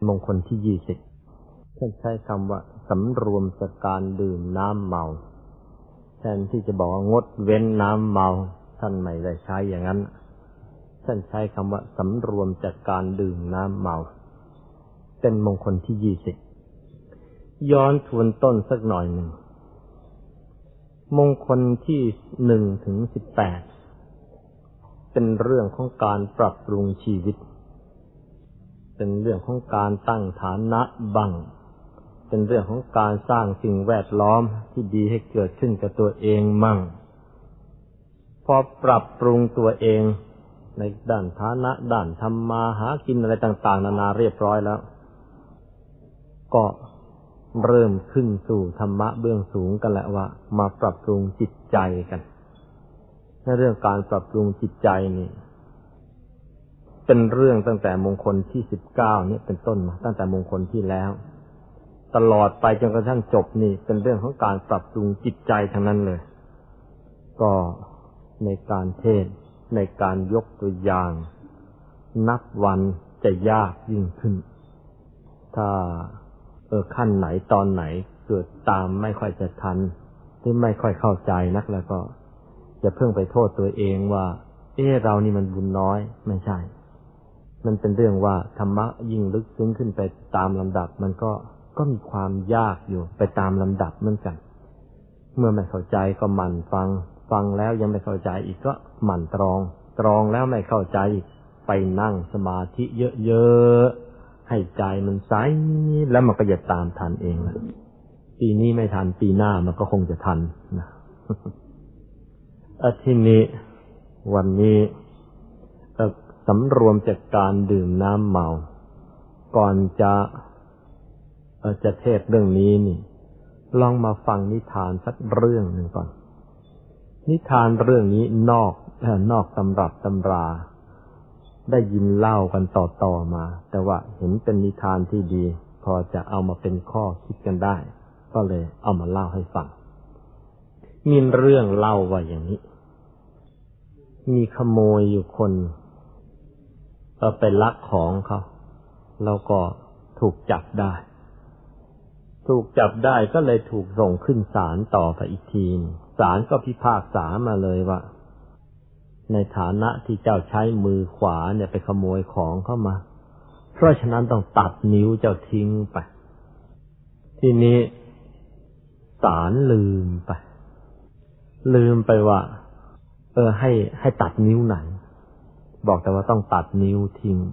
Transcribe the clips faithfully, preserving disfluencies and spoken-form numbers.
มงคลที่ยี่สิบท่านใช้คำว่าสำรวมจากการดื่มน้ำเมาแทนที่จะบอกว่างดเว้นน้ำเมาท่านไม่ได้ใช้อย่างนั้นท่านใช้คำว่าสำรวมจากการดื่มน้ำเมาเป็นมงคลที่ยี่สิบย้อนทวนต้นสักหน่อยหนึ่งมงคลที่หนึ่งถึงสิบแปดเป็นเรื่องของการปรับปรุงชีวิตเป็นเรื่องของการตั้งฐานะบังเป็นเรื่องของการสร้างสิ่งแวดล้อมที่ดีให้เกิดขึ้นกับตัวเองมั่งพอปรับปรุงตัวเองในด้านฐานะด้านทำมาหากินอะไรต่างๆนานาเรียบร้อยแล้วก็เริ่มขึ้นสู่ธรรมะเบื้องสูงกันแหละว่ามาปรับปรุงจิตใจกันในเรื่องการปรับปรุงจิตใจนี่เป็นเรื่องตั้งแต่มงคลที่สิบเก้าเนี่ยเป็นต้นมาตั้งแต่มงคลที่แล้วตลอดไปจนกระทั่งจบนี่เป็นเรื่องของการปรับปรุงจิตใจทั้งนั้นเลยก็ในการเทศน์ในการยกตัวอย่างนับวันจะยากยิ่งขึ้นถ้าเออขั้นไหนตอนไหนเกิดตามไม่ค่อยจะทันหรือไม่ค่อยเข้าใจนักแล้วก็อย่าเพิ่งไปโทษตัวเองว่าเออเรานี่มันบุญน้อยไม่ใช่มันเป็นเรื่องว่าธรรมะยิ่งลึกซึ้งขึ้นไปตามลำดับมันก็ก็มีความยากอยู่ไปตามลำดับเหมือนกันเมื่อไม่เข้าใจก็หมั่นฟังฟังแล้วยังไม่เข้าใจอีกก็หมั่นตรองตรองแล้วไม่เข้าใจอีกไปนั่งสมาธิเยอะๆให้ใจมันใสแล้วมันก็จะตามทันเองแหละปีนี้ไม่ทันปีหน้ามันก็คงจะทันนะอาทิตย์นี้วันนี้สำรวมจากการดื่มน้ำเมาก่อนจะจะเทศเรื่องนี้นี่ลองมาฟังนิทานสักเรื่องหนึ่งก่อนนิทานเรื่องนี้นอกเอ่อนอกตำรับตำราได้ยินเล่ากันต่อๆมาแต่ว่าเห็นเป็นนิทานที่ดีพอจะเอามาเป็นข้อคิดกันได้ก็เลยเอามาเล่าให้ฟังมีเรื่องเล่าว่าอย่างนี้มีขโมยอยู่คนเอาไปลักของเขาแล้วก็ถูกจับได้ถูกจับได้ก็เลยถูกส่งขึ้นศาลต่อไปอีกทีศาลก็พิพากษามาเลยว่าในฐานะที่เจ้าใช้มือขวาเนี่ยไปขโมยของเข้ามาเพราะฉะนั้นต้องตัดนิ้วเจ้าทิ้งไปทีนี้ศาลลืมไปลืมไปว่าเออให้ให้ตัดนิ้วไหนบอกแต่ว่าต้องตัดนิ้วทิ้ง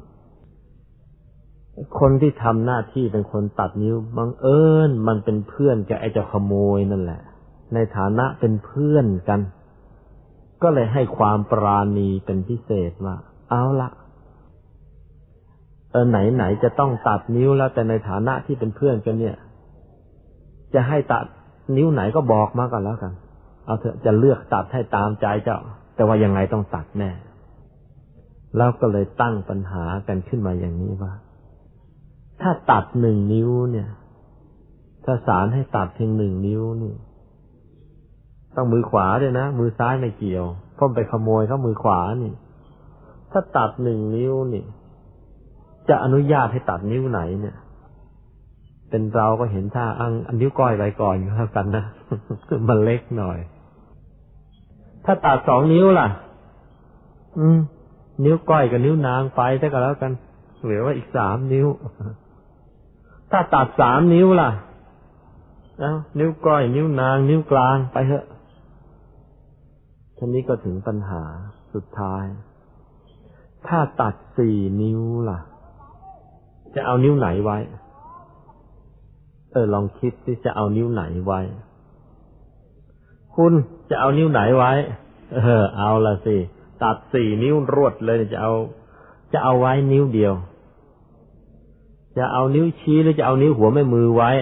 คนที่ทำหน้าที่เป็นคนตัดนิ้วบังเอิญมันเป็นเพื่อนกับไอ้เจ้าขโมยนั่นแหละในฐานะเป็นเพื่อนกันก็เลยให้ความปราณีเป็นพิเศษว่าเอาละเออไหนๆจะต้องตัดนิ้วแล้วแต่ในฐานะที่เป็นเพื่อนกันเนี่ยจะให้ตัดนิ้วไหนก็บอกมาก่อนแล้วกันเอาเถอะจะเลือกตัดให้ตามใจเจ้าแต่ว่ายังไงต้องตัดแน่แล้วก็เลยตั้งปัญหากันขึ้นมาอย่างนี้ว่าถ้าตัดหนึ่งนิ้วเนี่ยถ้าศาลให้ตัดเพียงหนึ่งนิ้วนี่ต้องมือขวาด้วยนะมือซ้ายไม่เกี่ยวเพราะไปขโมยเขามือขวานี่ถ้าตัดหนึ่งนิ้วนี่จะอนุญาตให้ตัดนิ้วไหนเนี่ยเป็นเราก็เห็นท่าอังอันนิ้วก้อยไว้ก่อนก็แล้วกันนะ มันเล็กหน่อยถ้าตัดสองนิ้วล่ะอืมนิ้วก้อยกับนิ้วนางไปซะก็แล้วกันเหลือว่าอีกสามนิ้วถ้าตัดสามนิ้วล่ะเอ้านิ้วก้อยนิ้วนางนิ้วกลางไปเถอะทีนี้ก็ถึงปัญหาสุดท้ายถ้าตัดสี่นิ้วล่ะจะเอานิ้วไหนไว้เออลองคิดสิจะเอานิ้วไหนไว้คุณจะเอานิ้วไหนไว้เออเอาละสิตัดสี่นิ้วรวดเลยจะเอาจะเอาไว้นิ้วเดียวจะเอานิ้วชี้หรือจะเอานิ้วหัวแม่มือไว้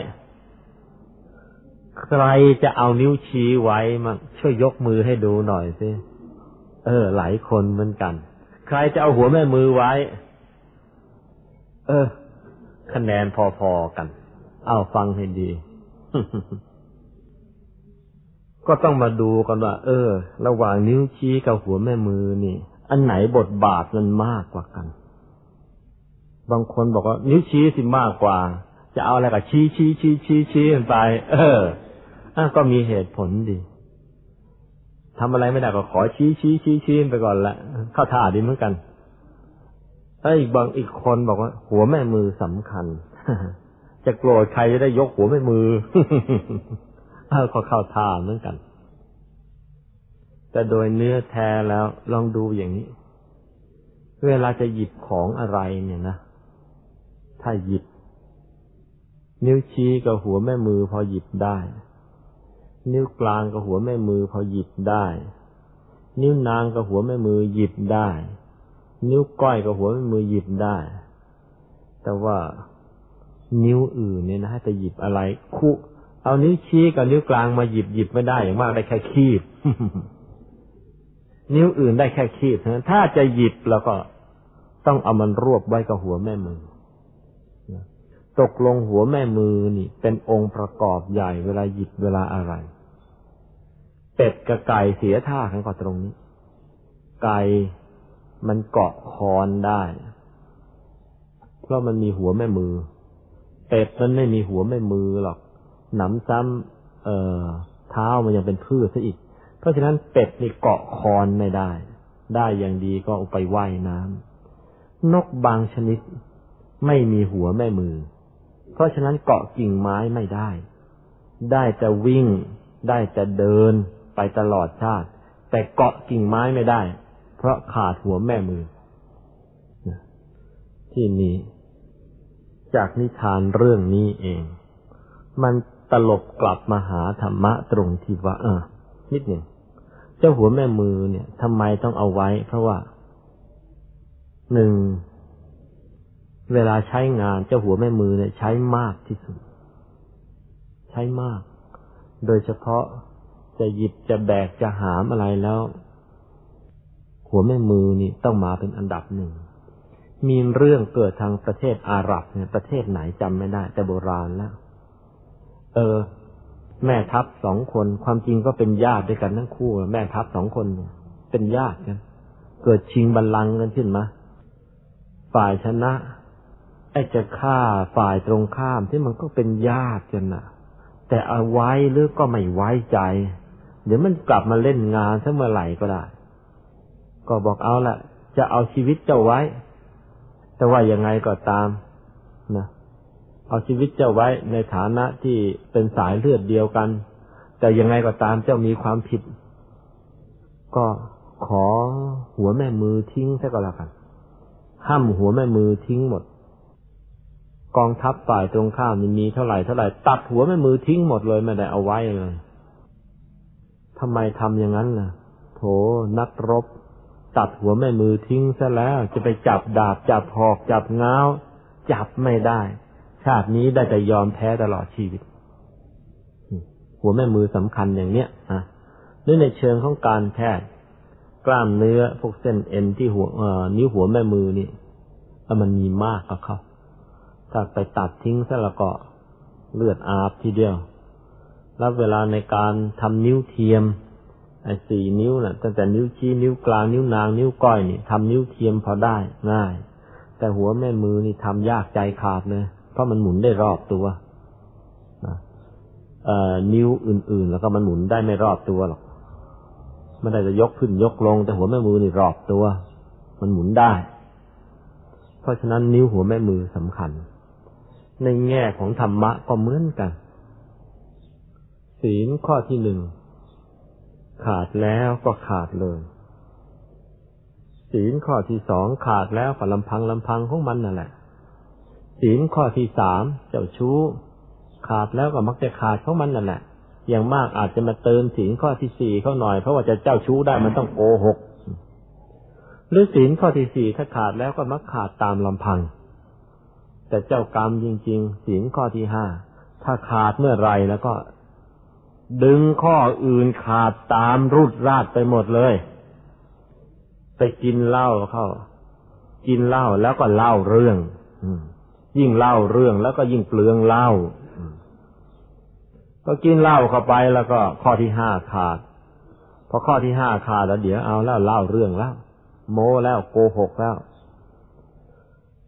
ใครจะเอานิ้วชี้ไว้มั่งช่วยยกมือให้ดูหน่อยสิเออหลายคนเหมือนกันใครจะเอาหัวแม่มือไว้เออคะแนนพอๆกันเอาฟังให้ดี ก็ต้องมาดูกันว่าเออระหว่างนิ้วชี้กับหัวแม่มือนี่อันไหนบทบาทมันมากกว่ากันบางคนบอกว่านิ้วชี้สิมากกว่าจะเอาอะไรกับชี้ชี้ชี้ชี้ชี้กันไปเอออ่ะก็มีเหตุผลดีทำอะไรไม่ได้ก็ขอชี้ชี้ชี้ชี้ไปก่อนละเข้าท่าดีเหมือนกันไอ้บางอีกคนบอกว่าหัวแม่มือสำคัญจะโกรธใครจะได้ยกหัวแม่มือเออก็เข้าท่าเหมือนกันแต่โดยเนื้อแท้แล้วลองดูอย่างนี้เวลาจะหยิบของอะไรเนี่ยนะถ้าหยิบนิ้วชี้กับหัวแม่มือพอหยิบได้นิ้วกลางกับหัวแม่มือพอหยิบได้นิ้วนางกับหัวแม่มือหยิบได้นิ้วก้อยกับหัวแม่มือหยิบได้แต่ว่านิ้วอื่นเนี่ยนะให้จะหยิบอะไรคู่เอานิ้วชี้กับนิ้วกลางมาหยิบหยิบไม่ได้อย่างมากได้แค่คีบ นิ้วอื่นได้แค่คีบถ้าจะหยิบแล้วก็ต้องเอามันรวบไว้กับหัวแม่มือตกลงหัวแม่มือนี่เป็นองค์ประกอบใหญ่เวลาหยิบเวลาอะไรเป็ดกับไก่เสียท่ากันก็ตรงนี้ไก่มันเกาะคอนได้เพราะมันมีหัวแม่มือเป็ดมันไม่มีหัวแม่มือหรอกหนำซ้ำเอ่อเท้ามันยังเป็นพืชซะอีกเพราะฉะนั้นเป็ดนี่เกาะคอนไม่ได้ได้อย่างดีก็เอาไปว่ายน้ำนกบางชนิดไม่มีหัวแม่มือเพราะฉะนั้นเกาะกิ่งไม้ไม่ได้ได้แต่วิ่งได้แต่เดินไปตลอดชาติแต่เกาะกิ่งไม้ไม่ได้เพราะขาดหัวแม่มือที่นี้จากนิทานเรื่องนี้เองมันตลบกลับมาหาธรรมะตรงที่ว่าเออนิดหนึ่งเจ้าหัวแม่มือเนี่ยทำไมต้องเอาไว้เพราะว่าหนึ่งเวลาใช้งานเจ้าหัวแม่มือเนี่ยใช้มากที่สุดใช้มากโดยเฉพาะจะหยิบจะแบกจะหามอะไรแล้วหัวแม่มือนี่ต้องมาเป็นอันดับหนึ่งมีเรื่องเกิดทางประเทศอาหรับเนี่ยประเทศไหนจำไม่ได้แต่โบราณแล้วเออแม่ทัพสองคนความจริงก็เป็นญาติด้วยกันทั้งคู่แม่ทัพสองคนเนี่ยเป็นญาติกันเกิดชิงบัลลังก์กันขึ้นมาฝ่ายชนะไอ้จะฆ่าฝ่ายตรงข้ามที่มันก็เป็นญาติกันน่ะแต่เอาไว้หรือก็ไม่ไว้ใจเดี๋ยวมันกลับมาเล่นงานซะเมื่อไหร่ก็ได้ก็บอกเอาละจะเอาชีวิตเจ้าไว้แต่ว่ายังไงก็ตามนะเอาชีวิตเจ้าไว้ในฐานะที่เป็นสายเลือดเดียวกันแต่ยังไงก็ตามเจ้ามีความผิดก็ขอหัวแม่มือทิ้งซะก็แล้วกันห้ามหัวแม่มือทิ้งหมดกองทัพฝ่ายตรงข้ามมีเท่าไหร่เท่าไหร่ตัดหัวแม่มือทิ้งหมดเลยไม่ได้เอาไว้เลยทำไมทำอย่างนั้นล่ะโถนักรบตัดหัวแม่มือทิ้งซะแล้วจะไปจับดาบจับหอกจับง้าวจับไม่ได้ชาตินี้ได้แต่ยอมแพ้ตลอดชีวิตหัวแม่มือสำคัญอย่างเนี้ยอ่ะด้วยในเชิงของการแพทย์กล้ามเนื้อพวกเส้นเอ็นที่หัวเอ่อนิ้วหัวแม่มือนี่มันมีมากกับเขาถ้าไปตัดทิ้งซะแล้วก็เลือดอาบทีเดียวแล้วเวลาในการทำนิ้วเทียมไอ้สี่นิ้วน่ะตั้งแต่นิ้วชี้นิ้วกลางนิ้วนางนิ้วก้อยนี่ทำนิ้วเทียมพอได้ง่ายแต่หัวแม่มือนี่ทำยากใจขาดเลยเพราะมันหมุนได้รอบตัวนะเอ่อนิ้วอื่นๆแล้วก็มันหมุนได้ไม่รอบตัวหรอกไม่ได้จะยกขึ้นยกลงแต่หัวแม่มือนี่รอบตัวมันหมุนได้เพราะฉะนั้นนิ้วหัวแม่มือสำคัญในแง่ของธรรมะก็เหมือนกันศีลข้อที่หนึ่งขาดแล้วก็ขาดเลยศีลข้อที่สองขาดแล้วก็ลำพังลำพังของมันนั่นแหละศีลข้อที่สามเจ้าชู้ขาดแล้วก็มักจะขาดของมันนั่นแหละอย่างมากอาจจะมาเติมศีลข้อที่สี่เข้าหน่อยเพราะว่าจะเจ้าชู้ได้มันต้องโกหกหรือศีลข้อที่สี่ถ้าขาดแล้วก็มักขาดตามลำพังแต่เจ้ากรรมจริงๆศีลข้อที่ห้าถ้าขาดเมื่อไรแล้วก็ดึงข้ออื่นขาดตามรุดราดไปหมดเลยไปกินเหล้าเข้ากินเหล้าแล้วก็เล่าเรื่องยิ่งเล่าเรื่องแล้วก็ยิ่งเปลืองเหล้าก็กินเหล้าเข้าไปแล้วก็ข้อที่ห้าขาดพอข้อที่ห้าขาดแล้วเดี๋ยวเอาแล้วเล่าเรื่องแล้วโม้แล้วโกหกแล้ว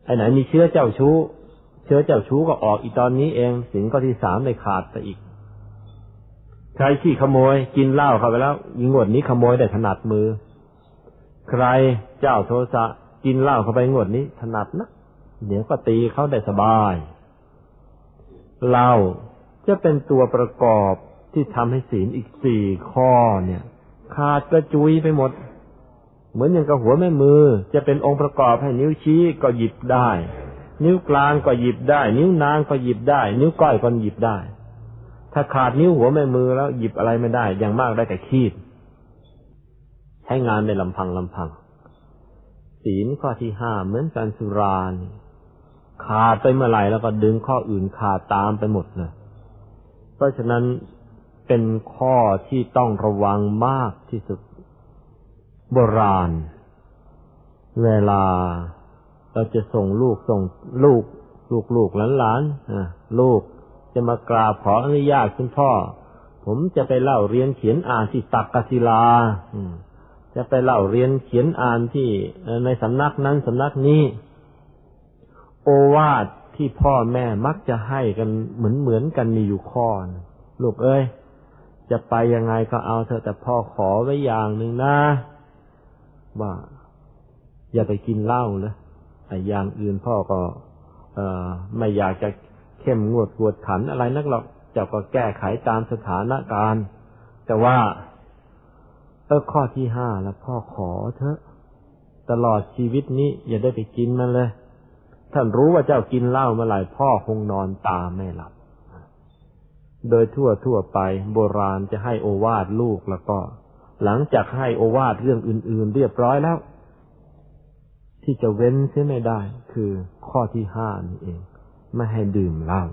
ไอ้ไหนมีเชื้อเจ้าชู้เชื้อเจ้าชู้ก็ออกอีตอนนี้เองศีลข้อที่สามได้ขาดไปอีกใครที่ขโมยกินเหล้าเข้าไปแล้วยิงงวดนี้ขโมยได้ถนัดมือใครเจ้าโทสะกินเหล้าเข้าไปงวดนี้ถนัดนะเดี๋ยวก็ตีเขาได้สบายเหล้าจะเป็นตัวประกอบที่ทำให้ศีลอีกสี่ข้อเนี่ยขาดกระจุยไปหมดเหมือนอย่างกับหัวแม่มือจะเป็นองค์ประกอบให้นิ้วชี้ก็หยิบได้นิ้วกลางก็หยิบได้นิ้วนางก็หยิบได้นิ้วก้อยก็หยิบได้ถ้าขาดนิ้วหัวแม่มือแล้วหยิบอะไรไม่ได้อย่างมากได้แต่คีบใช้งานในลำพังลำพังศีลข้อที่ห้าเหมือนกันสุราขาดไปเมื่อไหร่แล้วก็ดึงข้ออื่นขาดตามไปหมดเลยเพราะฉะนั้นเป็นข้อที่ต้องระวังมากที่สุดโบราณเวลาเราจะส่งลูกส่งลูกลูกลูกหลานๆลูกจะมากราบขออนุญาตคุณพ่อผมจะไปเล่าเรียนเขียนอ่านที่ตักกศิลาจะไปเล่าเรียนเขียนอ่านที่ในสำนักนั้นสำนักนี้โอวาทที่พ่อแม่มักจะให้กันเหมือนเหมือนกันมีอยู่ข้อลูกเอ้ยจะไปยังไงก็เอาเถอะแต่พ่อขอไว้อย่างหนึ่งนะว่าอย่าไปกินเหล้าเลยไอ้อย่างอื่นพ่อก็เอ่อไม่อยากจะเข้มงวดกวดขันอะไรนักหรอกเจ้าก็แก้ไขตามสถานการณ์แต่ว่าเออข้อที่ห้าแล้วพ่อขอเถอะตลอดชีวิตนี้อย่าได้ไปกินมันเลยท่านรู้ว่าเจ้ากินเหล้าเมื่อไหร่พ่อคงนอนตาไม่หลับโดยทั่วทั่วไปโบราณจะให้โอวาทลูกแล้วก็หลังจากให้โอวาทเรื่องอื่นๆเรียบร้อยแล้วที่จะเว้นเสียไม่ได้คือข้อที่ห้านี่เองไม่ให้ดื่มเหล้า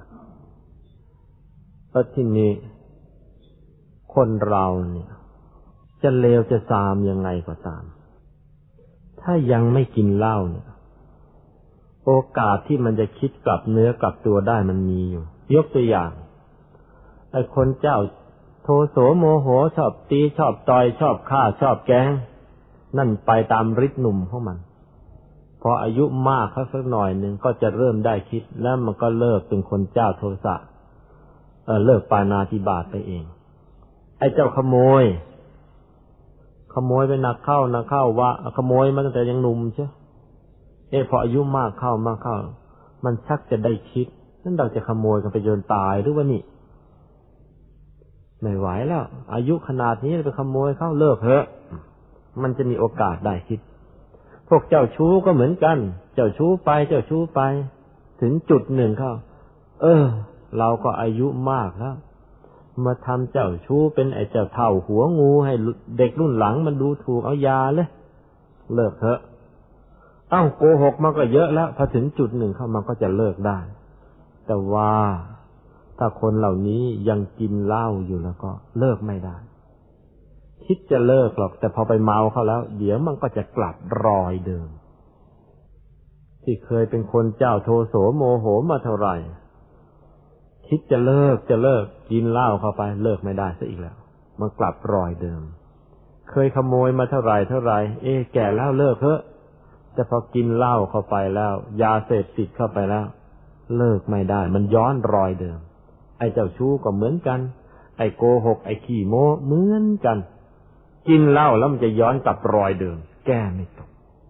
เพราะที่นี้คนเราเนี่ยจะเลวจะทรามยังไงก็ตามถ้ายังไม่กินเหล้าเนี่ยโอกาสที่มันจะคิดกลับเนื้อกลับตัวได้มันมีอยู่ยกตัวอย่างไอ้คนเจ้าโทโสโมโหชอบตีชอบต่อยชอบฆ่าชอบแกล้งนั่นไปตามฤทธิ์หนุ่มของมันพออายุมากเขาสักหน่อยหนึ่งก็จะเริ่มได้คิดแล้วมันก็เลิกเป็นคนเจ้าโทสะเออเลิกปาณาติบาตไปเองไอ้เจ้าขโมยขโมยไปหนักเข้าหนักเข้าว่าขโมยมาตั้งแต่ยังหนุ่มใช่เออพออายุมากเข้ามากเข้ามันชักจะได้คิดนั่นเราจะขโมยกันไปจนตายหรือว่านี่ไม่ไหวแล้วอายุขนาดนี้ไปขโมยเข้าเลิกเถอะมันจะมีโอกาสได้คิดพวกเจ้าชู้ก็เหมือนกันเจ้าชู้ไปเจ้าชู้ไปถึงจุดหนึ่งเข้าเออเราก็อายุมากแล้วมาทำเจ้าชู้เป็นไอ้เจ้าเท่าหัวงูให้เด็กรุ่นหลังมันดูถูกเอายาเลยเลิกเถอะเอ้าโกหกมันก็เยอะแล้วพอถึงจุดหนึ่งเข้ามันก็จะเลิกได้แต่ว่าถ้าคนเหล่านี้ยังกินเหล้าอยู่แล้วก็เลิกไม่ได้คิดจะเลิกหรอกแต่พอไปเมาเข้าแล้วเดี๋ยวมันก็จะกลับรอยเดิมที่เคยเป็นคนเจ้าโทโสโมโหมาเท่าไหร่คิดจะเลิกจะเลิกกินเหล้าเข้าไปเลิกไม่ได้ซะอีกแล้วมันกลับรอยเดิมเคยขโมยมาเท่าไหร่เท่าไหร่เอ๊ะแก่แล้วเลิกเถอะแต่พอกินเหล้าเข้าไปแล้วยาเสพติดเข้าไปแล้วเลิกไม่ได้มันย้อนรอยเดิมไอ้เจ้าชู้ก็เหมือนกันไอ้โกหกไอ้ขี้โม้เหมือนกันกินเหล้าแล้วมันจะย้อนกลับรอยเดิมแก้ไม่ตก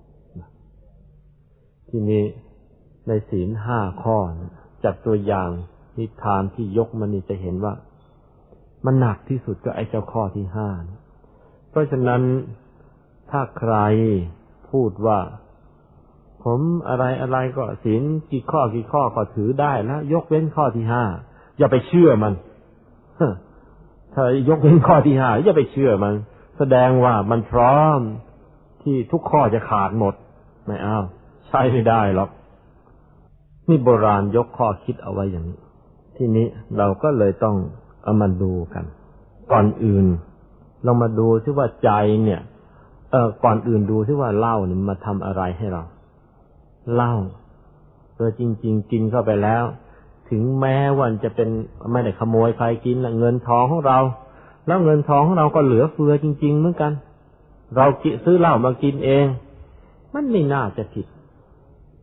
ทีนี้ในศีลห้าข้อจัดตัวอย่างนิทานที่ยกมานี่จะเห็นว่ามันหนักที่สุดก็ไอ้เจ้าข้อที่ห้าเพราะฉะนั้นถ้าใครพูดว่าผมอะไรอะไรก็ศีลกี่ข้อกี่ข้อก็ถือได้แล้วยกเว้นข้อที่ห้าอย่าไปเชื่อมันถ้ายกเว้นข้อที่ห้าอย่าไปเชื่อมันแสดงว่ามันพร้อมที่ทุกข้อจะขาดหมดไม่เอาใช้ไม่ได้หรอกนี่โบราณยกข้อคิดเอาไว้อย่างนี้ทีนี้เราก็เลยต้องเอามาดูกันก่อนอื่นเรามาดูซิว่าใจเนี่ยเออก่อนอื่นดูซิว่าเหล้าเนี่ยมาทำอะไรให้เราเหล้าโดยจริงๆกินเข้าไปแล้วถึงแม้ว่าจะเป็นไม่ได้ขโมยใครกินนะเงินทองของเราแล้วเงินทองของเราก็เหลือเฟือจริงๆเหมือนกันเราซื้อเหล้ามากินเองมันไม่น่าจะผิด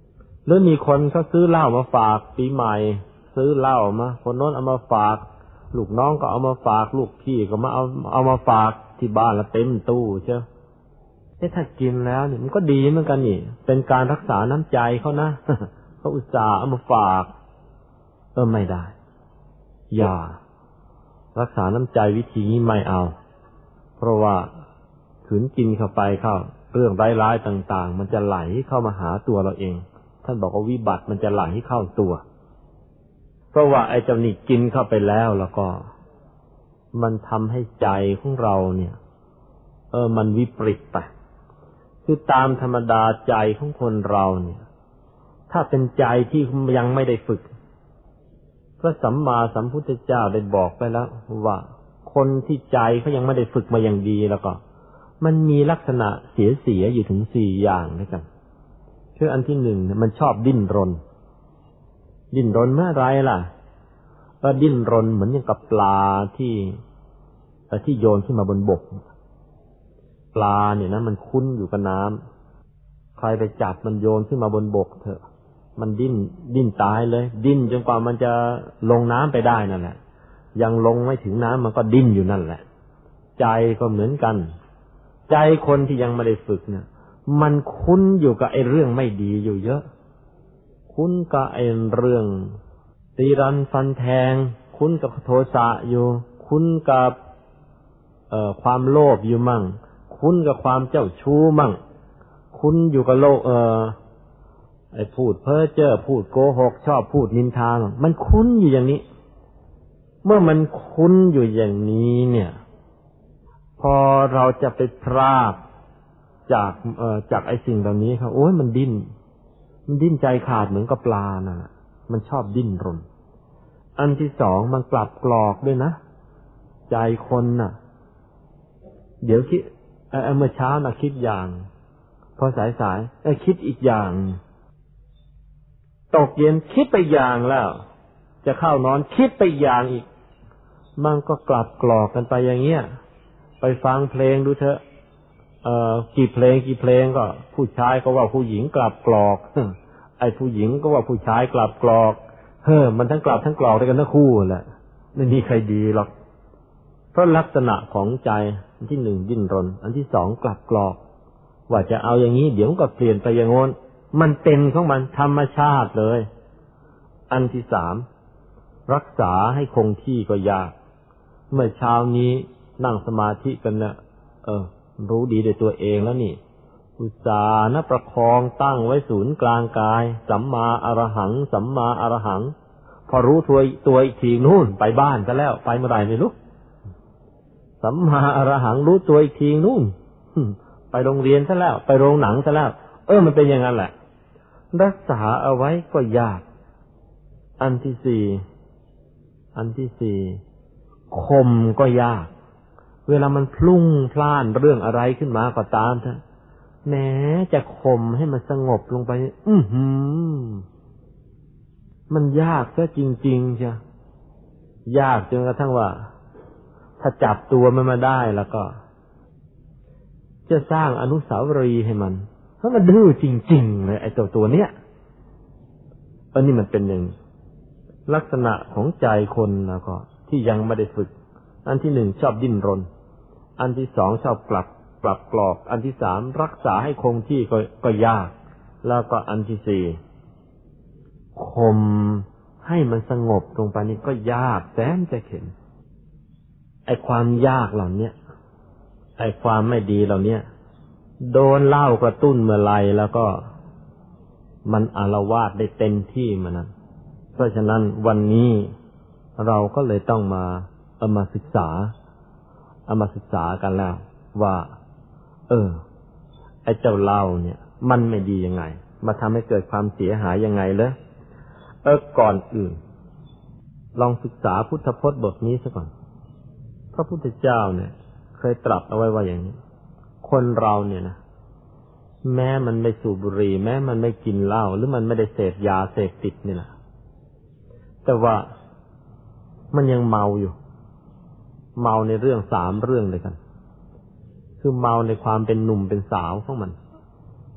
รือมีคนเขาซื้อเหล้ามาฝากปีใหม่ซื้อเหล้ามาคนโน้นเอามาฝากลูกน้องก็เอามาฝากลูกพี่ก็มาเอาเอามาฝากที่บ้านแล้วเต็มตู้เชียวเอ๊ะถ้ากินแล้วเนี่ยมันก็ดีเหมือนกันนี่เป็นการรักษาน้ำใจเขานะ เขาอุตส่าห์เอามาฝากเออไม่ได้อย่ารักษาน้ำใจวิธีนี้ไม่เอาเพราะว่าขืนกินเข้าไปเข้าเรื่องร้ายๆต่างๆมันจะไหลเข้ามาหาตัวเราเองท่านบอกว่าวิบัติมันจะไหลเข้าตัวเพราะว่าไอ้เจ้านี่กินเข้าไปแล้วแล้วก็มันทำให้ใจของเราเนี่ยเออมันวิปริตไปคือตามธรรมดาใจของคนเราเนี่ยถ้าเป็นใจที่ยังไม่ได้ฝึกพระสัมมาสัมพุทธเจ้าได้บอกไปแล้วว่าคนที่ใจเขายังไม่ได้ฝึกมาอย่างดีแล้วก็มันมีลักษณะเสียๆอยู่ถึงสี่อย่างด้วยกันคืออันที่หนึ่งมันชอบดิ้นรนดิ้นรนเมื่อไรล่ะก็ดิ้นรนเหมือนอย่างกับปลาที่ที่โยนขึ้นมาบนบกปลาเนี่ยนะมันคุ้นอยู่กับน้ำใครไปจับมันโยนขึ้นมาบนบกเถอะมันดิ้นดิ้นตายเลยดิ้นจนกว่ามันจะลงน้ำไปได้นั่นแหละยังลงไม่ถึงน้ำมันก็ดิ้นอยู่นั่นแหละใจก็เหมือนกันใจคนที่ยังไม่ได้ฝึกเนี่ยมันคุ้นอยู่กับไอ้เรื่องไม่ดีอยู่เยอะคุ้นกับไอ้เรื่องตีรันฟันแทงคุ้นกับโทสะอยู่คุ้นกับเอ่อความโลภอยู่มั่งคุ้นกับความเจ้าชู้มั่งคุ้นอยู่กับโลกเอ่อไอ้พูดเพ้อเจ้อพูดโกหกชอบพูดนินทามันคุ้นอยู่อย่างนี้เมื่อมันคุ้นอยู่อย่างนี้เนี่ยพอเราจะไปพรากจากเอ่อจากไอ้สิ่งเหล่านี้ครับโอ้ยมันดิ้นมันดิ้นใจขาดเหมือนกับปลาน่ะมันชอบดิ้นรนอันที่สองมันกลับกรอกด้วยนะใจคนน่ะเดี๋ยวคิดเอ่อเมื่อเช้าน่ะคิดอย่างพอสายๆเอ้ยคิดอีกอย่างตกเย็นคิดไปอย่างแล้วจะเข้านอนคิดไปอย่างอีกมันก็กลับกรอกกันไปอย่างเงี้ยไปฟังเพลงดูเถอะเอ่อกี่เพลงกี่เพลงก็ผู้ชายก็ว่าผู้หญิงกลับกรอกไอ้ผู้หญิงก็ว่าผู้ชายกลับกรอกเฮ้อมันทั้งกลับทั้งกรอกด้วยกันทั้งคู่แหละไม่มีใครดีหรอกเพราะลักษณะของใจอันที่หนึ่งดิ้นรนอันที่สองกลับกรอกว่าจะเอาอย่างนี้เดี๋ยวก็เปลี่ยนไปอย่างโน้นมันเป็นของมันธรรมชาติเลยอันที่สามรักษาให้คงที่ก็ยากเมื่อเช้านี้นั่งสมาธิกันเนี่ยเออรู้ดีในตัวเองแล้วนี่อุตสาห์นะประคองตั้งไว้ศูนย์กลางกายสัมมาอรหังสัมมาอรหังพอรู้ตัวตัวอีกทีนู่นไปบ้านซะแล้วไปเมื่อไหร่ไม่รู้สัมมาอรหังรู้ตัวอีกทีนู่นไปโรงเรียนซะแล้วไปโรงหนังซะแล้วเออมันเป็นอย่างนั้นแหละรักษาเอาไว้ก็ยากอันที่สี่อันที่สี่ข่มก็ยากเวลามันพลุ่งพล่านเรื่องอะไรขึ้นมาก็ตามเถอะแม้จะข่มให้มันสงบลงไปอื้อหือมันยากซะจริงๆเชียยากจนกระทั่งว่าถ้าจับตัวมันมาได้แล้วก็จะสร้างอนุสาวรีย์ให้มันเพราะมันดื้อจริงๆเลยไอ้ตัวตัวเนี้ยอันนี้มันเป็นหนึ่งลักษณะของใจคนแล้วก็ที่ยังไม่ได้ฝึกอันที่หนึ่งชอบดิ้นรนอันที่สองชอบกลับกลับกรอกอันที่สามรักษาให้คงที่ก็ก็ยากแล้วก็อันที่สี่ข่มให้มันสงบลงไปนี่ก็ยากแสนจะเข็ญไอ้ความยากเหล่านี้ไอ้ความไม่ดีเหล่านี้โดนเหล้ากระตุ้นเมื่อไรแล้วก็มันอาละวาดได้เต็มที่มันนั้นเพราะฉะนั้นวันนี้เราก็เลยต้องมาเอามาศึกษาเอามาศึกษากันแล้วว่าเออไอ้เจ้าเหล้าเนี่ยมันไม่ดียังไงมาทำให้เกิดความเสียหายยังไงเลยเออก่อนอื่นลองศึกษาพุทธพจน์บทนี้ซะก่อนพระพุทธเจ้าเนี่ยเคยตรัสเอาไว้ว่าอย่างนี้คนเราเนี่ยนะแม้มันไม่สูบบุหรี่แม้มันไม่กินเหล้าหรือมันไม่ได้เสพยาเสพติดนี่แหละแต่ว่ามันยังเมาอยู่เมาในเรื่องสามเรื่องเลยกันคือเมาในความเป็นหนุ่มเป็นสาวของมัน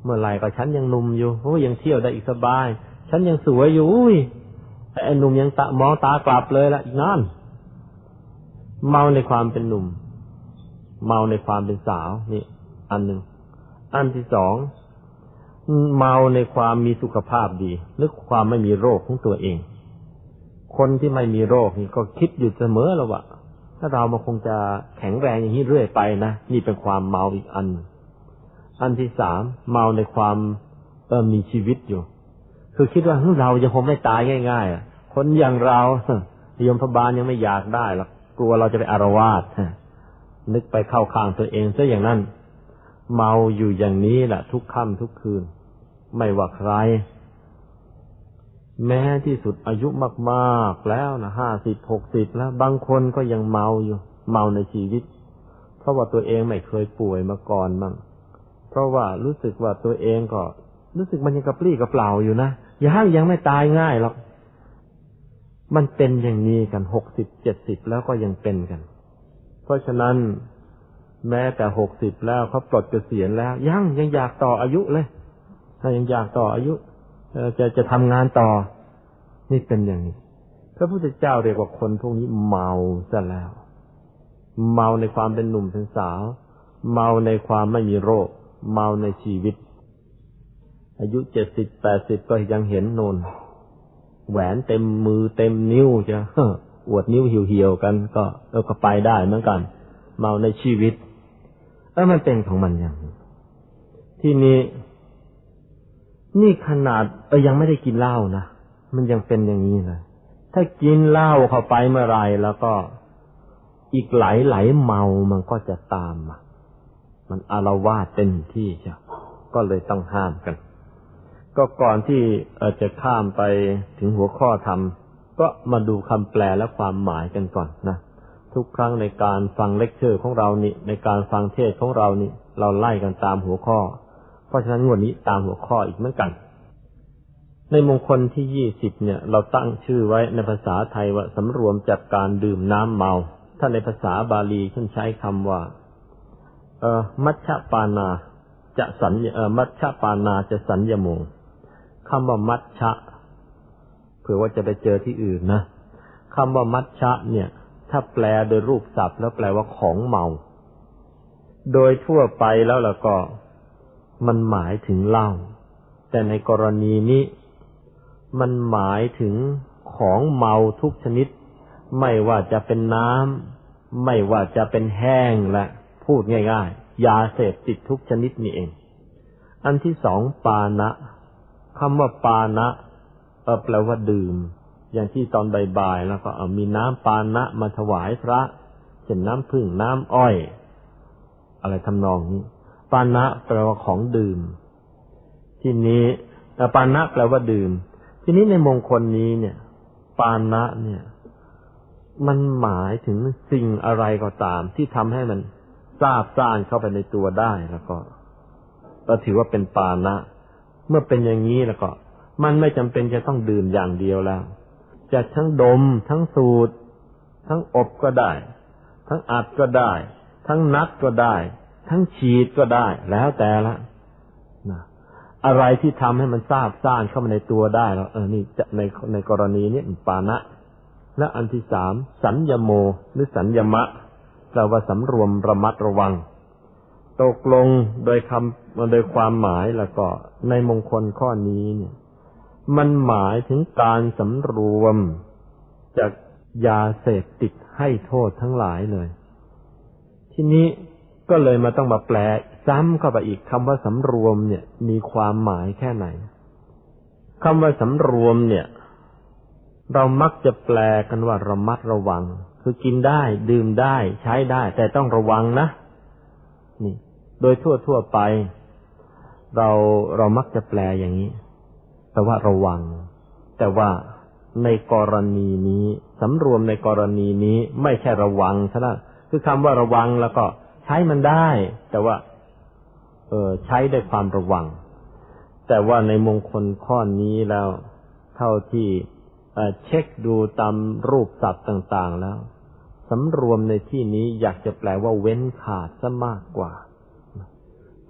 เมื่อไหร่ก็ฉันยังหนุ่มอยู่โอ้ยังเที่ยวได้อีกสบายฉันยังสวยอยู่อุ้ยไอ้หนุ่มยังตะมองตากลับเลยละอีกนั่นเมาในความเป็นหนุ่มเมาในความเป็นสาวนี่อันหนึ่งอันที่สองเมาในความมีสุขภาพดีหรือความไม่มีโรคของตัวเองคนที่ไม่มีโรคนี่ก็คิดอยู่เสมอแล้วว่าถ้าเรามันคงจะแข็งแรงอย่างนี้เรื่อยไปนะนี่เป็นความเมาอีกอันอันที่สามเมาในความเออมีชีวิตอยู่คือคิดว่าเราจะคงไม่ตายง่ายๆคนอย่างเรายมพบาลยังไม่อยากได้หรอกกลัวเราจะไปอารวาสนึกไปเข้าข้างตัวเองซะอย่างนั้นเมาอยู่อย่างนี้แหละทุกค่ำทุกคืนไม่ว่าใครแม้ที่สุดอายุมากๆแล้วนะห้าสิบหกสิบแล้วบางคนก็ยังเมาอยู่เมาในชีวิตเพราะว่าตัวเองไม่เคยป่วยมาก่อนบ้างเพราะว่ารู้สึกว่าตัวเองก็รู้สึกมันยังกระปรี้กระเปล่าอยู่นะยังยังไม่ตายง่ายหรอกมันเป็นอย่างนี้กันหกสิบเจ็ดสิบแล้วก็ยังเป็นกันเพราะฉะนั้นแม้แต่หกสิบแล้วเขาปลดเกษียณแล้วยังยังอยากต่ออายุเลยถ้ายังอยากต่ออายุจะจะทำงานต่อนี่เป็นอย่างนี้พระพุทธเจ้าเรียกว่าคนพวกนี้เมาซะแล้วเมาในความเป็นหนุ่มเป็นสาวเมาในความไม่มีโรคเมาในชีวิตอายุเจ็ดสิบแปดสิบก็ยังเห็นโนนแหวนเต็มมือเต็มนิ้วจะอวดนิ้วเหี่ยวๆกันก็เออก็ไปได้เหมือนกันเมาในชีวิตเออมันเป็นของมันอย่างนี้ที่นี้นี่ขนาดเออยังไม่ได้กินเหล้านะมันยังเป็นอย่างนี้เลยถ้ากินเหล้าเข้าไปเมื่อไรแล้วก็อีกหลายหลายเมามันก็จะตามมามันอาละวาดเต็มที่ใช่ก็เลยต้องห้ามกันก็ก่อนที่เออจะข้ามไปถึงหัวข้อธรรมก็มาดูคำแปลและความหมายกันก่อนนะทุกครั้งในการฟังเลคเชอร์ของเรานี่ในการฟังเทศของเรานี่เราไล่กันตามหัวข้อเพราะฉะนั้นวันนี้ตามหัวข้ออีกเหมือนกันในมงคลที่ยี่สิบเนี่ยเราตั้งชื่อไว้ในภาษาไทยว่าสำรวมจากการดื่มน้ำเมาถ้าในภาษาบาลีท่านใช้คำว่าเอ่อมัชฌปานาจะสัญเอ่อมัชฌปานาจะสัญญโมคำว่ามัชฌะเผื่อว่าจะไปเจอที่อื่นนะคำว่ามัชฌะเนี่ยถ้าแปลโดยรูปศัพท์แล้วแปลว่าของเมาโดยทั่วไปแล้วล่ะก็มันหมายถึงเหล้าแต่ในกรณีนี้มันหมายถึงของเมาทุกชนิดไม่ว่าจะเป็นน้ำไม่ว่าจะเป็นแห้งและพูดง่ายๆยาเสพติดทุกชนิดนี่เองอันที่สองปานะคำว่าปานะเออแปลว่าดื่มอย่างที่ตอนบ่ายๆแล้วก็เอามีน้ำปานะมาถวายพระเช่นน้ำผึ้งน้ำอ้อยอะไรทำนองนี้ปานะแปลว่าของดื่มทีนี้ปานะแปลว่าดื่มทีนี้ในมงคลนี้เนี่ยปานะเนี่ยมันหมายถึงสิ่งอะไรก็ตามที่ทำให้มันซาบซ่านเข้าไปในตัวได้แล้วก็ก็ถือว่าเป็นปานะเมื่อเป็นอย่างนี้แล้วก็มันไม่จำเป็นจะต้องดื่มอย่างเดียวแล้วจะทั้งดมทั้งสูดทั้งอบก็ได้ทั้งอัดก็ได้ทั้งนัดก็ได้ทั้งฉีดก็ได้แล้วแต่ละนะอะไรที่ทำให้มันซาบซ่านเข้ามาในตัวได้แล้วเออนี่จะในในกรณีนี้ปานะและอันที่สามสัญญโมหรือสัญญมะแปลว่าสำรวมระมัดระวังตกลงโดยคำโดยความหมายแล้วก็ในมงคลข้อนี้เนี่ยมันหมายถึงการสำรวมจากยาเสพติดให้โทษทั้งหลายเลยทีนี้ก็เลยมาต้องมาแปลซ้ำเข้าไปอีกคำว่าสำรวมเนี่ยมีความหมายแค่ไหนคำว่าสำรวมเนี่ยเรามักจะแปลกันว่าระมัดระวังคือกินได้ดื่มได้ใช้ได้แต่ต้องระวังนะนี่โดยทั่วๆไปเราเรามักจะแปลอย่างนี้แต่ว่าระวังแต่ว่าในกรณีนี้สำรวมในกรณีนี้ไม่ใช่ระวังเท่านั้นคือคำว่าระวังแล้วก็ใช้มันได้แต่ว่าเออใช้ด้วยความระวังแต่ว่าในมงคลข้อนี้แล้วเท่าที่เอ่อเช็คดูตามรูปศัพท์ต่างๆแล้วสำรวมในที่นี้อยากจะแปลว่าเว้นขาดซะมากกว่าเพ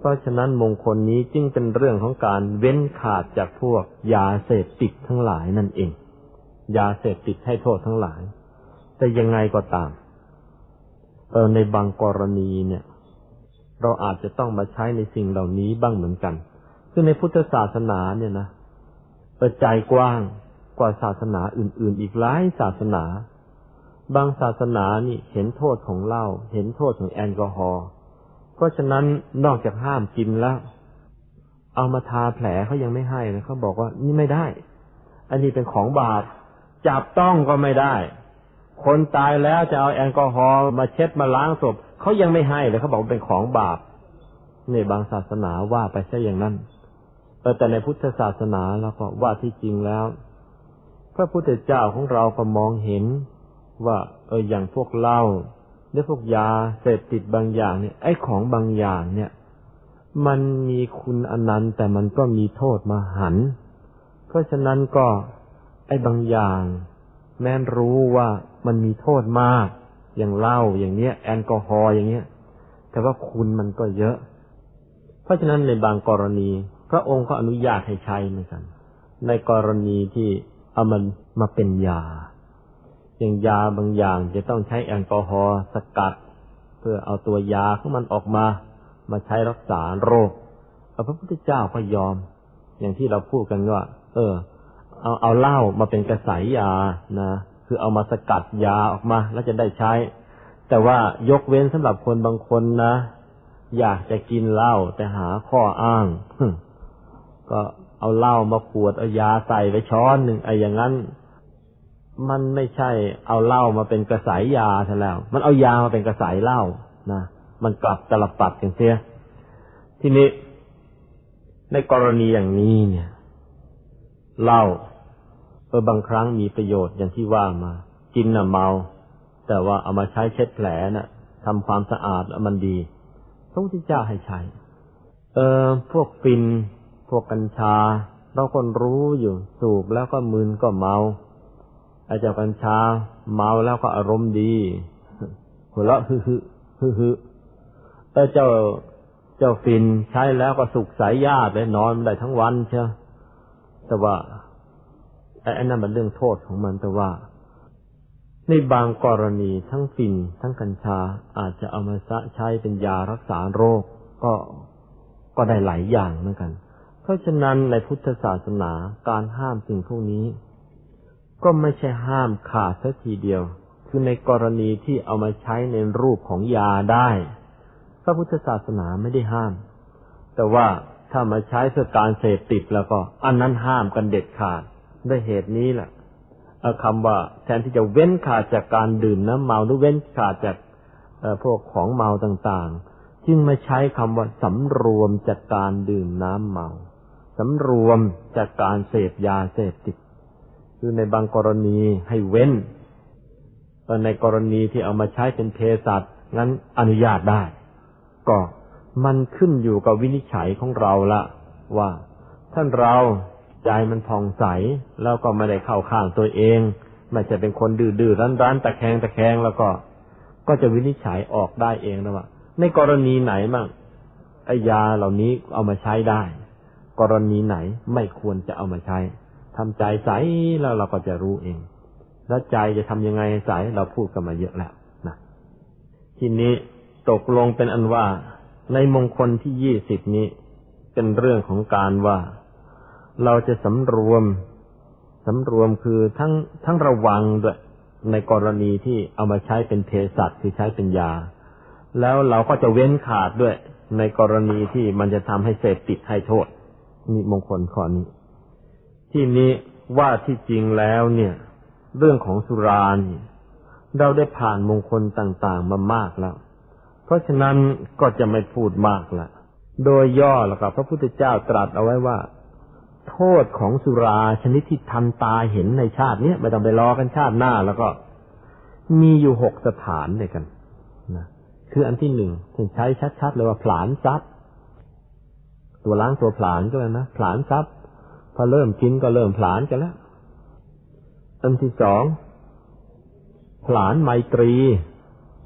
เพราะฉะนั้นมงคลนี้จึงเป็นเรื่องของการเว้นขาดจากพวกยาเสพติดทั้งหลายนั่นเองยาเสพติดให้โทษทั้งหลายแต่ยังไงก็ตามเออในบางกรณีเนี่ยเราอาจจะต้องมาใช้ในสิ่งเหล่านี้บ้างเหมือนกันคือในพุทธศาสนาเนี่ยนะเปิดใจกว้างกว่าศาสนาอื่นๆอีกหลายศาสนาบางศาสนานี่เห็นโทษของเหล้าเห็นโทษของแอลกอฮอล์เพราะฉะนั้นนอกจากห้ามกินแล้วเอามาทาแผลเขายังไม่ให้เลยเขาบอกว่านี่ไม่ได้อันนี้เป็นของบาปจับต้องก็ไม่ได้คนตายแล้วจะเอาแอลกอฮอล์มาเช็ดมาล้างศพเขายังไม่ให้เลยเขาบอกเป็นของบาปในบางศาสนาว่าไปซะอย่างนั้นแต่ในพุทธศาสนาแล้วก็ว่าที่จริงแล้วพระพุทธเจ้าของเราก็มองเห็นว่าเอออย่างพวกเหล้าหรือพวกยาเสพติดบางอย่างเนี่ยไอ้ของบางอย่างเนี่ยมันมีคุณอนันต์แต่มันก็มีโทษมหันต์เพราะฉะนั้นก็ไอ้บางอย่างแม้นรู้ว่ามันมีโทษมากอย่างเหล้าอย่างเนี้ยแอลกอฮอล์อย่างเนี้ยแต่ว่าคุณมันก็เยอะเพราะฉะนั้นในบางกรณีพระองค์ก็อนุญาตให้ใช้เหมือนกันในกรณีที่เอามันมาเป็นยาอย่างยาบางอย่างจะต้องใช้แอลกอฮอล์สกัดเพื่อเอาตัวยาของมันออกมามาใช้รักษาโรคพระพุทธเจ้าก็ยอมอย่างที่เราพูดกันว่าเออเอาเอาเหล้ามาเป็นกระสายยานะคือเอามาสกัดยาออกมาแล้วจะได้ใช้แต่ว่ายกเว้นสำหรับคนบางคนนะอยากจะกินเหล้าแต่หาข้ออ้างก็เอาเหล้ามาขวดเอายาใส่ไว้ช้อนหนึ่งไอ้อย่างนั้นมันไม่ใช่เอาเหล้ามาเป็นกระสายยาซะแล้วมันเอายามาเป็นกระสายเหล้านะมันกลับตลปัดกันเสียทีนี้ในกรณีอย่างนี้เนี่ยเหล้าเออบางครั้งมีประโยชน์อย่างที่ว่ามากินน่ะเมาแต่ว่าเอามาใช้เช็ดแผลน่ะทำความสะอาดแล้วมันดีพระพุทธเจ้าให้ใช้เออพวกฟินพวกกัญชาเราคนรู้อยู่สูบแล้วก็มึนก็เมาไอ้เจ้ากัญชาเมาแล้วก็อารมณ์ดีหัวเราะฮึฮึฮึฮึเออเจ้าเจ้าฟินใช้แล้วก็สุขสายญาติเลยนอนได้ทั้งวันเชียวแต่ว่าไอ้นั่นมันเรื่องโทษของมันแต่ว่าในบางกรณีทั้งฟินทั้งกัญชาอาจจะเอามาใช้เป็นยารักษาโรคก็ก็ได้หลายอย่างเหมือนกันเพราะฉะนั้นในพุทธศาสนาการห้ามสิ่งพวกนี้ก็ไม่ใช่ห้ามขาดซะทีเดียวคือในกรณีที่เอามาใช้ในรูปของยาได้พระพุทธศาสนาไม่ได้ห้ามแต่ว่าถ้ามาใช้เพื่อการเสพติดแล้วก็อันนั้นห้ามกันเด็ดขาดด้วยเหตุนี้แหละคำว่าแทนที่จะเว้นขาดจากการดื่มน้ำเมาหรือเว้นขาดจากพวกของเมาต่างๆจึงมาใช้คำว่าสำรวมจากการดื่มน้ำเมาสำรวมจากการเสพยาเสพติดคือในบางกรณีให้เว้นในกรณีที่เอามาใช้เป็นเภสัชงั้นอนุญาตได้ก็มันขึ้นอยู่กับวินิจฉัยของเราละว่าท่านเราใจมันผ่องใสแล้วก็ไม่ได้เข้าข้างตัวเองไม่ใช่เป็นคนดื้อๆรั้นๆตะแคงตะแคงแล้วก็ก็จะวินิจฉัยออกได้เองนะว่าในกรณีไหนมั่งไอ้ยาเหล่านี้เอามาใช้ได้กรณีไหนไม่ควรจะเอามาใช้ทำใจใสแล้วเราก็จะรู้เองแล้วใจจะทำยังไงใสเราพูดกันมาเยอะแล้วนะทีนี้ตกลงเป็นอันว่าในมงคลที่ยี่สิบนี้เป็นเรื่องของการว่าเราจะสำรวมสำรวมคือทั้งทั้งระวังด้วยในกรณีที่เอามาใช้เป็นเภสัชคือใช้เป็นยาแล้วเราก็จะเว้นขาดด้วยในกรณีที่มันจะทำให้เสพติดให้โทษนี่มงคลข้อนี้ที่นี้ว่าที่จริงแล้วเนี่ยเรื่องของสุรานี่เราได้ผ่านมงคลต่างๆมามากแล้วเพราะฉะนั้นก็จะไม่พูดมากละโดยย่อแล้วก็พระพุทธเจ้าตรัสเอาไว้ว่าโทษของสุราชนิดที่ทันตาเห็นในชาตินี้ไม่ต้องไปรอกันชาติหน้าแล้วก็มีอยู่หกสถานด้วยกันนะคืออันที่หนึ่งที่ใช้ชัดๆเลยว่าผลาญทรัพย์ตัวล้างตัวผลาญก็เลยนะผลาญทรัพย์พอเริ่มกินก็เริ่มผลาญกันแล้วอันที่สองผลาญไมตรี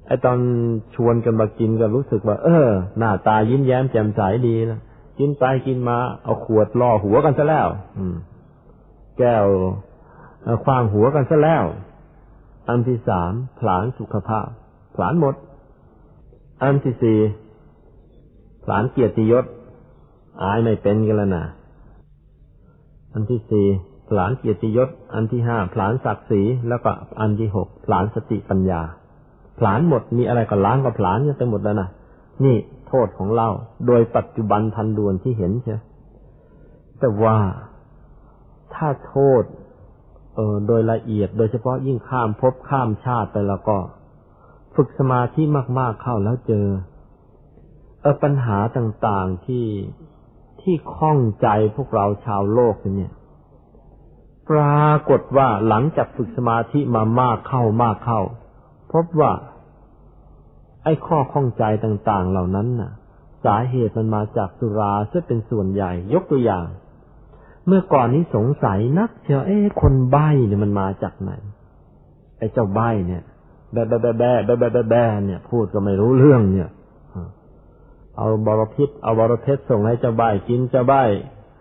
ไอ้ตอนชวนกันมากินก็รู้สึกว่าเออหน้าตายิ้มแย้มแจ่มใสดีนะกินไปกินมาเอาขวดล่อหัวกันซะแล้วอืมแก้วขว้างหัวกันซะแล้วอันที่สามผลาญสุขภาพผลาญหมดอันที่สี่ผลาญเกียรติยศอายไม่เป็นกันแล้วนะอันที่สี่ผลาญเกียรติยศอันที่ห้าผลาญศักดิ์ศรีแล้วก็อันที่หกผลาญสติปัญญาผลาญหมดมีอะไรก็ล้างก็ผลาญกันไปหมดแล้วนะนี่โทษของเหล้าโดยปัจจุบันทันด่วนที่เห็นใช่แต่ว่าถ้าโทษเออโดยละเอียดโดยเฉพาะยิ่งข้ามภพข้ามชาติไปแล้วก็ฝึกสมาธิมากๆเข้าแล้วเจอเออปัญหาต่างๆที่ที่ข้องใจพวกเราชาวโลกเนี่ยปรากฏว่าหลังจากฝึกสมาธิมามากเข้ามากเข้าพบว่าไอ้ข้อข้องใจต่างๆเหล่านั้นน่ะสาเหตุมันมาจากสุราซึ่งเป็นส่วนใหญ่ยกตัวอย่างเมื่อก่อนนี้สงสัยนักเชียวเอ๊ะคนใบ้เนี่ยมันมาจากไหนไอ้เจ้าใบ้เนี่ยแบ๊ะแบ๊ะแบ๊ะแบ๊ะแบ๊ะแบ๊ะแบ๊ะแบ๊ะเนี่ยพูดก็ไม่รู้เรื่องเนี่ยเอาบรพิษเอาบรเพชรส่งให้เจ้าใบ้กินเจ้าใบ้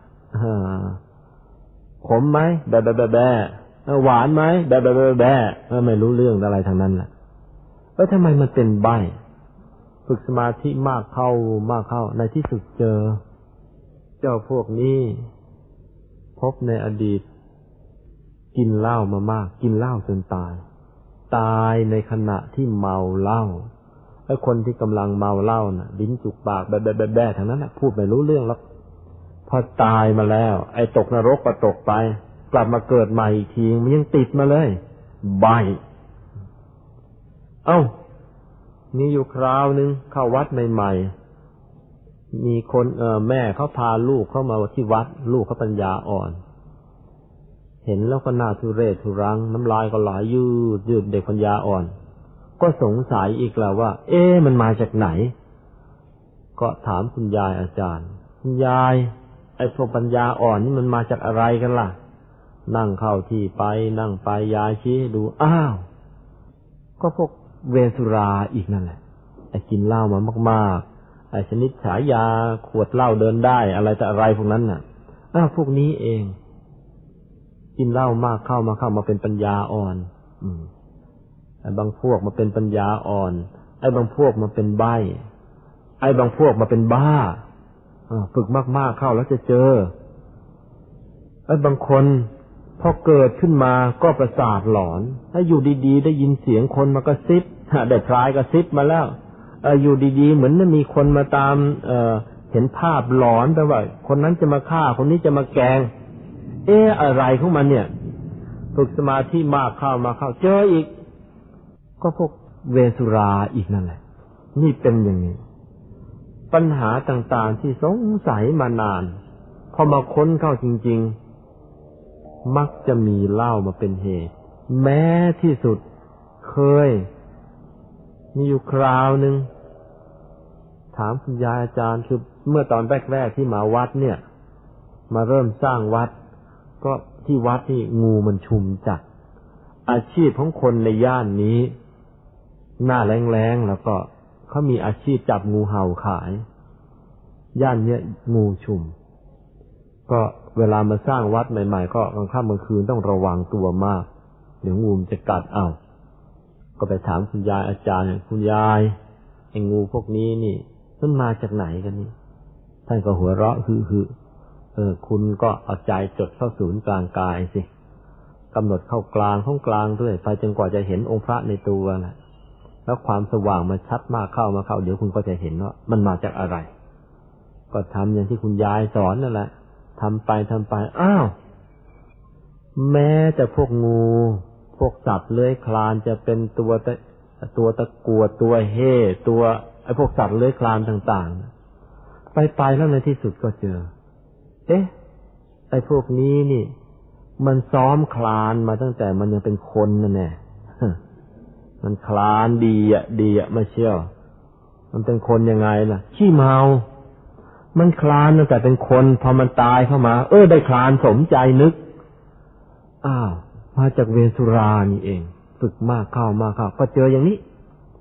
ขมไหมแบ๊ะแบ๊ะแบ๊ะแบ๊ะหวานไหมแบ๊ะแบ๊ะแบ๊ะแบ๊ะไม่รู้เรื่องอะไรทางนั้นแหละเอ้ยทำไมมันเป็นใบ้ฝึกสมาธิมากเข้ามากเข้าในที่สุดเจอเจ้าพวกนี้พบในอดีตกินเหล้ามามากกินเหล้าจนตายตายในขณะที่เมาเหล้าไอ้คนที่กำลังเมาเหล้าน่ะลิ้นจุกปากแบ๊ะแบ๊ะแบ๊ะแบ๊ะทั้งนั้นน่ะพูดไม่รู้เรื่องแล้วพอตายมาแล้วไอ้ตกนรกก็ตกไปกลับมาเกิดใหม่อีกทีมันยังติดมาเลยใบเอ้ามีอยู่คราวนึงเข้าวัดใหม่ๆมีคนเอ่อแม่เขาพาลูกเข้ามาที่วัดลูกเขาปัญญาอ่อนเห็นแล้วก็น่าทุเรศทุรังน้ำลายก็ไหลยืดยืดเด็กปัญญาอ่อนก็สงสัยอีกแล้วว่าเอ๊ะมันมาจากไหนก็ถามคุณยายอาจารย์คุณยายไอ้พวกปัญญาอ่อนนี่มันมาจากอะไรกันล่ะนั่งเข้าที่ไปนั่งไปยายชี้ให้ดูอ้าวก็พวกเวสุราอีกนั่นแหละไอ้กินเหล้ามามากๆไอ้ชนิดฉายาขวดเหล้าเดินได้อะไรแต่อะไรพวกนั้นน่ะอ้าวพวกนี้เองกินเหล้ามากเข้ามาเข้ามาเป็นปัญญาอ่อนอืมไอ้บางพวกมาเป็นปัญญาอ่อนไอ้บางพวกมาเป็นใบ้ไอ้บางพวกมาเป็นบ้าอ่าฝึกมากๆเข้าแล้วจะเจอไอ้บางคนพอเกิดขึ้นมาก็ประสาทหลอนถ้าอยู่ดีๆได้ยินเสียงคนมากระซิบได้พลายกระซิบมาแล้วเอออยู่ดีๆเหมือนมีคนมาตามเอ่อเห็นภาพหลอนไปว่าคนนั้นจะมาฆ่าคนนี้จะมาแกล้งเอ๊ะอะไรของมันเนี่ยฝึกสมาธิมากเข้ามาเข้าเจออีกก็พวกเวสุราอีกนั่นแหละนี่เป็นอย่างนี้ปัญหาต่างๆที่สงสัยมานานพอมาค้นเข้าจริงๆมักจะมีเหล้ามาเป็นเหตุแม้ที่สุดเคยมีอยู่คราวหนึ่งถามคุณยายอาจารย์คือเมื่อตอนแรกๆที่มาวัดเนี่ยมาเริ่มสร้างวัดก็ที่วัดนี่งูมันชุมจัดอาชีพของคนในย่านนี้หน้าแรงๆแล้วก็เขามีอาชีพจับงูเห่าขายย่านเนี้ยงูชุมก็เวลามาสร้างวัดใหม่ๆก็กลางค่ำกลางคืนต้องระวังตัวมากเดี๋ยวงูมันจะกัดเอาก็ไปถามคุณยายอาจารย์คุณยายไอ้งูพวกนี้นี่มันมาจากไหนกันนี่ท่านก็หัวเราะฮึๆเออคุณก็เอาใจจดเข้าศูนย์กลางกายสิกำหนดเข้ากลางห้องกลางด้วยไปจนกว่าจะเห็นองค์พระในตัวแหละแล้วความสว่างมันชัดมากเข้ามาเข้าเดี๋ยวคุณก็จะเห็นว่ามันมาจากอะไรก็ทำอย่างที่คุณยายสอนนั่นแหละทำไปทำไปอ้าวแม้แต่พวกงูพวกสัตว์เลื้อยคลานจะเป็นตัวตะตัวตะกรวดตัวเห่ตัวไอ้พวกสัตว์เลื้อยคลานต่างๆไปไปแล้วในที่สุดก็เจอเอ๊ะไอ้พวกนี้นี่มันซ้อมคลานมาตั้งแต่มันยังเป็นคนนั่นแหละมันคลานดีอ่ะดีอ่ะไม่เชื่อมันเป็นคนยังไงล่ะขี้เมามันคลานตั้งแต่เป็นคนพอมันตายเข้ามาเออได้คลานสมใจนึกอ้าวมาจากเวสุรานี่เองฝึกมากเข้ามากเข้าก็เจออย่างนี้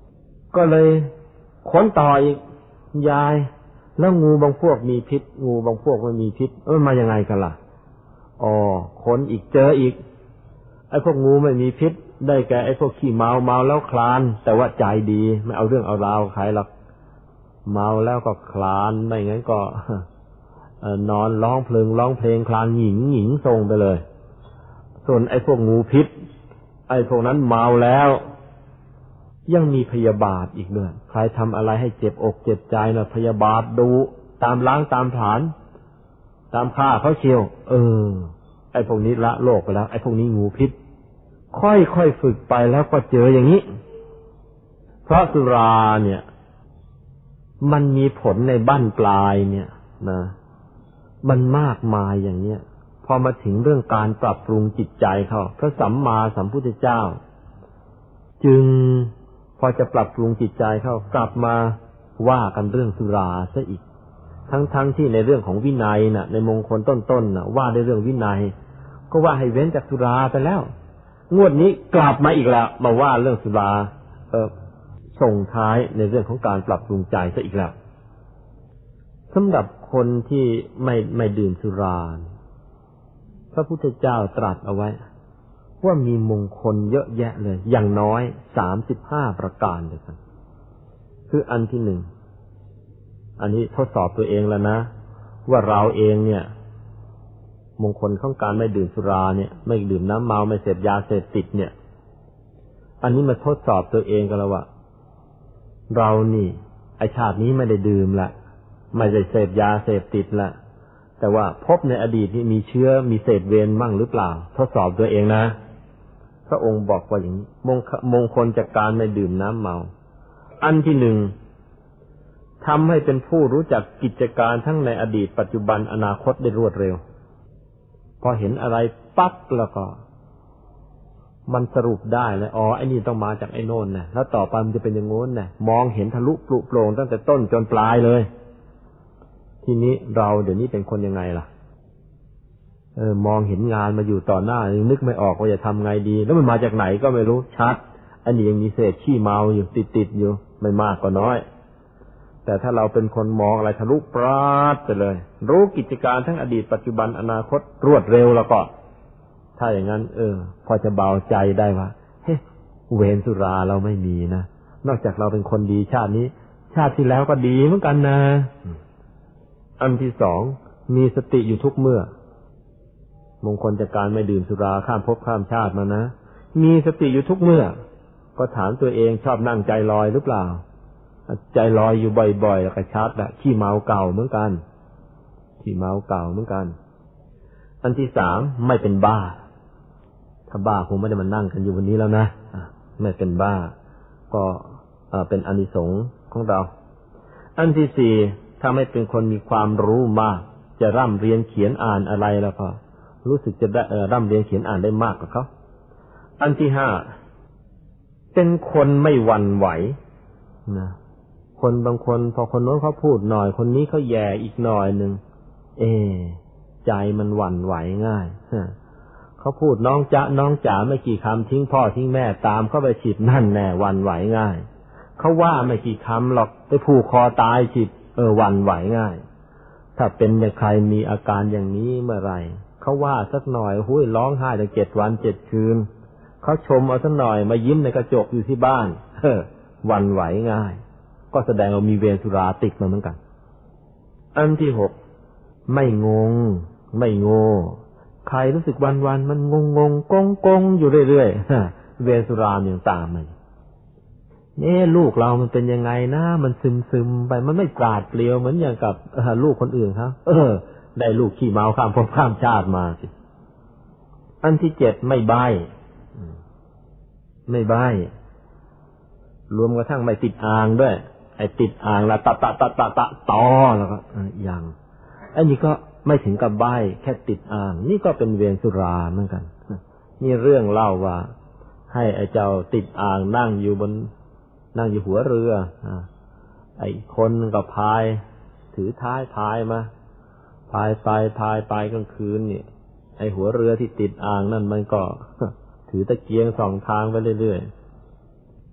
ก็เลยค้นต่ออีกยายแล้วงูบางพวกมีพิษงูบางพวกไม่มีพิษเออมายังไงกันล่ะอ๋อค้นอีกเจออีกไอ้พวกงูไม่มีพิษได้แก่ไอ้พวกขี้เมาเมาแล้วคลานแต่ว่าใจดีไม่เอาเรื่องเอาราวใครหรอกเมาแล้วก็คลานไม่งั้นก็นอนร้องเพลงร้องเพลงคลานหญิงหญิงทรงไปเลยส่วนไอ้พวกงูพิษไอ้พวกนั้นเมาแล้วยังมีพยาบาทอีกด้วยใครทำอะไรให้เจ็บอกเจ็บใจนะพยาบาทดูตามล้างตามผลาญตามฆ่าเขาเชียวเออไอ้พวกนี้ละโลกไปแล้วไอ้พวกนี้งูพิษค่อยๆฝึกไปแล้วก็เจออย่างนี้เพราะสุราเนี่ยมันมีผลในบั้นปลายเนี่ยนะมันมากมายอย่างเนี้ยพอมาถึงเรื่องการปรับปรุงจิตใจเขาพระสัมมาสัมพุทธเจ้าจึงพอจะปรับปรุงจิตใจเขากลับมาว่ากันเรื่องสุราซะอีกทั้งๆ ท, ที่ในเรื่องของวินัยน่ะในมงคลต้นๆน่ะว่าในเรื่องวินัยก็ว่าให้เว้นจากสุราไปแล้วงวดนี้กลับมาอีกแล้วมาว่าเรื่องสุราเออส่งท้ายในเรื่องของการปรับปรุงใจซะอีกแล้วสำหรับคนที่ไม่ไม่ดื่มสุราพระพุทธเจ้าตรัสเอาไว้ว่ามีมงคลเยอะแยะเลยอย่างน้อยสามสิบห้าประการเลยกันคืออันที่หนึ่งอันนี้ทดสอบตัวเองแล้วนะว่าเราเองเนี่ยมงคลของการไม่ดื่มสุราเนี่ยไม่ดื่มน้ำเมาไม่เสพยาเสพติดเนี่ยอันนี้มาทดสอบตัวเองกันแล้วว่าเรานี่ไอชาตินี้ไม่ได้ดื่มละไม่ได้เสพยาเสพติดละแต่ว่าพบในอดีตนี่มีเชื้อมีเศษเวรมั่งหรือเปล่าทดสอบตัวเองนะพระองค์บอกว่าอย่างนี้มงคลจากการไม่ดื่มน้ำเมาอันที่หนึ่งทำให้เป็นผู้รู้จักกิจการทั้งในอดีตปัจจุบันอนาคตได้รวดเร็วพอเห็นอะไรปั๊บแล้วก็มันสรุปได้เลยอ๋อไอ้นี่ต้องมาจากไอ้โน่นนะแล้วต่อไปมันจะเป็นอย่างโน้นนะมองเห็นทะลุปลุโปร่งตั้งแต่ต้นจนปลายเลยทีนี้เราเดี๋ยวนี้เป็นคนยังไงล่ะเออมองเห็นงานมาอยู่ต่อหน้านึกไม่ออกว่าจะทำไงดีแล้วมันมาจากไหนก็ไม่รู้ชัดอันนี้ยังมีเศษขี้เมาอยู่ติดๆอยู่ไม่มากก็น้อยแต่ถ้าเราเป็นคนมองอะไรทะลุปราดไปเลยรู้กิจการทั้งอดีตปัจจุบันอนาคตรวดเร็วแล้วก็ถ้าอย่างนั้นเออพอจะเบาใจได้ว่าเฮ้เวรสุราเราไม่มีนะนอกจากเราเป็นคนดีชาตินี้ชาติที่แล้วก็ดีเหมือนกันนะอันที่สองมีสติอยู่ทุกเมื่อมงคลจากการไม่ดื่มสุราข้ามภพข้ามชาติมานะมีสติอยู่ทุกเมื่อก็ถามตัวเองชอบนั่งใจลอยหรือเปล่าใจลอยอยู่บ่อยๆแล้วก็ชัดละขี้เมาเก่าเหมือนกันขี้เมาเก่าเหมือนกันอันที่สามไม่เป็นบ้าถ้าบ้าคงไม่ได้มานั่งกันอยู่วันนี้แล้วนะไม่เป็นบ้าก็เป็นอานิสงส์ของเราอันที่สี่ถ้าไม่เป็นคนมีความรู้มากจะร่ำเรียนเขียนอ่านอะไรแล้วก็รู้สึกจะได้ร่ำเรียนเขียนอ่านได้มากกว่าเขาอันที่ห้าเป็นคนไม่หวั่นไหวนะคนบางคนพอคนโน้นเขาพูดหน่อยคนนี้เขาแย่อีกหน่อยหนึ่งเอใจมันหวั่นไหวง่ายเขาพูดน้องจ๊ะน้องจ๋าไม่กี่คำทิ้งพ่อทิ้งแม่ตามเข้าไปฉิดนั่นแน่หวั่นไหวง่ายเขาว่าไม่กี่คำหรอกไปผูกคอตายฉิดเออหวั่นไหวง่ายถ้าเป็นอย่างใครมีอาการอย่างนี้เมื่อไหร่เขาว่าสักหน่อยหุ้ยร้องไห้ตั้งเจ็ดวันเจ็ดคืนเขาชมเอาสักหน่อยมายิ้มในกระจกอยู่ที่บ้านเฮ้อหวั่นไหวง่ายก็แสดงว่ามีเวรสุราติดมาเหมือนกันอันที่หกไม่งงไม่โง่ใครรู้สึกวันๆมันงงงกงกงอยู่เรื่อยๆเวรสุราอย่างตามมานี่ลูกเรามันเป็นยังไงนะมันซึมซึมไปมันไม่ปราดเปรียวเหมือนอย่างกับลูกคนอื่นครับเออได้ลูกขี้เมาข้ามภพข้ามชาติมาสิอันที่เจ็ดไม่ใบ้ไม่ใบ้รวมกระทั่งไม่ติดอ่างด้วยไอ้ติดอ่างละตะตะตะตะตะตอแล้วก็ยังอันนี้ก็ไม่ถึงกับใบ้แค่ติดอ่างนี่ก็เป็นเวรสุราเหมือนกันนี่เรื่องเล่าว่าให้ไอ้เจ้าติดอ่างนั่งอยู่บนนั่งอยู่หัวเรือไอ้คนก็พายถือท้ายพายมาพายไปพายไปกลางคืนนี่ไอ้หัวเรือที่ติดอ่างนั่นมันก็ถือตะเกียงส่องทางไปเรื่อยๆ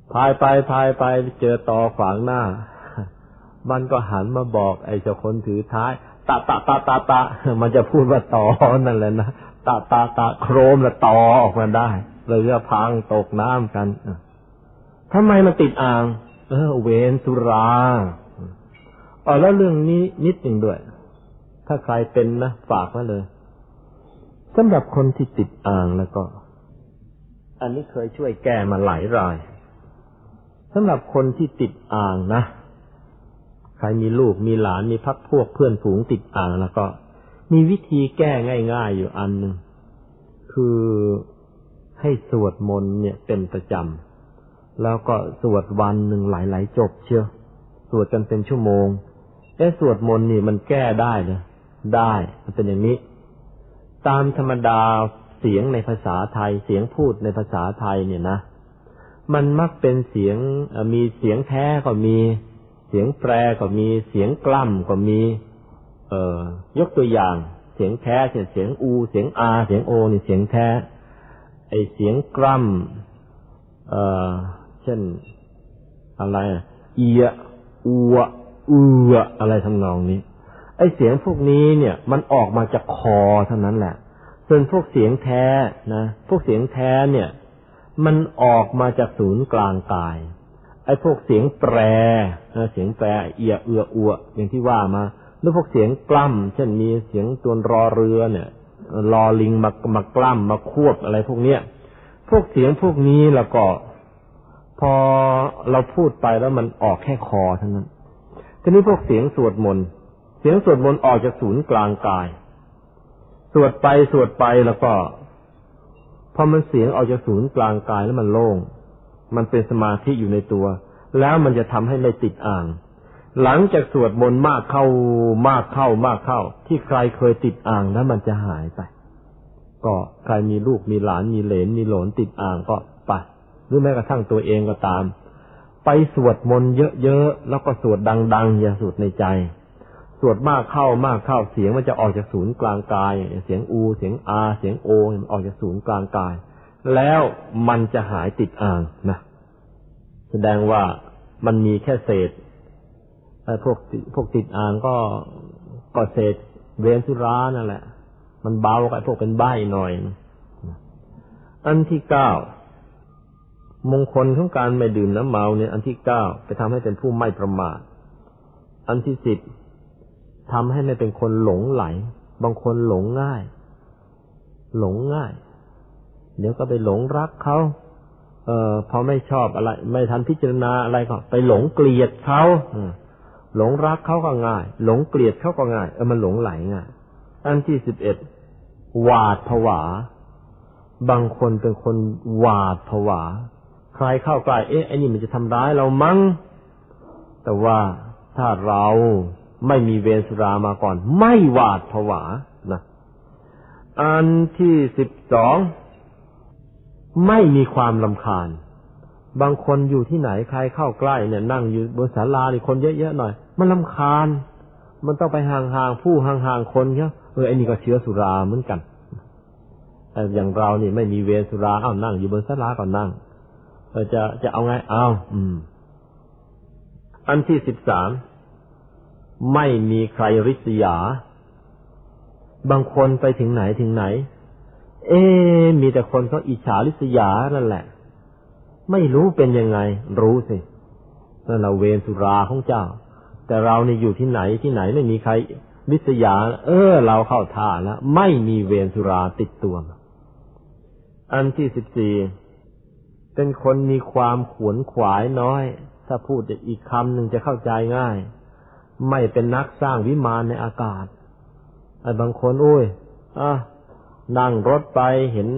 พายไปพายไปเจอตอขวางหน้ามันก็หันมาบอกไอ้เจ้าคนถือท้ายตะตะตะตะตะมันจะพูดว่าตอนั่นแหละนะตะตะตะโครมแล้วตอออกมาได้เลยก็พังตกน้ำกันทำไมมันติดอ่างเออเวรสุราอ๋อแล้วเรื่องนี้นิดหนึ่งด้วยถ้าใครเป็นนะฝากไว้เลยสำหรับคนที่ติดอ่างแล้วก็อันนี้เคยช่วยแก้มาหลายรายสำหรับคนที่ติดอ่างนะใครมีลูกมีหลานมีพรรคพวกเพื่อนฝูงติดอ่างแล้วก็มีวิธีแก้ง่ายๆอยู่อันหนึ่งคือให้สวดมนต์เนี่ยเป็นประจำแล้วก็สวดวันหนึ่งหลายๆจบเชียวสวดกันเป็นชั่วโมงเอ๊ะสวดมนต์นี่มันแก้ได้เหรอได้มันเป็นอย่างนี้ตามธรรมดาเสียงในภาษาไทยเสียงพูดในภาษาไทยเนี่ยนะมันมักเป็นเสียงมีเสียงแท้ก็มีเสียงแปรก็มีเสียงกล้ำก็มีเอ่อยกตัวอย่างเสียงแท้เช่นเสียงอูเสียงอาเสียงโอนี่เสียงแท้ไอเสียงกล้ำเอ่อเช่นอะไรเอียอัวเอืออะไรทำนองนี้ไอเสียงพวกนี้เนี่ยมันออกมาจากคอเท่านั้นแหละส่วนพวกเสียงแท้นะพวกเสียงแท้เนี่ยมันออกมาจากศูนย์กลางกายไอ้พวกเสียงแปรนะเสียงแปรเอียเอืออัวอย่างที่ว่ามาหรือพวกเสียงกล้ำเช่นมีเสียงตัวรอเรือเนี่ยรอลิงมามากล้ำมาควบอะไรพวกเนี้ยพวกเสียงพวกนี้แล้วก็พอเราพูดไปแล้วมันออกแค่คอเท่านั้นทีนี้พวกเสียงสวดมนต์เสียงสวดมนต์ออกจากศูนย์กลางกายสวดไปสวดไปแล้วก็พอมันเสียงออกจากศูนย์กลางกายแล้วมันโล่งมันเป็นสมาธิอยู่ในตัวแล้วมันจะทำให้ไม่ติดอ่างหลังจากสวดมนต์มากเข้ามากเข้ามากเข้าที่ใครเคยติดอ่างแล้วมันจะหายไปก็ใครมีลูกมีหลานมีเหลนมีโหลนติดอ่างก็ไปหรือแม้กระทั่งตัวเองก็ตามไปสวดมนต์เยอะๆแล้วก็สวดดังๆอย่าสวดในใจสวดมากเข้ามากเข้าเสียงมันจะออกจากศูนย์กลางกายเสียงอูเสียงอาเสียงโอมันออกจากศูนย์กลางกายแล้วมันจะหายติดอ่างนะแสดงว่ามันมีแค่เศษไอ้พวกพวกติดอ่างก็ก็เศษเวรสุรานั่นแหละมันเบากว่าพวกเป็นใบ้หน่อยอันที่เก้ามงคลของการไม่ดื่มน้ำเมาเนี่ยอันที่เก้าไปทำให้เป็นผู้ไม่ประมาทอันที่สิบทำให้ไม่เป็นคนหลงไหลบางคนหลงง่ายหลงง่ายเดี๋ยวก็ไปหลงรักเขาเอ่อพอไม่ชอบอะไรไม่ทันพิจารณาอะไรก็ไปหลงเกลียดเขาหลงรักเขาก็ง่ายหลงเกลียดเขาก็ง่ายเออมันหลงไหลง่ายอันที่สิบเอ็ดหวาดผวาบางคนเป็นคนหวาดผวาใครเข้าใกล้เอ๊ะไอ้นี่มันจะทำร้ายเรามั้งแต่ว่าถ้าเราไม่มีเวรสุรามาก่อนไม่หวาดผวานะอันที่สิบสองไม่มีความรำคาญบางคนอยู่ที่ไหนใครเข้าใกล้เนี่ยนั่งอยู่บนศาลานี่คนเยอะๆหน่อยมันรำคาญมันต้องไปห่างๆผู้ห่างๆคนเนาะเออไอ้นี่ก็เชื้อสุราเหมือนกันแต่อย่างเรานี่ไม่มีเวรสุราอ้าวนั่งอยู่บนศาลาก็นั่งเออจะจะเอาไงอ้าวอืมอันที่สิบสามไม่มีใครริษยาบางคนไปถึงไหนถึงไหนเอ๊ะมีแต่คนเขาอิจฉาริษยานั่นแหละไม่รู้เป็นยังไงรู้สินั่นเราเวรสุราของเจ้าแต่เรานี่อยู่ที่ไหนที่ไหนไม่มีใครริษยาเออเราเข้าท่าแล้วไม่มีเวรสุราติดตัวอันที่สิบสี่เป็นคนมีความขวนขวายน้อยถ้าพูดอีกคำหนึ่งจะเข้าใจง่ายไม่เป็นนักสร้างวิมานในอากาศไอ้บางคนอุ้ยอ่ะนั่งรถไปเห็น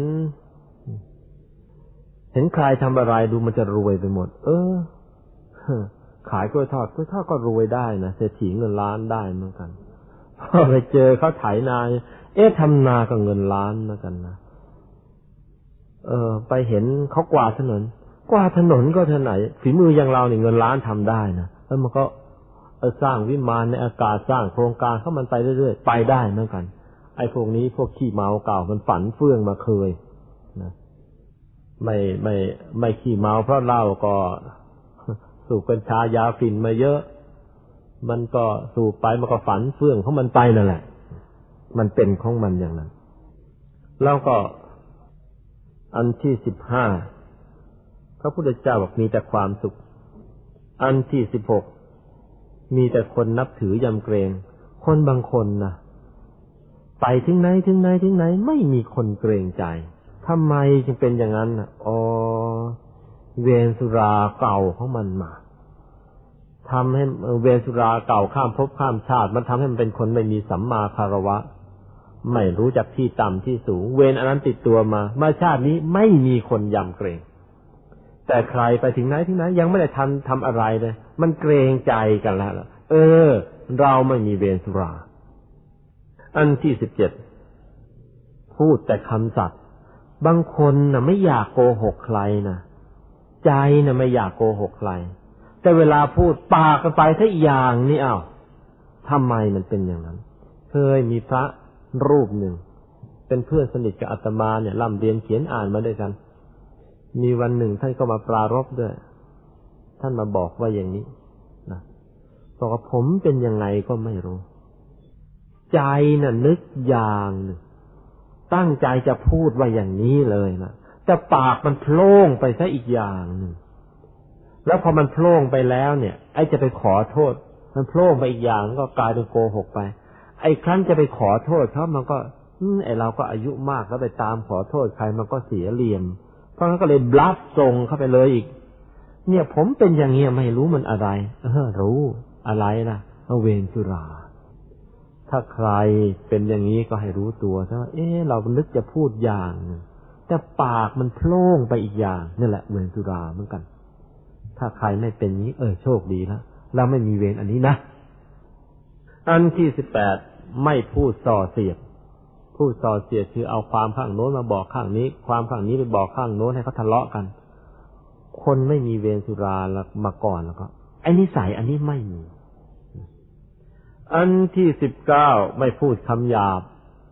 เห็นใครทำอะไรดูมันจะรวยไปหมดเออขายกล้วยทอดกล้วยทอดก็รวยได้นะเศรษฐีเงินล้านได้เหมือนกันพอไปเจอเขาไถนาเอ๊ะทำนาก็เงินล้านเหมือนกันนะเออไปเห็นเขากวาดถนนกวาดถนนก็เท่าไหนฝีมืออย่างเราเนี่ยเงินล้านทำได้นะแล้วมันก็เออสร้างวิมานในอากาศสร้างโครงการเข้ามันไปเรื่อยๆไปได้เหมือนกันไอ้พวกนี้พวกขี้เมาเก่ามันฝันเฟื่องมาเคยนะไม่ไม่ไม่ขี้เมาเพราะเหล้าก็สูบกัญชายาฝิ่นมาเยอะมันก็สูบไปมันก็ฝันเฟื่องของมันไปนั่นแหละมันเป็นของมันอย่างนั้นแล้วก็อันที่สิบห้าพระพุทธเจ้าบอกมีแต่ความสุขอันที่สิบหกมีแต่คนนับถือยำเกรงคนบางคนนะไปถึงไหนถึงไหนถึงไหนไม่มีคนเกรงใจทำไมจึงเป็นอย่างนั้นอ๋อเวรสุราเก่าของมันมาทำให้เวรสุราเก่าข้ามภพข้ามชาติมันทำให้มันเป็นคนไม่มีสัมมาคารวะไม่รู้จักที่ต่ำที่สูงเวรอันนั้นติดตัวมาเมื่อชาตินี้ไม่มีคนยำเกรงแต่ใครไปถึงไหนถึงไหนยังไม่ได้ทันทำอะไรเลยมันเกรงใจกันแล้วเออเราไม่มีเวรสุราอันที่สิบเจ็ดพูดแต่คำสัตย์บางคนน่ะไม่อยากโกหกใครนะใจน่ะไม่อยากโกหกใครแต่เวลาพูดปากกันไปทั้งอย่างนี่อ้าวทำไมมันเป็นอย่างนั้นเคยมีพระรูปหนึ่งเป็นเพื่อนสนิทกับอาตมาเนี่ยร่ำเรียนเขียนอ่านมาด้วยกันมีวันหนึ่งท่านก็มาปรารภด้วยท่านมาบอกว่าอย่างนี้นะบอกว่าผมเป็นยังไงก็ไม่รู้ใจน่ะนึกอย่างหนึ่งตั้งใจจะพูดว่าอย่างนี้เลยนะแต่ปากมันโพล่งไปซะอีกอย่างหนึ่งแล้วพอมันโพล่งไปแล้วเนี่ยไอ้จะไปขอโทษมันโพล่งไปอีกอย่างก็กลายเป็นโกหกไปไอ้ครั้นจะไปขอโทษเขามันก็ไอ้เราก็อายุมากแล้วไปตามขอโทษใครมันก็เสียเหลี่ยมเพราะงั้นก็เลยบลัฟส่งเข้าไปเลยอีกเนี่ยผมเป็นอย่างเงี้ยไม่รู้มันอะไรเออรู้อะไรล่ะเวรสุราถ้าใครเป็นอย่างนี้ก็ให้รู้ตัวซะว่าเอ๊ะเรานึกจะพูดอย่างแต่ปากมันโพล่งไปอีกอย่างนี่แหละเวรสุราเหมือนกันถ้าใครไม่เป็นนี้เออโชคดีแล้วเราไม่มีเวรอันนี้นะอันที่สิบแปดไม่พูดส่อเสียดพูดส่อเสียดคือเอาความข้างโน้นมาบอกข้างนี้ความข้างนี้ไปบอกข้างโน้นให้เขาทะเลาะกันคนไม่มีเวรสุราแล้วมาก่อนแล้วก็ไอ้นิสัยอันนี้ไม่มีอันที่สิบเก้าไม่พูดคำหยาบ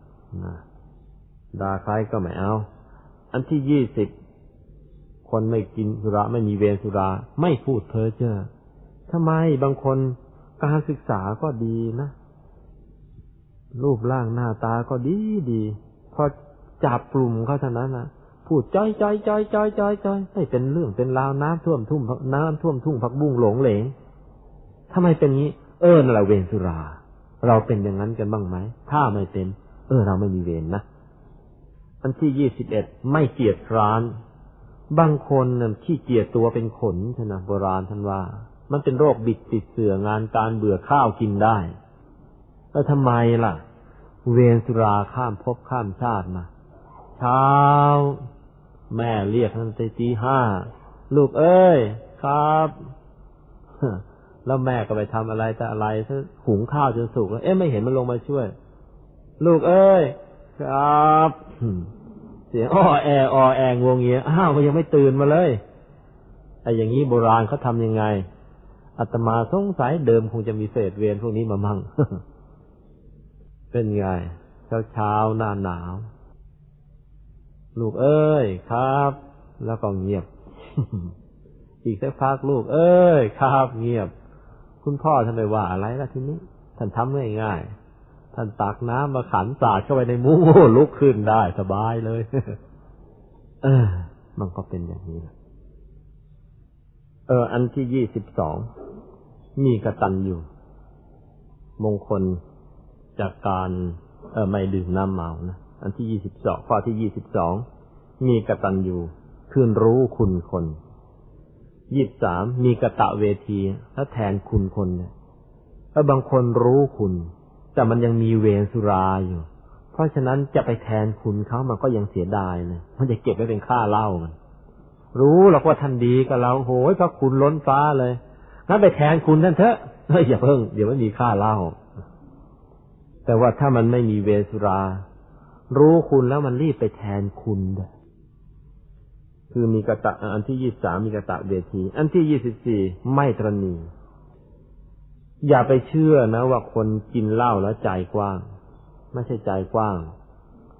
ด่าใครก็ไม่เอาอันที่ยี่สิบคนไม่กินสุราไม่มีเวรสุราไม่พูดเพ้อเจ้อทำไมบางคนการศึกษาก็ดีนะรูปร่างหน้าตาก็ดีดีพอจับกลุ่มเขาเท่านั้นนะพูดจ้อยจ้อยจ้อยจ้อยจ้อยจ้อยไม่เป็นเรื่องเป็นราวน้ำท่วมทุ่งน้ำท่วมทุ่งผักบุ้งหลงเหลงทำไมเป็นงี้เออนั่นแหละเวรสุราเราเป็นอย่างนั้นกันบ้างไหมถ้าไม่เป็นเออเราไม่มีเวรนะอันที่ยี่สิบเอ็ดไม่เกียจคร้านบางคนน่ะขี้เกียจตัวเป็นขนใช่ไหมโบราณท่านว่ามันเป็นโรคบิดติดเสื่องานการเบื่อข้าวกินได้แล้วทำไมล่ะเวรสุราข้ามภพข้ามชาติมาเช้าแม่เรียกตั้งแต่ตีห้าลูกเอ้ยครับแล้วแม่ก็ไปทำอะไรแต่อะไรถ้าหุงข้าวจนสุกแล้วเอ๊ะไม่เห็นมันลงมาช่วยลูกเอ้ยครับเสียงอ้อแออ้อแองวงเงี้ยอ้าวมันยังไม่ตื่นมาเลยไอ้อย่างนี้โบราณเขาทำยังไงอาตมาสงสัยเดิมคงจะมีเศษเวรพวกนี้มามั่ง เป็นไงเช้าเช้าหน้าหนาวลูกเอ้ยครับแล้วก็เงียบ อีกสักพักลูกเอ้ยครับเงียบคุณพ่อท่านไม่ว่าอะไรล่ะทีนี้ท่านทำง่ายๆท่านตักน้ำมาขันสาดเข้าไปในมุ้งลุกขึ้นได้สบายเลย เออมันก็เป็นอย่างนี้เอออันที่ยี่สิบสองมีกตัญญูมงคลจากการเออไม่ดื่มน้ำเมานะอันที่ยี่สิบสองข้อที่ยี่สิบสองมีกตัญญูคือรู้คุณคนยี่สิบสามมีกตเวทีถ้าแทนคุณคนเนี่ยถ้าบางคนรู้คุณแต่มันยังมีเวรสุราอยู่เพราะฉะนั้นจะไปแทนคุณเขามันก็ยังเสียดายเลยมันจะเก็บไว้เป็นค่าเหล้ามันรู้หรอกว่าท่านดีกับเราโหยพระคุณล้นฟ้าเลยงั้นไปแทนคุณท่านเถอะเฮ้ยอย่าเพิ่งเดี๋ยวไม่มีค่าเหล้าแต่ว่าถ้ามันไม่มีเวรสุรารู้คุณแล้วมันรีบไปแทนคุณด้วยคือมีกตะอันที่ยี่สิบสามมีกตะเวทีอันที่ยี่สิบสี่ไม่ตระหนี่อย่าไปเชื่อนะว่าคนกินเหล้าแล้วใจกว้างไม่ใช่ใจกว้าง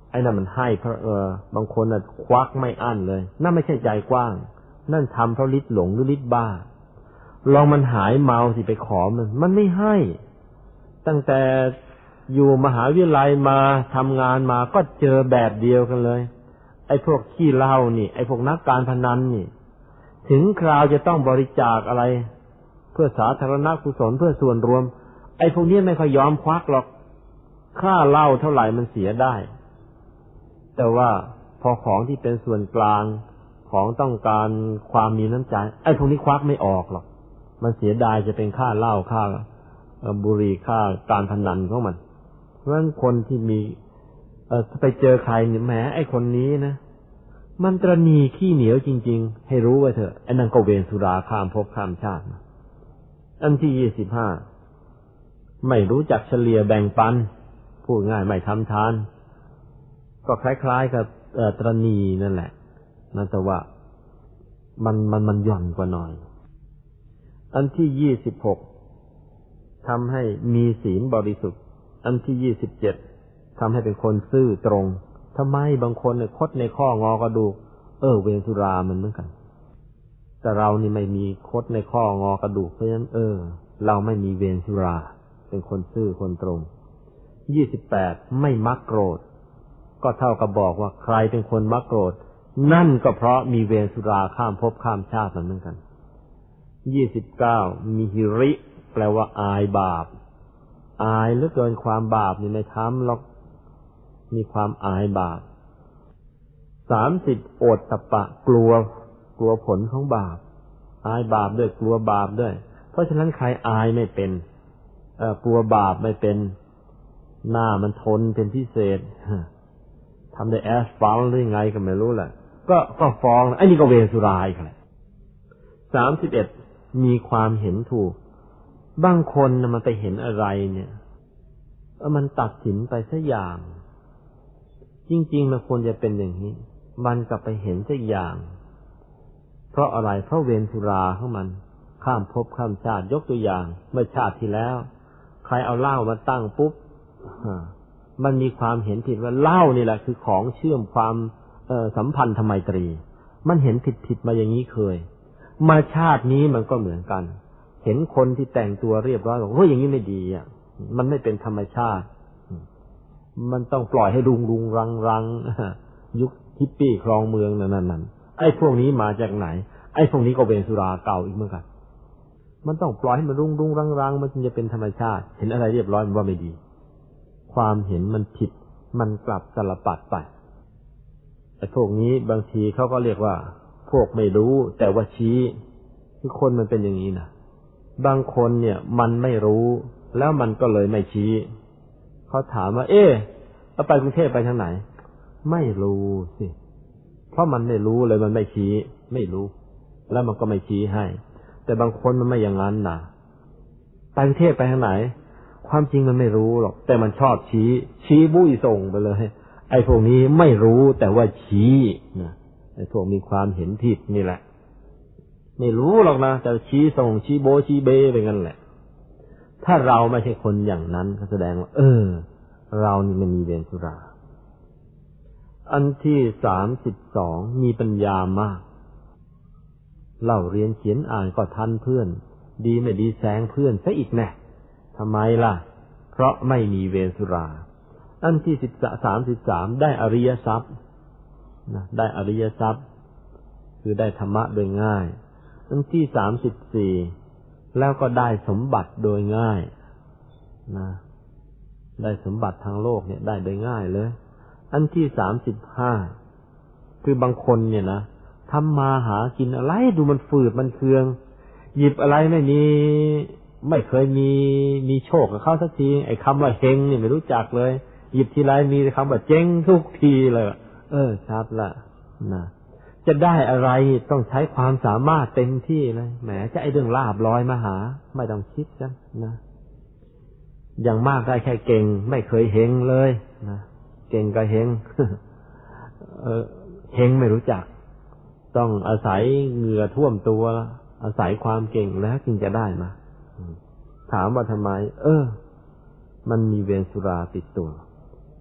ไอ้นั่นมันให้เพราะเออบางคนน่ะควักไม่อั้นเลยนั่นไม่ใช่ใจกว้างนั่นทำเพราะฤทธิ์หลงหรือฤทธิ์บ้าลองมันหายเมาสิไปขอมันมันไม่ให้ตั้งแต่อยู่มหาวิทยาลัยมาทำงานมาก็เจอแบบเดียวกันเลยไอ้พวกขี้เหล้านี่ไอ้พวกนักการพนันนี่ถึงคราวจะต้องบริจาคอะไรเพื่อสาธารณกุศลเพื่อส่วนรวมไอ้พวกนี้ไม่ค่อยยอมควักหรอกค่าเหล้าเท่าไหร่มันเสียได้แต่ว่าพอของที่เป็นส่วนกลางของต้องการความมีน้ำใจไอ้พวกนี้ควักไม่ออกหรอกมันเสียดายจะเป็นค่าเหล้าค่าบุหรี่ค่าการพนันของมันเพราะฉะนั้นคนที่มีเอ่อไปเจอใครเนี่ยแหมไอ้คนนี้นะมันตระหนี่ขี้เหนียวจริงๆให้รู้ไว้เถอะไอ้นั่นก็เวรสุราข้ามภพข้ามชาติอันที่ยี่สิบห้าไม่รู้จักเฉลี่ยแบ่งปันพูดง่ายไม่ทำทานก็คล้ายๆกับตระหนี่นั่นแหละนั่นแต่ว่ามันมันมันหย่อนกว่าหน่อยอันที่ยี่สิบหกทำให้มีศีลบริสุทธิ์อันที่ยี่สิบเจ็ดทำให้เป็นคนซื่อตรงทำไมบางคนเนี่ยคดในข้องอกระดูกเออเวรสุรามันเหมือนกันแต่เรานี่ไม่มีคดในข้องอกระดูกเพราะฉะนั้นเออเราไม่มีเวรสุราเป็นคนซื่อคนตรงยี่สิบแปดไม่มักโกรธก็เท่ากับบอกว่าใครเป็นคนมักโกรธนั่นก็เพราะมีเวรสุราข้ามภพข้ามชาติเหมือนกันยี่สิบเก้ามีหิริแปลว่าอายบาปอายเหลือเกินความบาปนี่ไม่ทำหรอกมีความอายบาปสามสิบโอตตัปปะกลัวกลัวผลของบาปอายบาปด้วยกลัวบาปด้วยเพราะฉะนั้นใครอายไม่เป็นเอ่อกลัวบาปไม่เป็นหน้ามันทนเป็นพิเศษทำได้แอสฟัลต์หรือไงก็ไม่รู้แหละก็ก็ฟ้องไอ้นี่ก็เวรสุราอีกแหละสามสิบเอ็ดมีความเห็นถูกบางคนนะมันไปเห็นอะไรเนี่ยเออมันตัดสินไปซะอย่างจริงๆมันควรจะเป็นอย่างนี้มันกลับไปเห็นซะอย่างเพราะอะไรเพราะเวรสุราของมันข้ามภพข้ามชาติยกตัวอย่างเมื่อชาติที่แล้วใครเอาเหล้ามาตั้งปุ๊บมันมีความเห็นผิดว่าเหล้านี่แหละคือของเชื่อมความเอ่อสัมพันธไมตรีมันเห็นผิดๆมาอย่างนี้เคยมาชาตินี้มันก็เหมือนกันเห็นคนที่แต่งตัวเรียบร้อยบอกเฮ้ยอย่างนี้ไม่ดีอ่ะมันไม่เป็นธรรมชาติมันต้องปล่อยให้รุงรุงรังรังยุคฮิปปี้ครองเมืองนั่นนั่นไอ้พวกนี้มาจากไหนไอ้พวกนี้ก็เวรสุราเก่าอีกเหมือนกันมันต้องปล่อยให้มันรุงรุงรังรังมันจึงจะเป็นธรรมชาติเห็นอะไรเรียบร้อยมันว่าไม่ดีความเห็นมันผิดมันกลับตลปัดไปไอ้พวกนี้บางทีเขาก็เรียกว่าพวกไม่รู้แต่ว่าชี้คือคนมันเป็นอย่างนี้นะบางคนเนี่ยมันไม่รู้แล้วมันก็เลยไม่ชี้เขาถามว่าเอ๊ะเอาไปกรุงเทพไปทางไหนไม่รู้สิเพราะมันไม่รู้เลยมันไม่ชี้ไม่รู้แล้วมันก็ไม่ชี้ให้แต่บางคนมันไม่อย่างนั้นนะไปกรุงเทพไปทางไหนความจริงมันไม่รู้หรอกแต่มันชอบชี้ชี้บุ้ยส่งไปเลยไอ้พวกนี้ไม่รู้แต่ว่าชี้นะไอ้พวกมีความเห็นผิดนี่แหละไม่รู้หรอกนะแต่ชี้ส่งชี้โบชี้เบไปกันแหละถ้าเราไม่ใช่คนอย่างนั้นก็แสดงว่าเออเรานี่มันมีเวรสุราอันที่สามสิบสองมีปัญญามากเล่าเรียนเขียนอ่านก็ทันเพื่อนดีไม่ดีแซงเพื่อนซะอีกแน่ทำไมล่ะเพราะไม่มีเวรสุราอันที่สิบสามสิบสามได้อริยทรัพย์นะได้อริยทรัพย์คือได้ธรรมะโดยง่ายอันที่สามสิบสี่แล้วก็ได้สมบัติโดยง่ายนะได้สมบัติทางโลกเนี่ยได้โดยง่ายเลยอันที่สามสิบห้าคือบางคนเนี่ยนะทำมาหากินอะไรดูมันฝืดมันเคืองหยิบอะไรไม่มีไม่เคยมีมีโชคกับเขาสักทีไอ้คำว่าเฮงเนี่ยไม่รู้จักเลยหยิบทีไรมีคำว่าเจ๊งทุกทีเลยเออชัดละนะจะได้อะไรต้องใช้ความสามารถเต็มที่เลยแหมจะไอ้เรื่องลาภลอยมาหาไม่ต้องคิดกันนะอย่างมากได้แค่เก่งไม่เคยเฮงเลยนะเก่งก็เฮง เออเฮงไม่รู้จักต้องอาศัยเหงื่อท่วมตัวอาศัยความเก่งแล้วจึงจะได้มาถามว่าทำไมเออมันมีเวรสุราติดตัว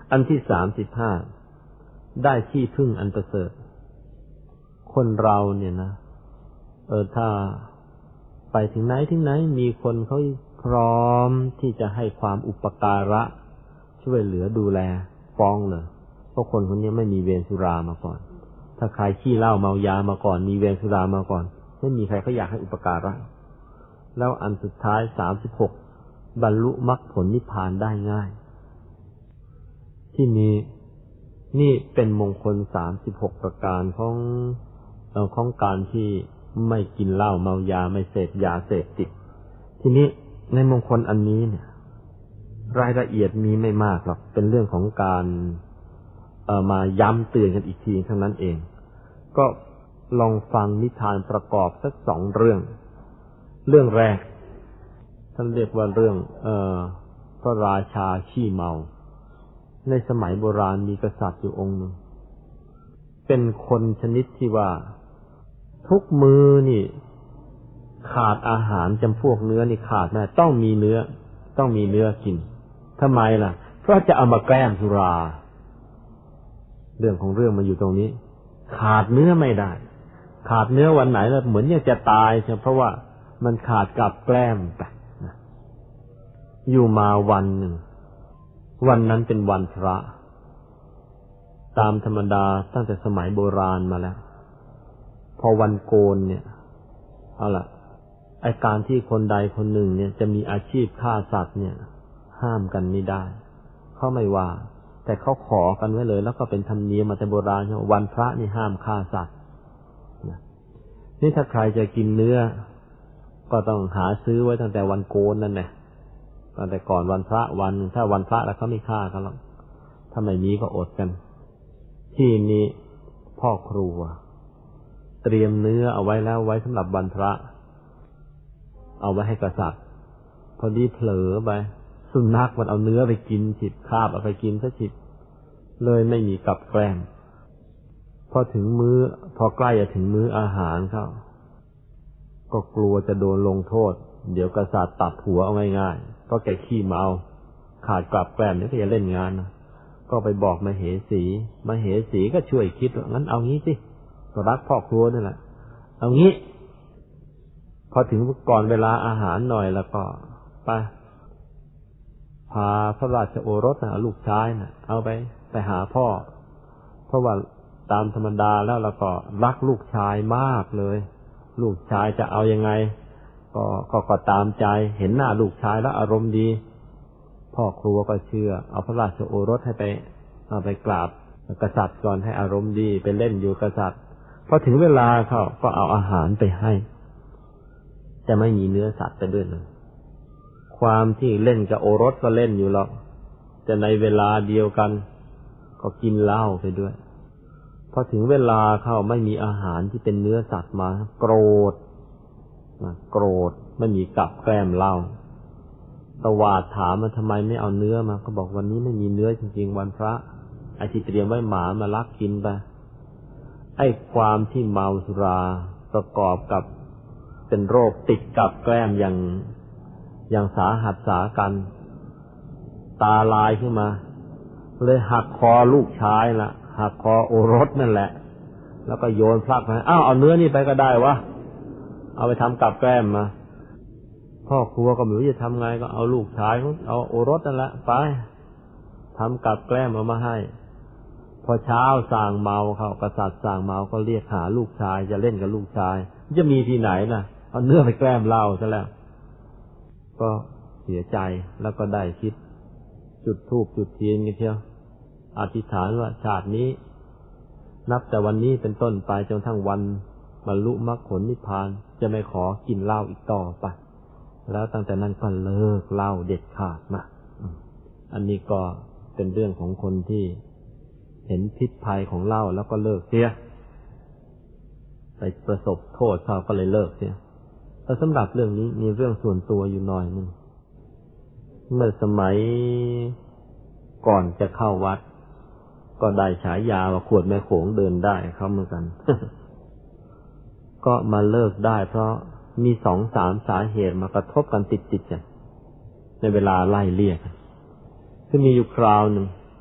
อันที่สามสิบห้าได้ที่พึ่งอันประเสริฐคนเราเนี่ยนะเออถ้าไปถึงไหนถึงไหนมีคนเขาพร้อมที่จะให้ความอุปการะช่วยเหลือดูแลฟ้องเลยเพราะคนคนนี้ไม่มีเวรสุรามาก่อนถ้าใครขี้เหล้าเมายามาก่อนมีเวรสุรามาก่อนไม่มีใครเขาอยากให้อุปการะแล้วอันสุดท้ายสามสิบหกบรรลุมรรคผลนิพพานได้ง่ายที่นี้นี่เป็นมงคลสามสิบหกประการของเอ่อของการที่ไม่กินเหล้าเมายาไม่เสพยาเสพติดทีนี้ในมงคลอันนี้เนี่ยรายละเอียดมีไม่มากหรอกเป็นเรื่องของการเอ่อมาย้ำเตือนกันอีกทีเท่านั้นเองก็ลองฟังนิทานประกอบสักสองเรื่องเรื่องแรกท่านเรียกว่าเรื่องเอ่อพระราชาขี้เมาในสมัยโบราณมีกษัตริย์อยู่องค์หนึ่งเป็นคนชนิดที่ว่าทุกมื้อนี่ขาดอาหารจำพวกเนื้อนี่ขาดไม่ได้ต้องมีเนื้อต้องมีเนื้อกินทำไมล่ะเพราะจะเอามาแกล้มสุราเรื่องของเรื่องมันอยู่ตรงนี้ขาดเนื้อไม่ได้ขาดเนื้อวันไหนแล้วเหมือนจะตายใช่เพราะว่ามันขาดกับแกล้มไปอยู่มาวันหนึ่งวันนั้นเป็นวันพระตามธรรมดาตั้งแต่สมัยโบราณมาแล้วพอวันโกนเนี่ยเอาล่ะไอ้การที่คนใดคนหนึ่งเนี่ยจะมีอาชีพฆ่าสัตว์เนี่ยห้ามกันไม่ได้เขาไม่ว่าแต่เขาขอกันไว้เลยแล้วก็เป็นธรรมเนียมมาแต่โบราณว่าวันพระนี่ห้ามฆ่าสัตว์นี่ถ้าใครจะกินเนื้อก็ต้องหาซื้อไว้ตั้งแต่วันโกนนั่นแหละตั้งแต่ก่อนวันพระวันถ้าวันพระแล้วเขาไม่ฆ่ากันหรอกถ้าไม่มีก็อดกันที่นี้พ่อครัวเตรียมเนื้อเอาไว้แล้วไว้สำหรับวันพระเอาไว้ให้กษัตริย์พอดีเผลอไปสุนัขมันเอาเนื้อไปกินฉิบคาบเอาไปกินซะฉิบเลยไม่มีกับแกล้มพอถึงมื้อพอใกล้จะถึงมื้ออาหารเข้าก็กลัวจะโดนลงโทษเดี๋ยวกษัตริย์ตัดหัวเอาง่ายๆเพราะแกขี้เมาขาดกับแกล้มเนี่ยก็จะเล่นงานนะก็ไปบอกมเหสีมเหสีก็ช่วยคิดว่างั้นเอางี้สิก็รักพ่อครัวนั่นแหละเอางี้พอถึงก่อนเวลาอาหารหน่อยแล้วก็ไปพาพระราชโอรสนะลูกชายนะเอาไปไปหาพ่อเพราะว่าตามธรรมดาแล้วเราก็รักลูกชายมากเลยลูกชายจะเอายังไงก็ก็ก็ตามใจเห็นหน้าลูกชายแล้วอารมณ์ดีพ่อครัวก็เชื่อเอาพระราชโอรสให้ไปเอาไปกราบกษัตริย์ก่อนให้อารมณ์ดีไปเล่นอยู่กษัตริย์พอถึงเวลาเขาก็เอาอาหารไปให้แต่ไม่มีเนื้อสัตว์ไปด้วยนะความที่เล่นกับโอรสก็เล่นอยู่หรอกแต่ในเวลาเดียวกันก็กินเหล้าไปด้วยพอถึงเวลาเขาไม่มีอาหารที่เป็นเนื้อสัตว์มาโกรธโกรธไม่มีกับแกล้มเหล้าตวาดถามมันทำไมไม่เอาเนื้อมาก็บอกวันนี้ไม่มีเนื้อจริงๆวันพระไอ้ที่เตรียมไว้หมามาลักกินไปไอ้ความที่เมาสุราประกอบกับเป็นโรคติดกับแกล้มอย่างอย่างสาหัสสากันตาลายขึ้นมาเลยหักคอลูกชายละหักคอโอรสนั่นแหละแล้วก็โยนพลักไปอ้าวเอาเนื้อนี่ไปก็ได้วะเอาไปทำกับแกล้มมาพ่อครัวก็ไม่รู้จะทำไงก็เอาลูกชายเอาโอรสนั่นแหละไปทำกับแกล้มเอามาให้พอเช้าส่างเมาเขากษัตริย์ส่างเมาก็เรียกหาลูกชายจะเล่นกับลูกชายจะมีที่ไหนน่ะเอาเนื้อไปแกล้มเหล้าซะแล้วก็เสียใจแล้วก็ได้คิดจุดธูปจุดเทียนกันเชียวอธิษฐานว่าชาตินี้นับแต่วันนี้เป็นต้นไปจนทั้งวันบรรลุมรรคผลนิพพานจะไม่ขอกินเหล้าอีกต่อไปแล้วตั้งแต่นั้นก็เลิกเหล้าเด็ดขาดมาอันนี้ก็เป็นเรื่องของคนที่เห็นพิษภัยของเหล้าแล้วก็เลิกเสียไปประสบโทษเขาก็เลยเลิกเสียแต่สำหรับเรื่องนี้มีเรื่องส่วนตัวอยู่หน่อยนึงเมื่อสมัยก่อนจะเข้าวัดก็ได้ฉายาว่าขวดแม่โขงเดินได้เขาเหมือนกัน ก็มาเลิกได้เพราะมีสองสามสาเหตุมากระทบกันติดๆกันในเวลาไล่เลี่ยกันคือมีอยู่คราวหนึ่ง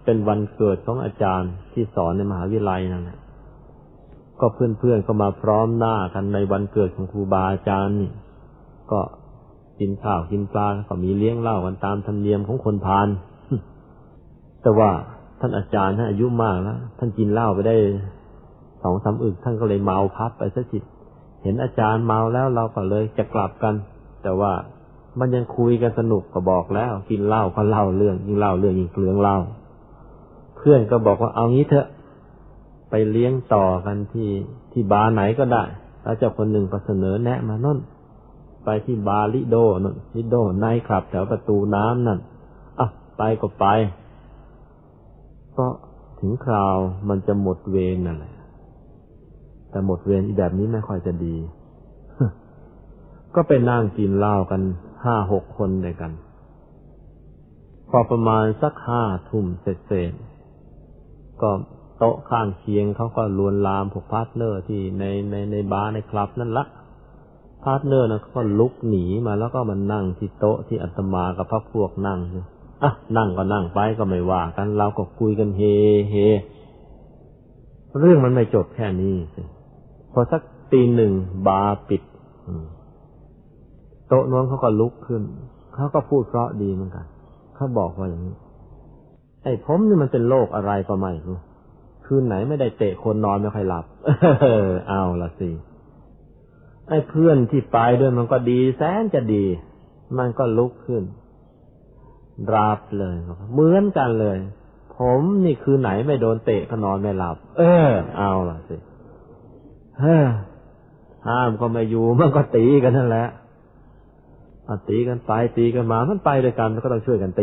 เป็นวันเกิดของอาจารย์ที่สอนในมหาวิทยาลัยนั่นแหละก็เพื่อนๆก็มาพร้อมหน้ากันในวันเกิดของครูบาอาจารย์นี่ก็กินข้าวกินปลาก็มีเลี้ยงเหล้ากันตามธรรมเนียมของคนพาลแต่ว่าท่านอาจารย์ท่านอายุมากแล้วท่านกินเหล้าไปได้สองสามอึกท่านก็เลยเมาพับไปซะสิเห็นอาจารย์เมาแล้วเราก็เลยจะกลับกันแต่ว่ามันยังคุยกันสนุกก็บอกแล้วกินเหล้าก็เล่าเรื่องยิ่งเล่าเรื่องยิ่งเกลืองเหล้าเพื่อนก็บอกว่าเอางี้เถอะไปเลี้ยงต่อกันที่ที่บาร์ไหนก็ได้แล้วเจ้าคนหนึ่งก็เสนอแนะมาโน่นไปที่บาร์ลิโดนั่นลิโดไนท์คลับแถวประตูน้ำนั่นอ่ะไปก็ไปก็ถึงคราวมันจะหมดเวรนั่นแหละแต่หมดเวรอีแบบนี้ไม่ค่อยจะดี ก็ไปนั่งกินเหล้ากันห้าหกคนด้วยกันพอประมาณสักห้าทุ่มเสร็จๆก็โต๊ะข้างเคียงเขาก็ลวนลามพวกพาร์ทเนอร์ที่ในในในบาร์ในคลับนั่นละพาร์ทเนอร์นะเขาก็ลุกหนีมาแล้วก็มานั่งที่โต๊ะที่อาตมากับพรรคพวกนั่งอยู่อ่ะนั่งก็นั่งไปก็ไม่ว่ากันเราก็คุยกันเฮเฮเรื่องมันไม่จบแค่นี้สิพอสักตีหนึ่งบาร์ปิดโต๊ะน้องเขาก็ลุกขึ้นเขาก็พูดเพราะดีเหมือนกันเขาบอกว่าอย่างนี้ไอ้ผมนี่มันเป็นโรคอะไรก็ไม่รู้คืนไหนไม่ได้เตะคนนอนไม่ค่อยหลับเออเอาละสิไอ้เพื่อนที่ไปด้วยมันก็ดีแสนจะดีมันก็ลุกขึ้นราบเลยเหมือนกันเลยผมนี่คืนไหนไม่โดนเตะก็นอนไม่หลับเออเอาละสิเฮ้อห้ามก็ไม่อยู่มันก็ตีกันนั่นแหละตีกันไปตีกันมามันไปด้วยกันมันก็ต้องช่วยกันตี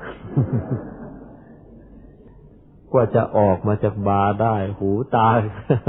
กว่าจะออกมาจากบาร์ได้หูตา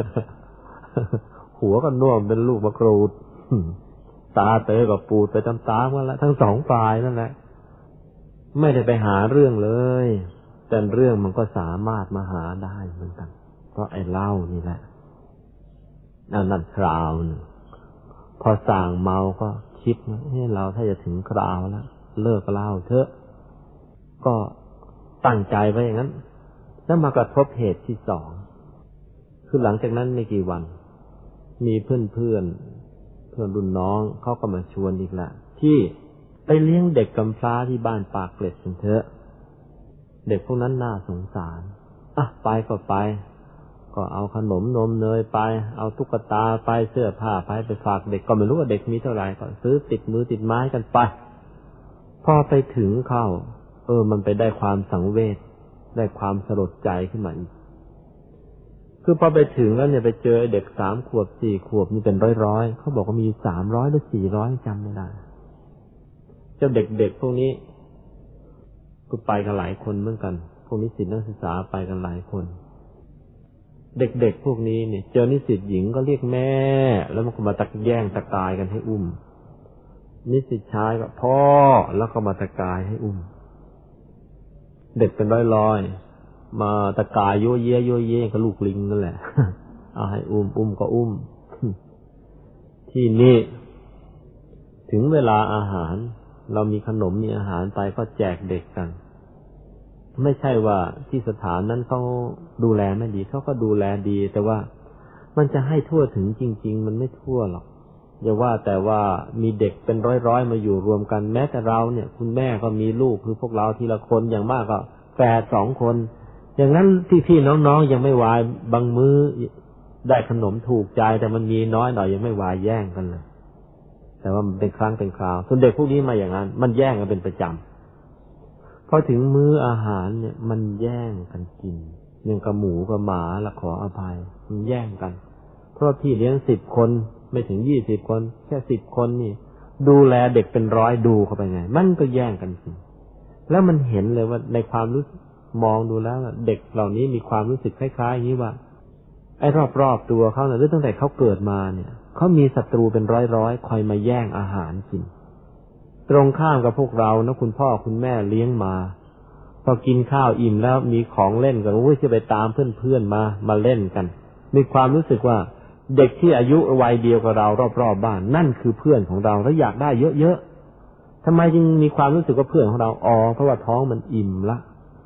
หัวก็น่วมเป็นลูกมะกรูด ตาเตยกับปูดไปตามๆกันละทั้งสองฝ่ายนั่นแหละไม่ได้ไปหาเรื่องเลยแต่เรื่องมันก็สามารถมาหาได้เหมือนกันเพราะไอ้เหล้านี่แหละนั่นนั่นคราวนึงพอสั่งเมาก็คิดว่าเฮ้ยเราถ้าจะถึงคราวแล้วเลิกเหล้าเถอะก็ตั้งใจไว้อย่างนั้นแล้วมากระทบเหตุที่สองคือหลังจากนั้นไม่กี่วันมีเพื่อนเพื่อนเพื่อนรุ่นน้องเขาก็มาชวนอีกละที่ไปเลี้ยงเด็กกำพร้าที่บ้านปากเกร็ดกันเถอะเด็กพวกนั้นน่าสงสารอ่ะไปก็ไปก็เอาขนมนมเนยไปเอาตุ๊กตาไปเสื้อผ้าไปไปฝากเด็กก็ไม่รู้ว่าเด็กมีเท่าไหร่ก็ซื้อติดมือติดไม้กันไปพอไปถึงเข้าเออมันไปได้ความสังเวชได้ความสลดใจขึ้นมาอีกคือพอไปถึงแล้วเนี่ยไปเจอเด็กสามขวบสี่ขวบนี่เป็นร้อยๆเขาบอกว่ามีสามร้อยหรือสี่ร้อยจำไม่ได้เจ้าเด็กๆพวกนี้ก็ไปกันหลายคนเหมือนกันพวกนิสิตนักศึกษาไปกันหลายคนเด็กๆพวกนี้เนี่ยเจอนิสิตหญิงก็เรียกแม่แล้วมันก็มาตะแย่งตะกายกันให้อุ้มนิสิตชายก็พ่อแล้วก็มาตะกายให้อุ้มเด็กเป็นร้อยๆมาตะกายโยเยโยเยกับลูกลิงนั่นแหละ เอาให้อุ้มอุ้มก็อุ้ม ที่นี่ถึงเวลาอาหารเรามีขนมมีอาหารไปก็แจกเด็กกันไม่ใช่ว่าที่สถานนั้นเขาดูแลไม่ดีเขาก็ดูแลดีแต่ว่ามันจะให้ทั่วถึงจริงๆมันไม่ทั่วหรอกอย่าว่าแต่ว่ามีเด็กเป็นร้อยๆมาอยู่รวมกันแม้แต่เราเนี่ยคุณแม่ก็มีลูกคือพวกเราทีละคนอย่างมากก็แฝดสองคนอย่างนั้นพี่ๆน้องๆยังไม่วายบางมื้อได้ขนมถูกใจแต่มันมีน้อยหน่อยยังไม่วายแย่งกันเลยแต่ว่ามันเป็นครั้งเป็นคราวส่วนเด็กพวกนี้มาอย่างนั้นมันแย่งกันเป็นประจำพอถึงมื้ออาหารเนี่ยมันแย่งกันกินอย่างกับหมูกับหมาละขออภัยมันแย่งกันเพราะพี่เลี้ยงสิบคนไม่ถึงยี่สิบคนแค่สิบคนนี่ดูแลเด็กเป็นร้อยดูเข้าไปไงมันก็แย่งกันกินแล้วมันเห็นเลยว่าในความรู้มองดูแล้วเด็กเหล่านี้มีความรู้สึกคล้ายๆอย่างนี้ว่าไอ้รอบๆตัวเขาเนี่ยหรือตั้งแต่เขาเกิดมาเนี่ยเขามีศัตรูเป็นร้อยๆคอยมาแย่งอาหารกินตรงข้ามกับพวกเรานะคุณพ่อคุณแม่เลี้ยงมาพอกินข้าวอิ่มแล้วมีของเล่นกันโอ้ยจะไปตามเพื่อนๆมามาเล่นกันมีความรู้สึกว่าเด็กที่อายุวัยเดียวกับเรารอบๆบ้านนั่นคือเพื่อนของเราแล้วอยากได้เยอะๆทำไมจึงมีความรู้สึกว่าเพื่อนของเราอ๋อเพราะว่าท้องมันอิ่มละ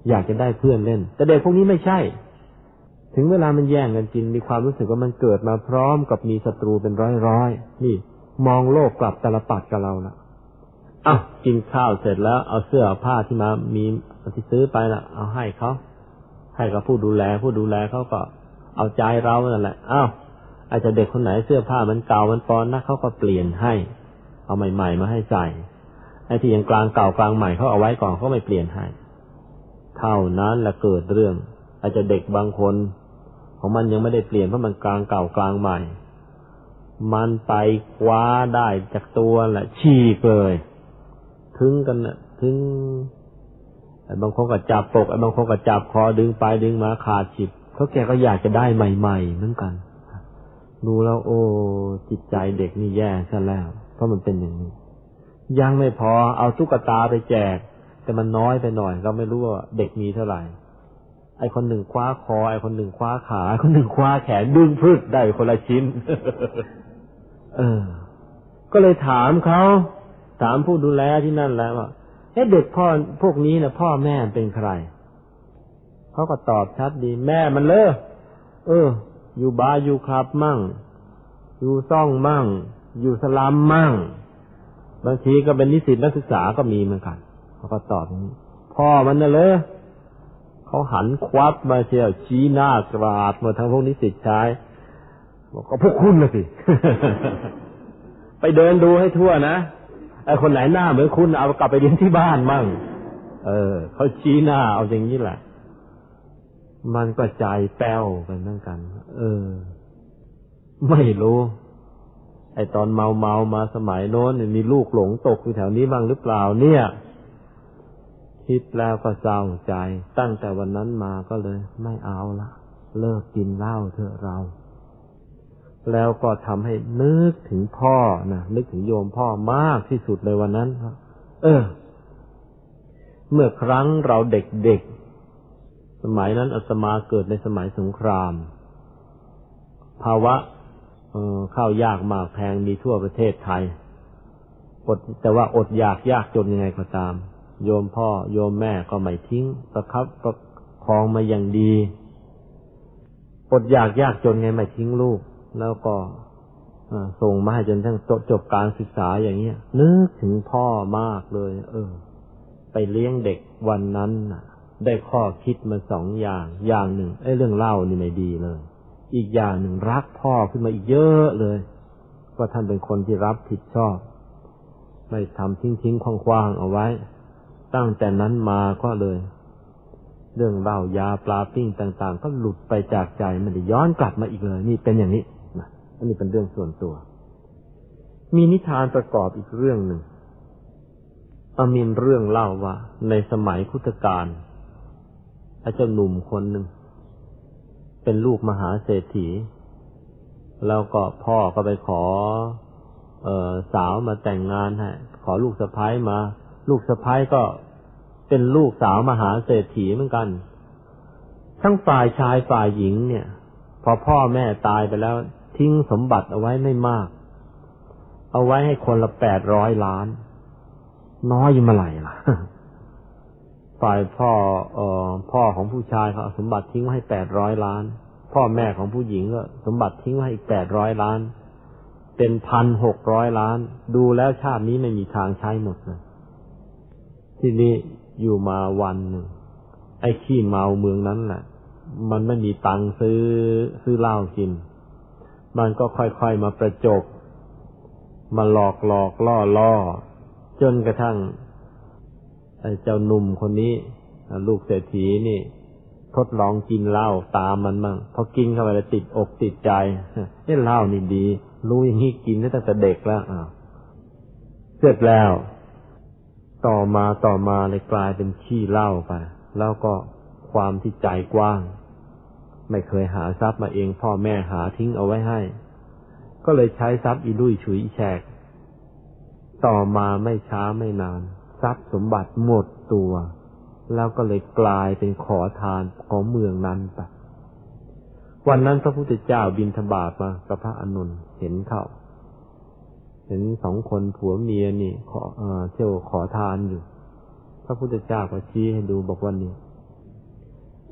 อยากจะได้เพื่อนเล่นแต่เด็กพวกนี้ไม่ใช่ถึงเวลามันแย่งกันกินมีความรู้สึกว่ามันเกิดมาพร้อมกับมีศัตรูเป็นร้อยๆนี่มองโลกกลับตลปัดกับเราละอ้าวกินข้าวเสร็จแล้วเอาเสื้อผ้าที่มามีที่ซื้อไปน่ะเอาให้เขาให้กับผู้ดูแลผู้ดูแลเขาก็เอาใจเรานั่นแหละอ้าวอาจจะเด็กคนไหนเสื้อผ้ามันเก่ามันปอนนะเขาก็เปลี่ยนให้เอาใหม่ๆมาให้ใส่ไอ้ที่ยังกลางเก่ากลางใหม่เขาเอาไว้ก่อนเขาไม่เปลี่ยนให้เท่านั้นแหละเกิดเรื่องอาจจะเด็กบางคนของมันยังไม่ได้เปลี่ยนเพราะมันกลางเก่ากลางใหม่มันไปคว้าได้จากตัวแหละฉีกเลยถึงกันน่ะถึงไอ้บางคนก็จับปกไอ้บางคนก็จับคอดึงไปดึงมาขาดฉิบเขาแกก็อยากจะได้ใหม่ๆเหมือนกันดูแล้วโอ้จิตใจเด็กนี่แย่ซะแล้วเพราะมันเป็นอย่างนี้ยังไม่พอเอาตุ๊กตาไปแจกแต่มันน้อยไปหน่อยเราไม่รู้ว่าเด็กมีเท่าไหร่ไอ้คนหนึ่งคว้าคอไอ้คนหนึ่งคว้าขาไอ้คนหนึ่งคว้าแขนดึงพืชได้คนละชิ้น เออก็เลยถามเขาถามผู้ดูแลที่นั่นแล้วว่าเอ๊ะเด็กพ่อพวกนี้นะพ่อแม่เป็นใครเขาก็ตอบชัดดีแม่มันเลอเอออยู่บาร์อยู่คลับมั่งอยู่ซ่องมั่งอยู่สลัมมั่งบางทีก็เป็นนิสิตนักศึกษาก็มีเหมือนกันเขาก็ตอบอย่างนี้พ่อมันน่ะเลยเขาหันควับมาเชียวชี้หน้ากราดมาทางพวกนิสิตชายบอกก็พวกคุณน่ะสิ ไปเดินดูให้ทั่วนะไอ้คนไหนหน้าเหมือนคุณเอากลับไปเลี้ยงที่บ้านมั่งเออเขาชี้หน้าเอาอย่างนี้แหละมันก็ใจแป้วไปเหมือนกันเออไม่รู้ไอ้ตอนเมาเมามาสมัยโน้นมีลูกหลงตกอยู่แถวนี้บ้างหรือเปล่าเนี่ยคิดแล้วก็เศร้าใจตั้งแต่วันนั้นมาก็เลยไม่เอาละเลิกกินเหล้าเถอะเราแล้วก็ทำให้นึกถึงพ่อนะนึกถึงโยมพ่อมากที่สุดเลยวันนั้นเออเมื่อครั้งเราเด็กๆสมัยนั้นอาตมาเกิดในสมัยสงครามภาวะเอ่อข้าวยากมากแพงมีทั่วประเทศไทยอดแต่ว่าอดอยากยากจนยังไงก็ตามโยมพ่อโยมแม่ก็ไม่ทิ้งประคับประคองมาอย่างดีอดอยากยากจนไงไม่ทิ้งลูกแล้วก็ส่งมาให้จนทั้งจบการศึกษาอย่างเงี้ยนึกถึงพ่อมากเลยเออไปเลี้ยงเด็กวันนั้นน่ะได้ข้อคิดมาสองอย่างอย่างหนึ่งไอ้เรื่องเล่านี่ไม่ดีเลยอีกอย่างหนึ่งรักพ่อขึ้นมาอีกเยอะเลยว่าท่านเป็นคนที่รับผิดชอบไม่ทำทิ้งๆคว่างๆเอาไว้ตั้งแต่นั้นมาก็เลยเรื่องเหล้ายาปลาปิ้งต่างๆก็หลุดไปจากใจไม่ได้ย้อนกลับมาอีกเลยนี่เป็นอย่างนี้นะอันนี้เป็นเรื่องส่วนตัวมีนิทานประกอบอีกเรื่องหนึ่งอามีนเรื่องเล่าว่าในสมัยพุทธกาลอาเจ้าหนุ่มคนหนึ่งเป็นลูกมหาเศรษฐีแล้วก็พ่อก็ไปขอเอ่อสาวมาแต่งงานให้ขอลูกสะใภ้มาลูกสะใภ้ก็เป็นลูกสาวมหาเศรษฐีเหมือนกันทั้งฝ่ายชายฝ่ายหญิงเนี่ยพอพ่อแม่ตายไปแล้วทิ้งสมบัติเอาไว้ไม่มากเอาไว้ให้คนละแปดร้อยล้านน้อยมาไหร่ล่ะ ฝ่ายพ่อเอ่อพ่อของผู้ชายเขาเอาสมบัติทิ้งไว้ให้แปดร้อยล้านพ่อแม่ของผู้หญิงก็สมบัติทิ้งไว้อีกแปดร้อยล้านเป็นพันหกร้อยล้านดูแล้วชาตินี้ไม่มีทางใช้หมดเลยที่นี่อยู่มาวันหนึ่งไอ้ขี้เมาเมืองนั้นแหละมันไม่มีตังค์ซื้อซื้อเหล้ากินมันก็ค่อยๆมาประจบมาหลอกหลอกล่อล่อจนกระทั่งไอ้เจ้าหนุ่มคนนี้ลูกเศรษฐีนี่ทดลองกินเหล้าตามมันมั่งพอกินเข้าไปแล้วติดอกติดใจเอ้เหล้านี่ดีรู้อย่างนี้กินตั้งแต่เด็กแล้วอ้าวเสร็จแล้วต่อมาต่อมาเลยกลายเป็นขี้เหล้าไปแล้วก็ความที่ใจกว้างไม่เคยหาทรัพย์มาเองพ่อแม่หาทิ้งเอาไว้ให้ก็เลยใช้ทรัพย์อีลุ่ยฉุยแฉกต่อมาไม่ช้าไม่นานทรัพย์สมบัติหมดตัวแล้วก็เลยกลายเป็นขอทานของเมืองนั้นไปวันนั้นพระพุทธเจ้าบิณฑบาตมากับพระอานนท์เห็นเขาเห็นสองคนผัวเมียนี่ขอเอ่อเที่ยวขอทานอยู่พระพุทธเจ้าก็ชี้ให้ดูบอกว่านี่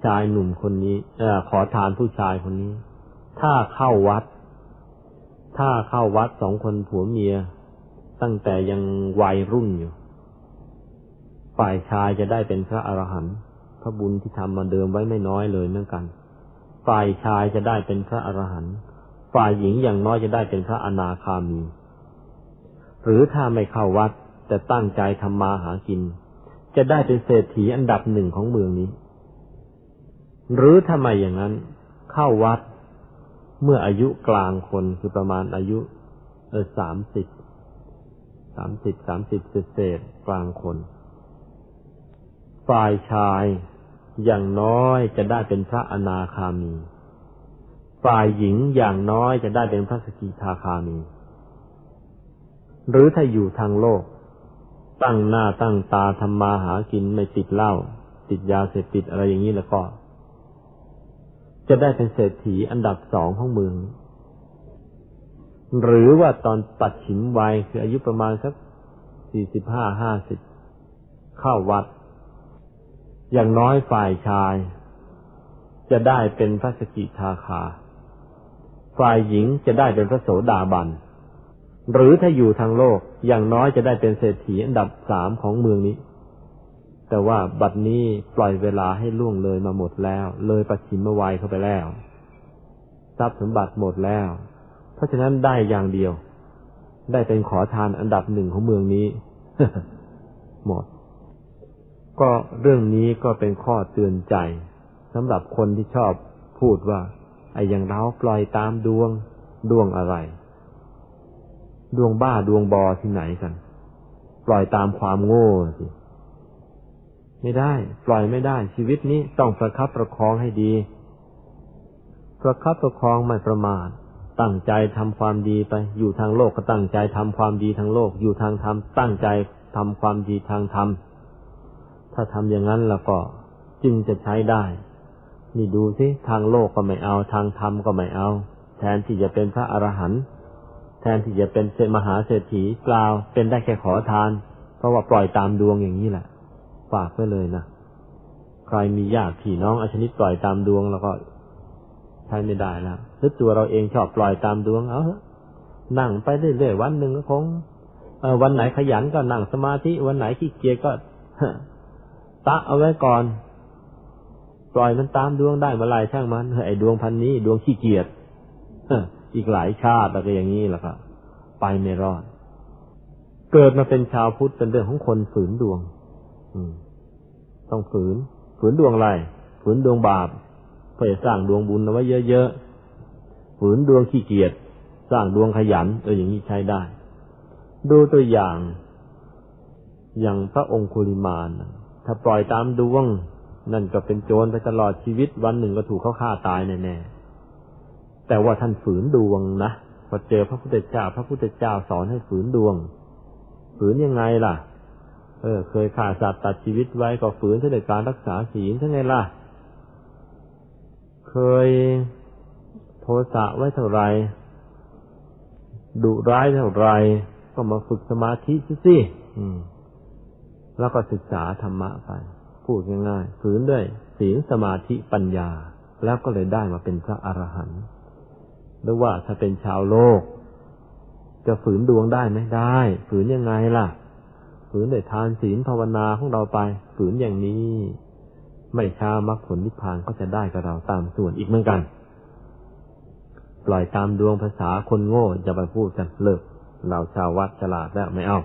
ชายหนุ่มคนนี้เอ่อขอทานผู้ชายคนนี้ถ้าเข้าวัดถ้าเข้าวัดสองคนผัวเมียตั้งแต่ยังวัยรุ่นอยู่ฝ่ายชายจะได้เป็นพระอรหันต์พระบุญที่ทำมาเดิมไว้ไม่น้อยเลยเหมือนกันฝ่ายชายจะได้เป็นพระอรหันต์ฝ่ายหญิงอย่างน้อยจะได้เป็นพระอนาคามีหรือถ้าไม่เข้าวัดแต่ตั้งใจทำมาหากินจะได้เป็นเศรษฐีอันดับหนึ่งของเมืองนี้หรือถ้าไม่อย่างนั้นเข้าวัดเมื่ออายุกลางคนคือประมาณอายุเออสามสิบสามสิบสามสิบเศษกลางคนฝ่ายชายอย่างน้อยจะได้เป็นพระอนาคามีฝ่ายหญิงอย่างน้อยจะได้เป็นพระสกิทาคามีหรือถ้าอยู่ทางโลกตั้งหน้าตั้งตาทำมาหากินไม่ติดเหล้าติดยาเสพติดอะไรอย่างนี้แล้วก็จะได้เป็นเศรษฐีอันดับสองของเมืองหรือว่าตอนปัจฉิมวัยคืออายุประมาณสักสี่สิบห้าห้าสิบเข้าวัดอย่างน้อยฝ่ายชายจะได้เป็นพระสกิทาคาฝ่ายหญิงจะได้เป็นพระโสดาบันหรือถ้าอยู่ทางโลกอย่างน้อยจะได้เป็นเศรษฐีอันดับสามของเมืองนี้แต่ว่าบัดนี้ปล่อยเวลาให้ล่วงเลยมาหมดแล้วเลยปัจฉิมวัยเข้าไปแล้วทรัพย์สมบัติหมดแล้วเพราะฉะนั้นได้อย่างเดียวได้เป็นขอทานอันดับหนึ่งของเมืองนี้ หมดก็เรื่องนี้ก็เป็นข้อเตือนใจสำหรับคนที่ชอบพูดว่าไอ้อย่างเราปล่อยตามดวงดวงอะไรดวงบ้าดวงบอที่ไหนกันปล่อยตามความโง่สิไม่ได้ปล่อยไม่ได้ชีวิตนี้ต้องประคับประคองให้ดีประคับประคองไม่ประมาทตั้งใจทำความดีไปอยู่ทางโลกก็ตั้งใจทำความดีทางโลกอยู่ทางธรรมตั้งใจทำความดีทางธรรมถ้าทำอย่างนั้นแล้วก็จึงจะใช้ได้นี่ดูสิทางโลกก็ไม่เอาทางธรรมก็ไม่เอาแทนที่จะเป็นพระอรหันต์แทนที่จะเป็นมหาเศรษฐีเปล่าเป็นได้แค่ขอทานเพราะว่าปล่อยตามดวงอย่างนี้แหละฝากไว้เลยนะใครมีญาติพี่น้องอาชนิดปล่อยตามดวงแล้วก็ใช้ไม่ได้แล้วหรือตัวเราเองชอบปล่อยตามดวงเอาเถอะนั่งไปเรื่อยๆวันหนึ่งก็คงเออวันไหนขยันก็นั่งสมาธิวันไหนขี้เกียจก็ตะเอาไว้ก่อนปล่อยมันตามดวงได้เมื่อไรช่างมันไอ้ดวงพันนี้ดวงขี้เกียจอีกหลายชาติอะไรอย่างนี้แหละครับไปไม่รอดเกิดมาเป็นชาวพุทธเป็นเรื่องของคนฝืนดวงต้องฝืนฝืนดวงอะไรฝืนดวงบาปเพื่อสร้างดวงบุญเอาไว้เยอะๆฝืนดวงขี้เกียจสร้างดวงขยันเอออย่างนี้ใช้ได้ดูตัวอย่างอย่างพระองคุลิมานถ้าปล่อยตามดวงนั่นก็เป็นโจรไปตลอดชีวิตวันหนึ่งก็ถูกเขาฆ่าตายแน่ๆแต่ว่าท่านฝืนดวงนะพอเจอพระพุทธเจ้าพระพุทธเจ้าสอนให้ฝืนดวงฝืนยังไงล่ะเออเคยฆ่าสัตว์ตัดชีวิตไว้ก็ฝืนด้วยการรักษาศีลใช่ไงล่ะเคยโทสะไว้เท่าไรดุร้ายเท่าไรก็มาฝึกสมาธิสิอืมแล้วก็ศึกษาธรรมะไปพูดง่ายๆฝืนด้วยศีลสมาธิปัญญาแล้วก็เลยได้มาเป็นพระอรหันต์หรือว่าถ้าเป็นชาวโลกจะฝืนดวงได้ไหมได้ฝืนยังไงล่ะฝืนด้วยทานศีลภาวนาของเราไปฝืนอย่างนี้ไม่ช้ามรรคผลนิพพานก็จะได้กับเราตามส่วนอีกเหมือนกันปล่อยตามดวงภาษาคนโง่จะไปพูดกันเลิกเราชาววัดฉลาดแล้วไม่เอา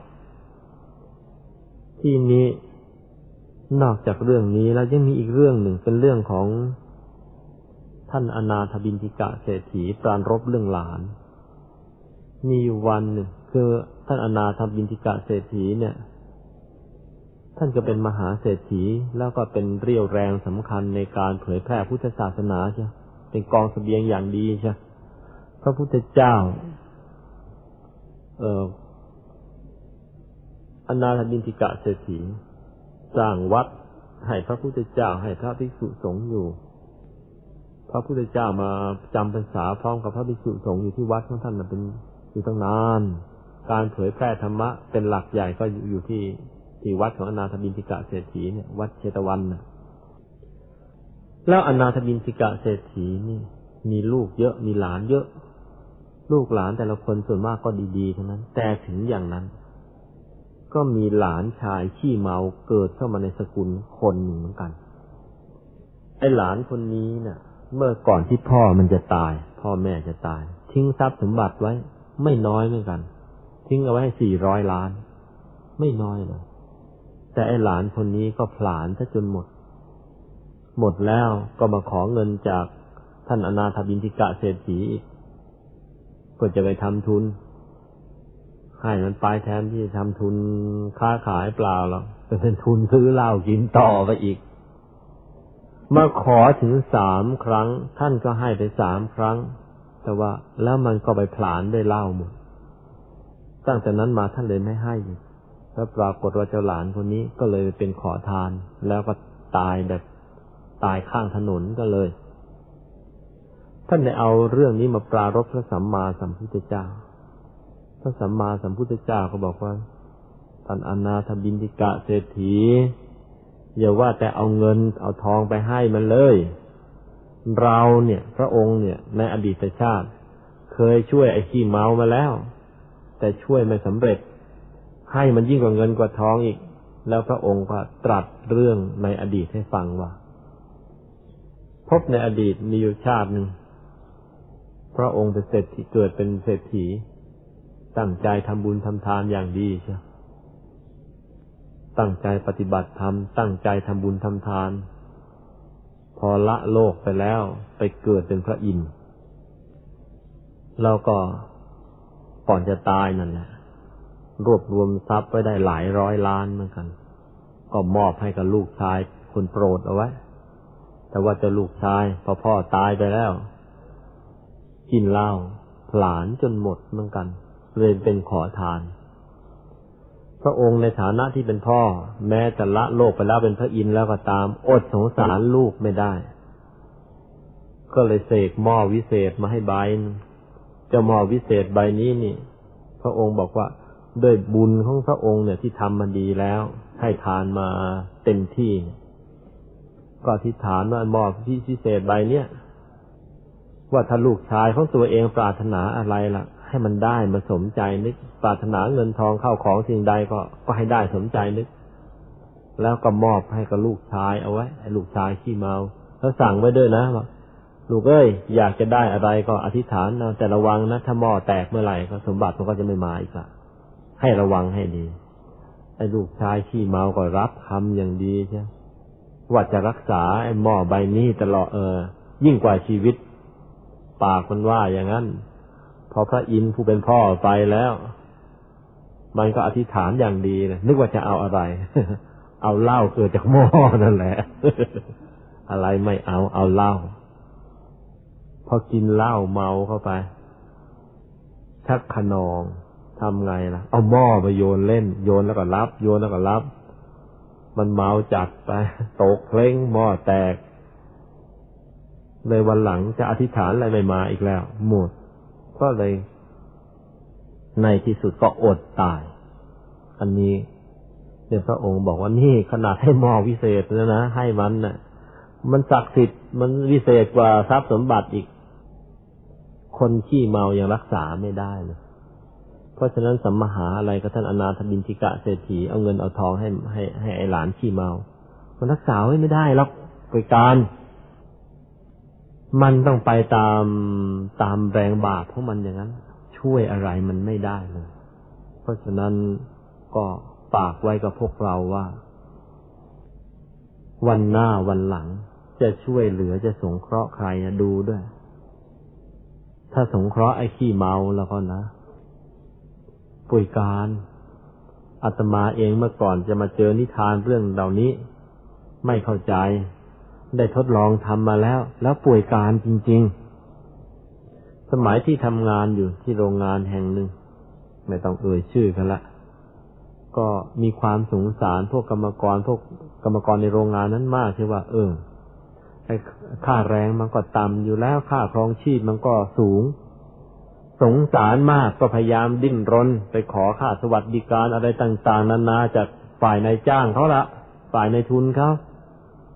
ที่นี้นอกจากเรื่องนี้แล้วยังมีอีกเรื่องหนึ่งเป็นเรื่องของท่านอนาถบิณฑิกะเศรษฐีปรารภเรื่องหลานมีวันหนึ่งคือท่านอนาถบิณฑิกะเศรษฐีเนี่ยท่านก็เป็นมหาเศรษฐีแล้วก็เป็นเรี่ยวแรงสำคัญในการเผยแพร่พุทธศาสนาใช่เป็นกองเสบียงอย่างดีใช่พระพุทธเจ้าเอ่ออนาถบิณฑิกะเศรษฐีสร้างวัดให้พระพุทธเจ้าให้พระภิกษุสงฆ์อยู่พระพุทธเจ้ามาจำพรรษาพร้อมกับพระภิกษุสงฆ์อยู่ที่วัดของท่านน่ะเป็นอยู่ตั้งนานการเผยแพร่ธรรมะเป็นหลักใหญ่ก็อยู่ที่ที่วัดของอนาถบิณฑิกะเศรษฐีเนี่ยวัดเชตวันน่ะแล้วอนาถบิณฑิกะเศรษฐีนี่มีลูกเยอะมีหลานเยอะลูกหลานแต่ละคนส่วนมากก็ดีๆทั้งนั้นแต่ถึงอย่างนั้นก็มีหลานชายขี้เมาเกิดเข้ามาในสกุลคนหนึ่งเหมือนกันไอ้หลานคนนี้น่ะเมื่อก่อนที่พ่อมันจะตายพ่อแม่จะตายทิ้งทรัพย์สมบัติไว้ไม่น้อยเหมือนกันทิ้งเอาไว้ให้สี่ร้อยล้านไม่น้อยเลยแต่ไอ้หลานคนนี้ก็ผลาญซะจนหมดหมดแล้วก็มาขอเงินจากท่านอนาถบิณฑิกะเศรษฐีอีกก็จะไปทำทุนให้มันไปแทนที่จะทำทุนค้าขายเปล่าหรอกจะเป็นทุนซื้อเหล้ากินต่อไปอีกมาขอถึงสามครั้งท่านก็ให้ไปสามครั้งแต่ว่าแล้วมันก็ไปผลาญด้วยเหล้าหมดตั้งแต่นั้นมาท่านเลยไม่ให้อีกแล้วปรากฏว่าเจ้าหลานคนนี้ก็เลยเป็นขอทานแล้วก็ตายแบบตายข้างถนนก็เลยท่านได้เอาเรื่องนี้มาปรารภพระสัมมาสัมพุทธเจ้าพระสัมมาสัมพุทธเจ้าก็บอกว่าท่านอนาถบิณฑิกะเศรษฐีอย่าว่าแต่เอาเงินเอาทองไปให้มันเลยเราเนี่ยพระองค์เนี่ยในอดีตชาติเคยช่วยไอ้ขี้เมามาแล้วแต่ช่วยไม่สำเร็จให้มันยิ่งกว่าเงินกว่าทองอีกแล้วพระองค์ก็ตรัสเรื่องในอดีตให้ฟังว่าพบในอดีตมีอยู่ชาติหนึ่งพระองค์เป็นเศรษฐีเกิดเป็นเศรษฐีตั้งใจทำบุญทำทานอย่างดีใช่ตั้งใจปฏิบัติธรรมตั้งใจทำบุญทำทานพอละโลกไปแล้วไปเกิดเป็นพระอินทร์แล้วก็ก่อนจะตายนั่นแหละรวบรวมทรัพย์ไว้ได้หลายร้อยล้านเหมือนกันก็มอบให้กับลูกชายคนโปรดเอาไว้แต่ว่าเจ้าลูกชายพอพ่อตายไปแล้วกินเหล้าผลาญจนหมดเหมือนกันเลยเป็นขอทานพระองค์ในฐานะที่เป็นพ่อแม้จะละโลกไปแล้วเป็นพระอินทร์แล้วก็ตามอดสงสารลูกไม่ได้ก็เลยเสกหม้อวิเศษมาให้ใบเจ้าหม้อวิเศษใบนี้นี่พระองค์บอกว่าด้วยบุญของพระองค์เนี่ยที่ทำมาดีแล้วให้ทานมาเต็มที่ก็อธิษฐานว่าหม้อพิเศษใบเนี้ยว่าถ้าลูกชายของตัวเองปรารถนาอะไรล่ะให้มันได้มาสมใจนึกปรารถนาเงินทองเข้าของสิ่งใดก็ก็ให้ได้สมใจนึกแล้วก็มอบให้กับลูกชายเอาไว้ให้ลูกชายขี้เมาแล้วสั่งไว้ด้วยนะว่าลูกเอ้ยอยากจะได้อะไรก็อธิษฐานเอาแต่ระวังนะถ้าหม้อแตกเมื่อไหร่ก็สมบัติมันก็จะไม่มาอีกละให้ระวังให้ดีไอ้ลูกชายขี้เมาก็รับคำอย่างดีใช่ว่าจะรักษาไอ้หม้อใบนี้ตลอดเออยิ่งกว่าชีวิตปากมันว่าอย่างนั้นพอพระอินทร์ผู้เป็นพ่อไปแล้วมันก็อธิษฐานอย่างดีนะนึกว่าจะเอาอะไร เอาเหล้าเกิดจากหม้อนั่นแหละ อะไรไม่เอาเอาเหล้าพอกินเหล้าเมาเข้าไปชักขนองทำไงล่ะเอาหม้อไปโยนเล่นโยนแล้วก็รับโยนแล้วก็รับมันเมาจัดไปตกเพลงหม้อแตกเลยวันหลังจะอธิษฐานอะไรไม่มาอีกแล้วหมดก็เลยในที่สุดก็อดตายอันนี้เนี่ยพระองค์บอกว่านี่ขนาดให้หม้อวิเศษแล้วนะให้มันน่ะมันศักดิ์สิทธิ์มันวิเศษกว่าทรัพย์สมบัติอีกคนขี้เมายังรักษาไม่ได้เลยเพราะฉะนั้นสัมมาหาอะไรกับท่านอนาถบิณฑิกะเศรษฐีเอาเงินเอาทองให้ให้ให้ไอ้หลานขี้เมามันรักษาไว้ไม่ได้หรอกโดยการมันต้องไปตามตามแรงบาปของมันอย่างนั้นช่วยอะไรมันไม่ได้เลยเพราะฉะนั้นก็ฝากไว้กับพวกเราว่าวันหน้าวันหลังจะช่วยเหลือจะสงเคราะห์ใครนะดูด้วยถ้าสงเคราะห์ไอ้ขี้เมาแล้วก็นะป่วยการอาตมาเองเมื่อก่อนจะมาเจอนิทานเรื่องเหล่านี้ไม่เข้าใจได้ทดลองทำมาแล้วแล้วป่วยการจริงๆสมัยที่ทำงานอยู่ที่โรงงานแห่งหนึ่งไม่ต้องเอ่ยชื่อกันละก็มีความสงสารพวกกรรมกรพวกกรรมกรในโรงงานนั้นมากที่ว่าเออไอ้ค่าแรงมันก็ต่ำอยู่แล้วค่าครองชีพมันก็สูงสงสารมากก็พยายามดิ้นรนไปขอค่าสวัสดิการอะไรต่างๆนานาจากฝ่ายนายจ้างเขาละฝ่ายนายทุนเขา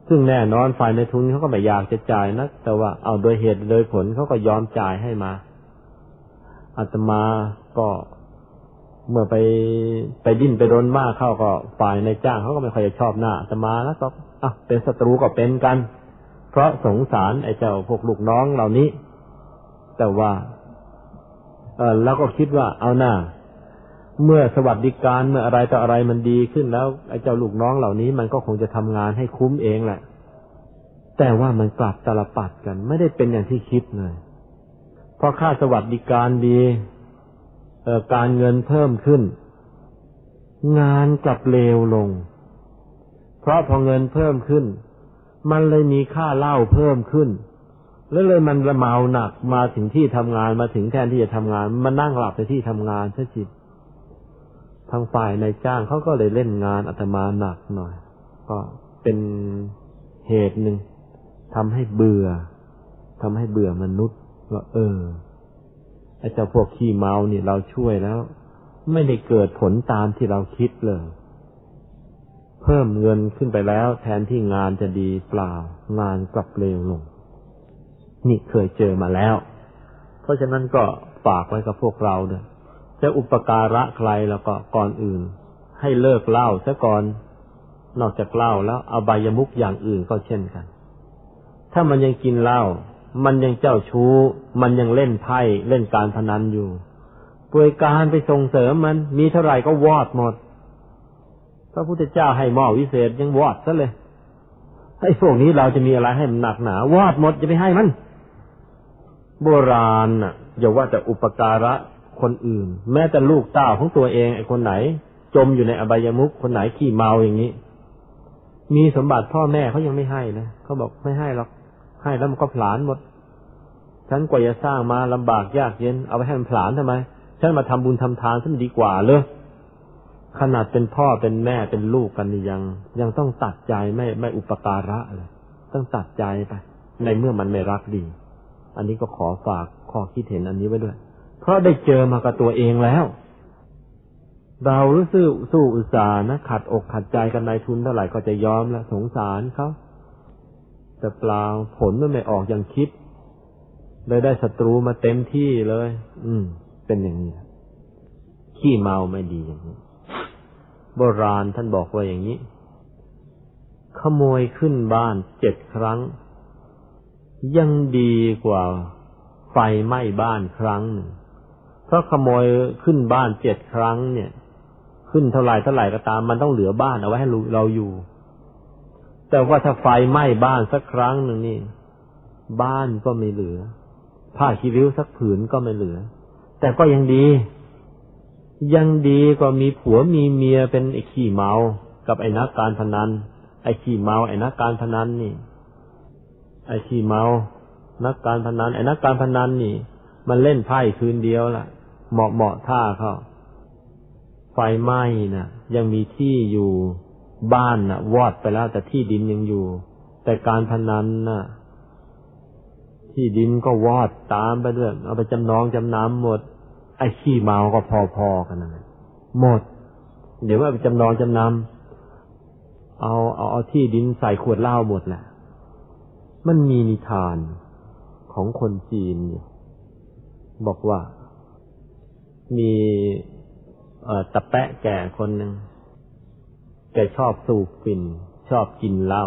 ซึ่งแน่นอนฝ่ายในทุนเขาก็ไม่อยากจะจ่ายนะแต่ว่าเอาโดยเหตุโดยผลเขาก็ยอมจ่ายให้มาอาตมาก็เมื่อไปไปดิ้นไปรนมากเข้าก็ฝ่ายในจ้างเขาก็ไม่ค่อยจะชอบหน้าอาตมาแล้วก็อ่ะเป็นศัตรูก็เป็นกันเพราะสงสารไอ้เจ้าพวกลูกน้องเหล่านี้แต่ว่าเออแล้วก็คิดว่าเอาหน้าเมื่อสวัสดิการเมื่ออะไรต่ออะไรมันดีขึ้นแล้วไอ้เจ้าลูกน้องเหล่านี้มันก็คงจะทำงานให้คุ้มเองแหละแต่ว่ามันกลับตลปัดกันไม่ได้เป็นอย่างที่คิดเลยเพราะค่าสวัสดิการดีเอ่อการเงินเพิ่มขึ้นงานกลับเลวลงเพราะพอเงินเพิ่มขึ้นมันเลยมีค่าเหล้าเพิ่มขึ้นแล้วเลยมันละเมาหนักมาถึงที่ทำงานมาถึงแทนที่จะทำงานมานั่งหลับในที่ทำงานซะจิทางฝ่ายนายจ้างเขาก็เลยเล่นงานอาตมาหนักหน่อยก็เป็นเหตุหนึ่งทำให้เบื่อทำให้เบื่อมนุษย์ว่าเออไอ้เจ้าพวกขี้เมานี่เราช่วยแล้วไม่ได้เกิดผลตามที่เราคิดเลยเพิ่มเงินขึ้นไปแล้วแทนที่งานจะดีเปล่างานกลับเลวลงนี่เคยเจอมาแล้วเพราะฉะนั้นก็ฝากไว้กับพวกเราด้วยจะอุปการะใครแล้วก็ก่อนอื่นให้เลิกเหล้าซะก่อนนอกจากเหล้าแล้วอบายมุขอย่างอื่นก็เช่นกันถ้ามันยังกินเหล้ามันยังเจ้าชู้มันยังเล่นไพ่เล่นการพนันอยู่ป่วยการไปส่งเสริมมันมีเท่าไหร่ก็วอดหมดพระพุทธเจ้าให้หม้อวิเศษยังวอดซะเลยไอ้พวกนี้เราจะมีอะไรให้มันหนักหนาวอดหมดจะไปให้มันโบราณน่ะอย่าว่าแต่อุปการะคนอื่นแม้แต่ลูกเต้าของตัวเองไอ้คนไหนจมอยู่ในอบายมุขคนไหนขี้เมาอย่างนี้มีสมบัติพ่อแม่เขายังไม่ให้นะเขาบอกไม่ให้หรอกให้แล้วมันก็ผลาญหมดฉันกว่าจะสร้างมาลำบากยากเย็นเอาไปให้มันผลาญทำไมฉันมาทำบุญทำทานซะดีกว่าเลยขนาดเป็นพ่อเป็นแม่เป็นลูกกันนี่ยังยังต้องตัดใจไม่ไม่อุปการะเลยต้องตัดใจไปในเมื่อมันไม่รักดีอันนี้ก็ขอฝากข้อคิดเห็นอันนี้ไว้ด้วยเพราะได้เจอมากับตัวเองแล้วเรารู้สึกสู้อุตส่าห์นะขัดอกขัดใจกันนายทุนเท่าไหร่ก็จะยอมแล้วสงสารเขาแต่เปล่าผลมันไม่ออกอย่างคิดเลยได้ศัตรูมาเต็มที่เลยอืมเป็นอย่างนี้ขี้เมาไม่ดีอย่างนี้โบราณท่านบอกว่าอย่างนี้ขโมยขึ้นบ้านเจ็ดครั้งยังดีกว่าไฟไหม้บ้านครั้งหนึ่งเพราะขโมยขึ้นบ้านเจ็ดครั้งเนี่ยขึ้นเท่าไหร่เท่าไหร่ก็ตามมันต้องเหลือบ้านเอาไว้ให้เราอยู่แต่ว่าถ้าไฟไหม้บ้านสักครั้งหนึ่งนี่บ้านก็ไม่เหลือผ้าขี้ริ้วสักผืนก็ไม่เหลือแต่ก็ยังดียังดีกว่ามีผัวมีเมียเป็นไอ้ขี้เมากับไอ้นักการพนันไอ้ขี้เมาไอ้นักการพนันนี่ไอ้ขี้เมานักการพนันไอ้นักการพนันนี่มันเล่นไพ่คืนเดียวล่ะเหมาะเหมาะท่าเขาไฟไหม้น่ะยังมีที่อยู่บ้านน่ะวอดไปแล้วแต่ที่ดินยังอยู่แต่การพนันน่ะที่ดินก็วอดตามไปด้วยเอาไปจำนองจำนำหมดไอ้ขี้เมาก็พอๆกันนั่นแหละหมดเดี๋ยวว่าไปจำนองจำนำเอาเอาเอาที่ดินใส่ขวดเหล้าหมดแหละมันมีนิทานของคนจีนอยู่บอกว่ามีเอ่อตะแปะแก่คนหนึ่งแกชอบสูบฝิ่นชอบกินเหล้า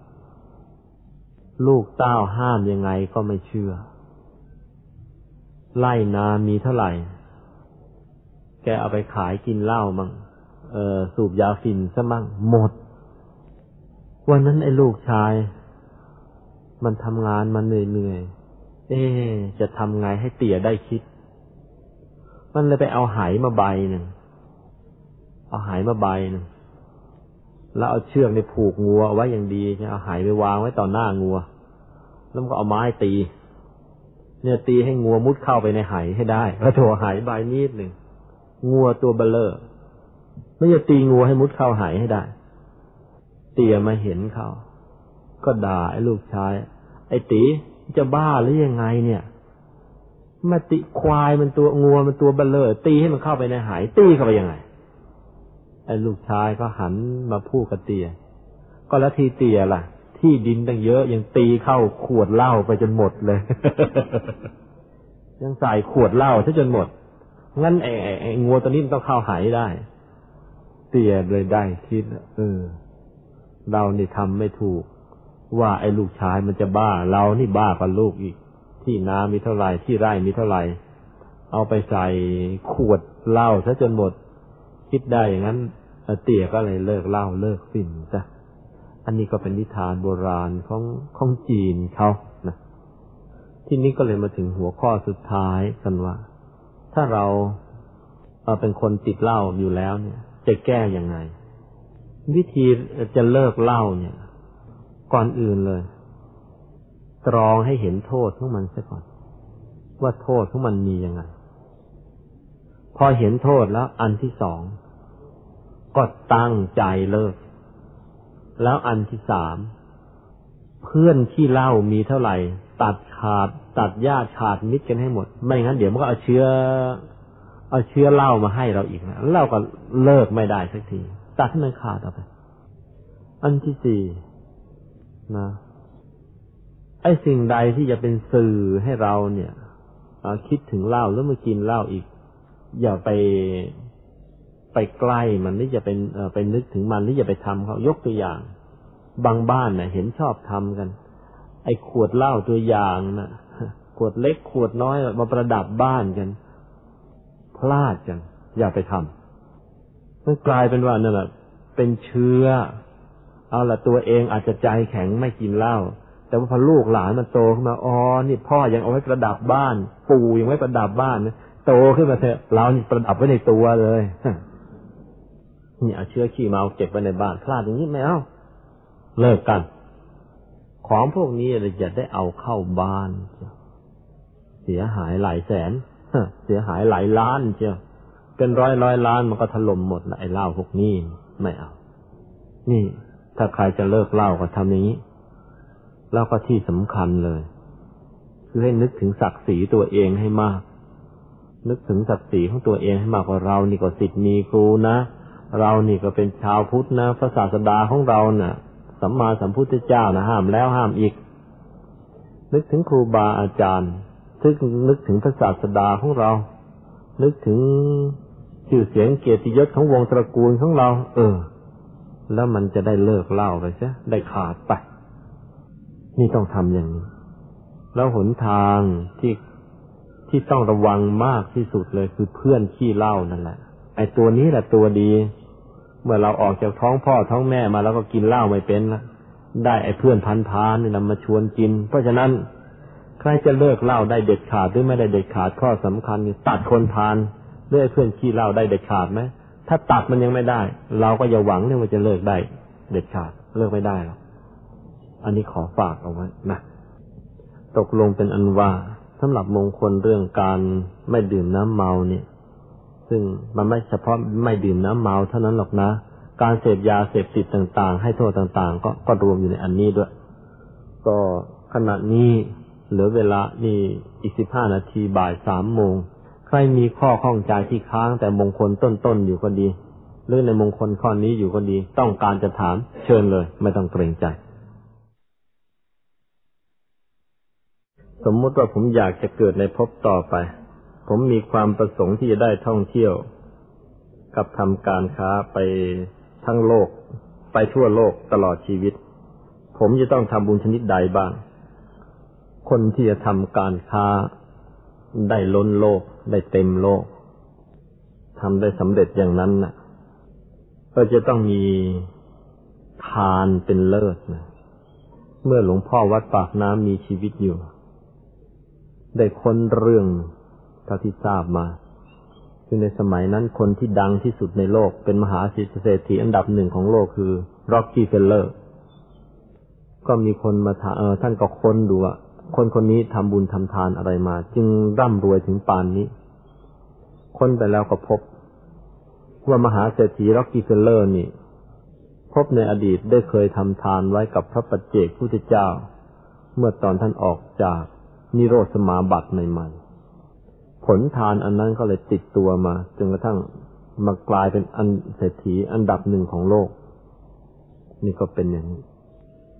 ลูกเต้าห้ามยังไงก็ไม่เชื่อไล่นามีเท่าไหร่แกเอาไปขายกินเหล้ามั่งเอ่อสูบยาฝิ่นซะมั่งหมดวันนั้นไอ้ลูกชายมันทำงานมันเหนื่อยๆเอ๊ะจะทำไงให้เตี่ยได้คิดมันเลยไปเอาไหมาใบหนึ่งเอาไหมาใบหนึ่งแล้วเอาเชือกในผูกงัวเอาไว้อย่างดีจะเอาไหไปวางไว้ต่อหน้างัวแล้วมันก็เอาไม้ตีเนี่ยตีให้งัวมุดเข้าไปในไหให้ได้แล้วโถไหใบนิดหนึ่งงัวตัวเบลเลอร์ไม่จะตีงัวให้มุดเข้าไหให้ได้เตี่ยมาเห็นเขาก็ด่าไอ้ลูกชายไอ้ตีจะบ้าหรือยังไงเนี่ยมาติควายมันตัวงัวมันตัวเบลเลอร์ตีให้มันเข้าไปในไหตีเข้าไปยังไงไอ้ลูกชายก็หันมาพูดกับเตี่ยก็แล้วทีเตี่ยล่ะที่ดินตั้งเยอะยังตีเข้าขวดเหล้าไปจนหมดเลย ยังใส่ขวดเหล้าซะจนหมดงั้นไอ้ไอ้งัวตัวนี้มันต้องเข้าหายได้เตี่ยเลยได้คิดเออเรานี่ทำไม่ถูกว่าไอ้ลูกชายมันจะบ้าเรานี่บ้ากว่าลูกอีกที่นามีเท่าไหร่ที่ไร่มีเท่าไหร่เอาไปใส่ขวดเหล้าซะจนหมดคิดได้อย่างนั้นเตี่ยก็เลยเลิกเหล้าเลิกสิ่งจ้ะอันนี้ก็เป็นนิทานโบราณของของจีนเขานะที่นี้ก็เลยมาถึงหัวข้อสุดท้ายกันว่าถ้าเราเอาเป็นคนติดเหล้าอยู่แล้วเนี่ยจะแก้ยังไงวิธีจะเลิกเหล้าเนี่ยก่อนอื่นเลยตรองให้เห็นโทษของมันซะก่อนว่าโทษของมันมียังไงพอเห็นโทษแล้วอันที่สองก็ตั้งใจเลิกแล้วอันที่สามเพื่อนที่เหล้ามีเท่าไหร่ตัดขาดตัดญาติขาดมิตรกันให้หมดไม่งั้นเดี๋ยวมันก็เอาเชื้อเอาเชื้อเหล้ามาให้เราอีกนะเราก็เลิกไม่ได้สักทีตัดให้มันขาดออกไปอันที่สี่นะไอ้สิ่งใดที่จะเป็นสื่อให้เราเนี่ยคิดถึงเหล้าแล้วมากินเหล้าอีกอย่าไปไปใกล้มันหรืออย่าเป็นไปนึกถึงมันหรืออย่าไปทำเขายกตัวอย่างบางบ้านน่ะเห็นชอบทำกันไอ้ขวดเหล้าตัวอย่างน่ะขวดเล็กขวดน้อยมาประดับบ้านกันพลาดกันอย่าไปทำมันกลายเป็นว่านั่นแหละเป็นเชื้อเอาล่ะตัวเองอาจจะใจแข็งไม่กินเหล้าแต่ว่าพอลูกหลานมันโตขึ้นมาอ๋อนี่พ่อยังเอาไว้ประดับบ้านปู่ยังไว้ประดับบ้านโตขึ้นมาเถอะเรานี่ประดับไว้ในตัวเลยนี่เอาเชื้อขี้เมาเก็บไว้ในบ้านพลาดอย่างนี้ไม่เอาเลิกกันของพวกนี้เราจะได้เอาเข้าบ้านเสียหายหลายแสนเสียหายหลายล้านเชียวเป็นร้อยร้อยล้านมันก็ถล่มหมดละไอ้เหล้าพวกนี้ไม่เอานี่ถ้าใครจะเลิกเหล้าก็ทำอย่างนี้แล้วก็ที่สำคัญเลยคือให้นึกถึงศักดิ์ศรีตัวเองให้มากนึกถึงศักดิ์ศรีของตัวเองให้มากว่าเรานี่ก็ศิษย์มีครูนะเรานี่ก็เป็นชาวพุทธนะพระศาสดาของเราน่ะสัมมาสัมพุทธเจ้านะห้ามแล้วห้ามอีกนึกถึงครูบาอาจารย์นึกนึกถึงพระศาสดาของเรานึกถึงชื่อเสียงเกียรติยศของวงตระกูลของเราเออแล้วมันจะได้เลิกเหล้าไปซะได้ขาดไปนี่ต้องทำอย่างนี้แล้วหนทางที่ที่ต้องระวังมากที่สุดเลยคือเพื่อนขี้เหล้านั่นแหละไอ้ตัวนี้แหละตัวดีเมื่อเราออกจากท้องพ่อท้องแม่มาแล้วก็กินเหล้าไม่เป็นละได้ไอ้เพื่อนพันพานี่นำมาชวนกินเพราะฉะนั้นใครจะเลิกเหล้าได้เด็ดขาดหรือไม่ได้เด็ดขาดข้อสำคัญคือตัดคนพาลด้วยเพื่อนขี้เหล้าได้เด็ดขาดไหมถ้าตัดมันยังไม่ได้เราก็อย่าหวังว่าจะเลิกได้เด็ดขาดเลิกไม่ได้หรอกอันนี้ขอฝากเอาไว้นะตกลงเป็นอันว่าสำหรับมงคลเรื่องการไม่ดื่มน้ำเมาเนี่ยซึ่งมันไม่เฉพาะไม่ดื่มน้ำเมาเท่านั้นหรอกนะการเสพยาเสพติดต่างๆให้โทษต่างๆก็ก็รวมอยู่ในอันนี้ด้วยก็ขณะนี้เหลือเวลานี่อีกสิบห้านาทีบ่ายสามโมงใครมีข้อข้องใจที่ค้างแต่มงคลต้นๆอยู่ก็ดีหรือในมงคลข้อนี้อยู่ก็ดีต้องการจะถามเชิญเลยไม่ต้องเกรงใจสมมติว่าผมอยากจะเกิดในภพต่อไปผมมีความประสงค์ที่จะได้ท่องเที่ยวกับทำการค้าไปทั้งโลกไปทั่วโลกตลอดชีวิตผมจะต้องทำบุญชนิดใดบ้างคนที่จะทำการค้าได้ล้นโลกได้เต็มโลกทำได้สำเร็จอย่างนั้นน่ะก็จะต้องมีทานเป็นเลิศนะเมื่อหลวงพ่อวัดปากน้ำมีชีวิตอยู่ได้ค้นเรื่องเท่าที่ทราบมาคือในสมัยนั้นคนที่ดังที่สุดในโลกเป็นมหาเศรษฐีอันดับหนึ่งของโลกคือร็อกกี้เฟลเลอร์ก็มีคนมาถามเออท่านก็ค้นดูว่าคนคนนี้ทำบุญทำทานอะไรมาจึงร่ำรวยถึงปานนี้ค้นไปแล้วก็พบว่ามหาเศรษฐีร็อกกี้เฟลเลอร์นี่พบในอดีตได้เคยทำทานไว้กับพระปัจเจกพุทธเจ้าเมื่อตอนท่านออกจากนิโรธสมาบัติใหม่ๆผลทานอันนั้นก็เลยติดตัวมาจนกระทั่งมากลายเป็นอันเศรษฐีอันดับหนึ่งของโลกนี่ก็เป็นอย่างนี้ที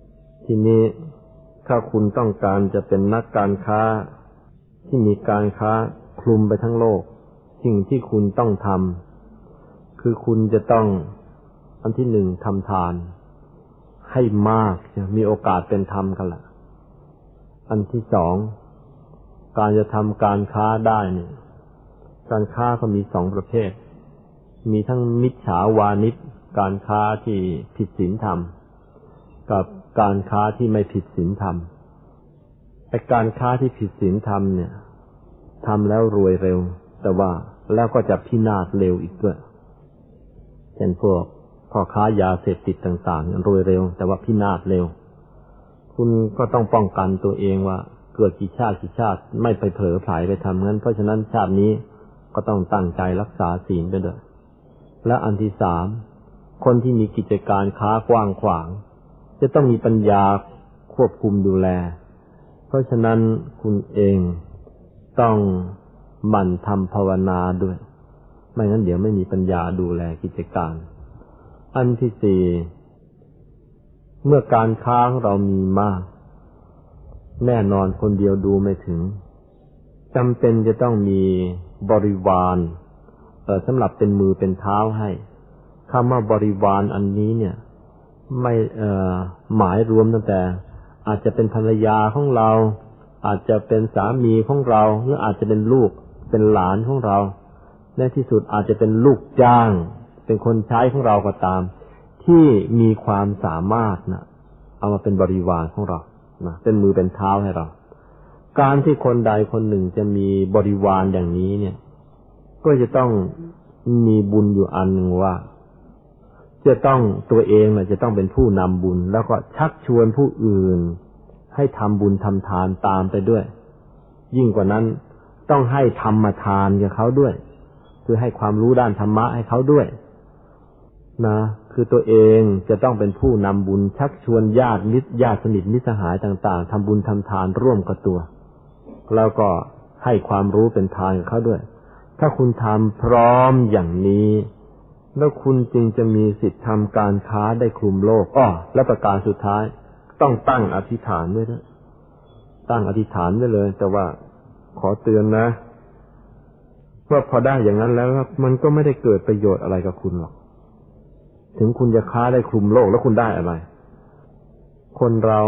ทีนี้ถ้าคุณต้องการจะเป็นนักการค้าที่มีการค้าคลุมไปทั้งโลกสิ่งที่คุณต้องทำคือคุณจะต้องอันที่หนึ่งทำทานให้มากมีโอกาสเป็นธรรมกันละอันที่สองการจะทำการค้าได้เนี่ยการค้าก็มีสองประเภทมีทั้งมิจฉาวานิชการค้าที่ผิดศีลธรรมกับการค้าที่ไม่ผิดศีลธรรมไอ้การค้าที่ผิดศีลธรรมเนี่ยทำแล้วรวยเร็วแต่ว่าแล้วก็จะพินาศเร็วอีกด้วยเช่นพวกพ่อค้ายาเสพติดต่างๆรวยเร็วแต่ว่าพินาศเร็วคุณก็ต้องป้องกันตัวเองว่าเกิดกี่ชาติกี่ชาติไม่ไปเผลอไผลไปทำงั้นเพราะฉะนั้นชาตินี้ก็ต้องตั้งใจรักษาศีลไปด้วยและอันที่สามคนที่มีกิจการค้ากว้างขวางจะต้องมีปัญญาควบคุมดูแลเพราะฉะนั้นคุณเองต้องหมั่นทำภาวนาด้วยไม่งั้นเดี๋ยวไม่มีปัญญาดูแลกิจการอันที่สี่เมื่อการค้าของเรามีมากแน่นอนคนเดียวดูไม่ถึงจำเป็นจะต้องมีบริวารเอ่อสำหรับเป็นมือเป็นเท้าให้คำว่าบริวารอันนี้เนี่ยไม่เอ่อหมายรวมตั้งแต่อาจจะเป็นภรรยาของเราอาจจะเป็นสามีของเราหรืออาจจะเป็นลูกเป็นหลานของเราในที่สุดอาจจะเป็นลูกจ้างเป็นคนใช้ของเราก็ตามที่มีความสามารถนะเอามาเป็นบริวารของเรานะเป็นมือเป็นเท้าให้เราการที่คนใดคนหนึ่งจะมีบริวารอย่างนี้เนี่ยก็จะต้องมีบุญอยู่อันหนึ่งว่าจะต้องตัวเองน่ะจะต้องเป็นผู้นำบุญแล้วก็ชักชวนผู้อื่นให้ทำบุญทำทานตามไปด้วยยิ่งกว่านั้นต้องให้ธรรมทานกับเขาด้วยคือให้ความรู้ด้านธรรมะให้เขาด้วยนะคือตัวเองจะต้องเป็นผู้นำบุญชักชวนญาติมิตรญาติสนิทมิตรสหายต่างๆทำบุญทำทานร่วมกับตัวแล้วก็ให้ความรู้เป็นทานกับเขาด้วยถ้าคุณทำพร้อมอย่างนี้แล้วคุณจึงจะมีสิทธิ์ทำการค้าได้คลุมโลกอ้อและประการสุดท้ายต้องตั้งอธิษฐานด้วยนะตั้งอธิษฐานไว้เลยแต่ว่าขอเตือนนะว่าพอได้อย่างนั้นแล้วมันก็ไม่ได้เกิดประโยชน์อะไรกับคุณหรอกถึงคุณจะค้าได้คลุมโลกแล้วคุณได้อะไรคนเรา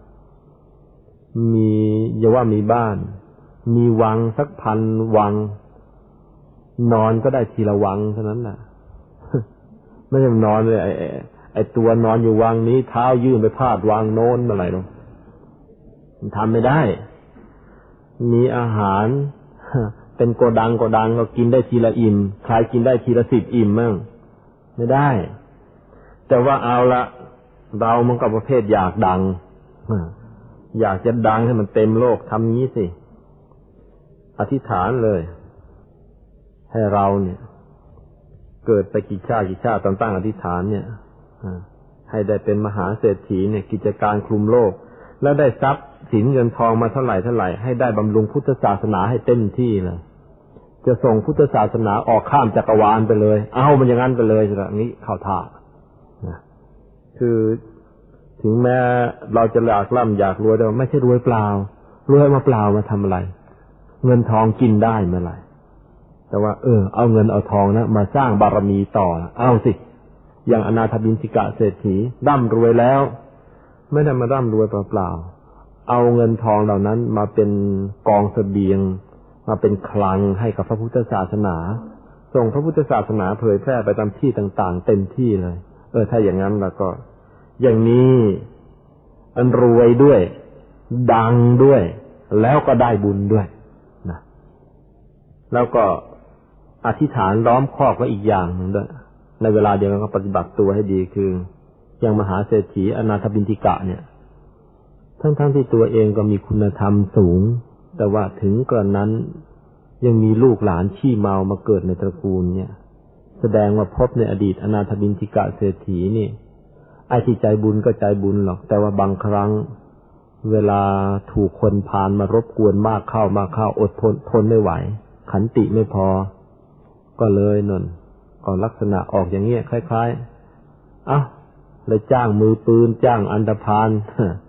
มีอย่าว่ามีบ้านมีวังสักพันวังนอนก็ได้ทีละวังเท่านั้นแหละไม่ใช่นอนเลยไอ้ไอ้ตัวนอนอยู่วังนี้เท้ายื่นไปพาดวังโน้นอะไรหรอกมันทำไม่ได้มีอาหารเป็นโกดังโกดังก็กินได้ทีละอิ่มใครกินได้ทีละสิบอิ่มมั่งไม่ได้แต่ว่าเอาละเรามันก็ประเภทอยากดังอยากจะดังให้มันเต็มโลกทำงี้สิอธิษฐานเลยให้เราเนี่ยเกิดไปกี่ชาติกี่ชาติตั้งอธิษฐานเนี่ยให้ได้เป็นมหาเศรษฐีเนี่ยกิจการคลุมโลกแล้วได้ทรัพย์สินเงินทองมาเท่าไหร่เท่าไหร่ให้ได้บำรุงพุทธศาสนาให้เต็มที่เลยจะส่งพุทธศาสนาออกข้ามจักรวาลไปเลยเอามันอย่างนั้นไปเลยอย่างนี้เข้าท่านะคือถึงแม้เราจะอยากร่ำอยากรวยแต่ไม่ใช่รวยเปล่ารวยมาเปล่ามาทำอะไรเงินทองกินได้เมื่อไหร่แต่ว่าเออเอาเงินเอาทองนะมาสร้างบารมีต่อเอาสิอย่างอนาถบิณฑิกะเศรษฐีร่ำรวยแล้วไม่ได้มาร่ำรวยเปล่าๆเอาเงินทองเหล่านั้นมาเป็นกองเสบียงมาเป็นคลังให้กับพระพุทธศาสนาส่งพระพุทธศาสนาเผยแพร่ไปตามที่ต่างๆเต็มที่เลยเออถ้าอย่างนั้นแล้วก็อย่างนี้อันรวยด้วยดังด้วยแล้วก็ได้บุญด้วยนะแล้วก็อธิษฐานล้อมคอกไว้อีกอย่างหนึ่งด้วยในเวลาเดียวกันก็ปฏิบัติตัวให้ดีคืออย่างมหาเศรษฐีอนาถบิณฑิกะเนี่ยทั้งๆที่ตัวเองก็มีคุณธรรมสูงแต่ว่าถึงกระนั้นยังมีลูกหลานขี้เมามาเกิดในตระกูลเนี่ยแสดงว่าพบในอดีตอนาถบิณฑิกะเศรษฐีนี่ไอ้ที่ใจบุญก็ใจบุญหรอกแต่ว่าบางครั้งเวลาถูกคนพาลมารบกวนมากเข้ามากเข้าอดทนทนไม่ไหวขันติไม่พอก็เลยนนก็ลักษณะออกอย่างเงี้ยคล้ายๆเอ้าเลยจ้างมือปืนจ้างอันธพาล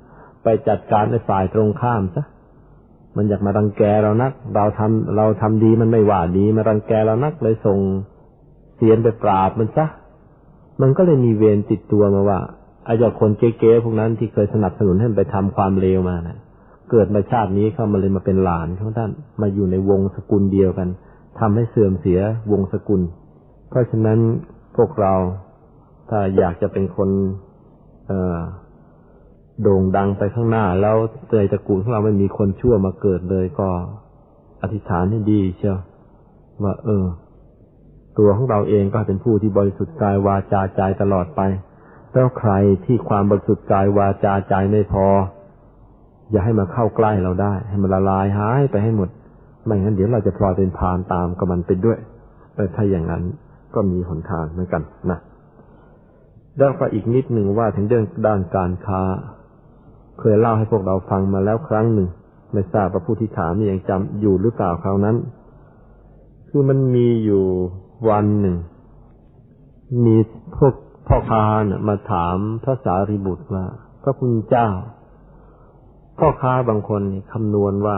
ไปจัดการในฝ่ายตรงข้ามซะมันอยากมารังแกเรานักเราทำเราทำดีมันไม่ว่าดีมารังแกเรานักเลยส่งเสียนไปปราบมันซะมันก็เลยมีเวรติดตัวมาว่าไอ้เจ้าคนเก๊ๆพวกนั้นที่เคยสนับสนุนให้มันไปทำความเลวมานะเกิดมาชาตินี้เข้ามาเลยมาเป็นหลานของท่านมาอยู่ในวงสกุลเดียวกันทำให้เสื่อมเสียวงสกุลเพราะฉะนั้นพวกเราถ้าอยากจะเป็นคนเอ่อโด่งดังไปข้างหน้าแล้วในตระกูลของเราไม่มีคนชั่วมาเกิดเลยก็อธิษฐานให้ดีเชียวว่าเออตัวของเราเองก็เป็นผู้ที่บริสุทธิ์กายวาจาใจตลอดไปแล้วใครที่ความบริสุทธิ์กายวาจาใจไม่พออย่าให้มาเข้าใกล้เราได้ให้มันละลายหายไปให้หมดไม่งั้นเดี๋ยวเราจะพลอยเป็นพรานตามกับมันไปด้วยเออถ้าอย่างนั้นก็มีหนทางเหมือนกันนะแล้วก็อีกนิดหนึ่งว่าถึงเรื่องด้านการค้าเคยเล่าให้พวกเราฟังมาแล้วครั้งหนึ่งไม่ทราบว่าผู้ที่ถามนี่ยังจำอยู่หรือเปล่าคราวนั้นคือมันมีอยู่วันหนึ่งมีพวกพ่อค้าเนี่ยมาถามพระสารีบุตรว่าพระพุทธเจ้าพ่อค้าบางคนคำนวณว่า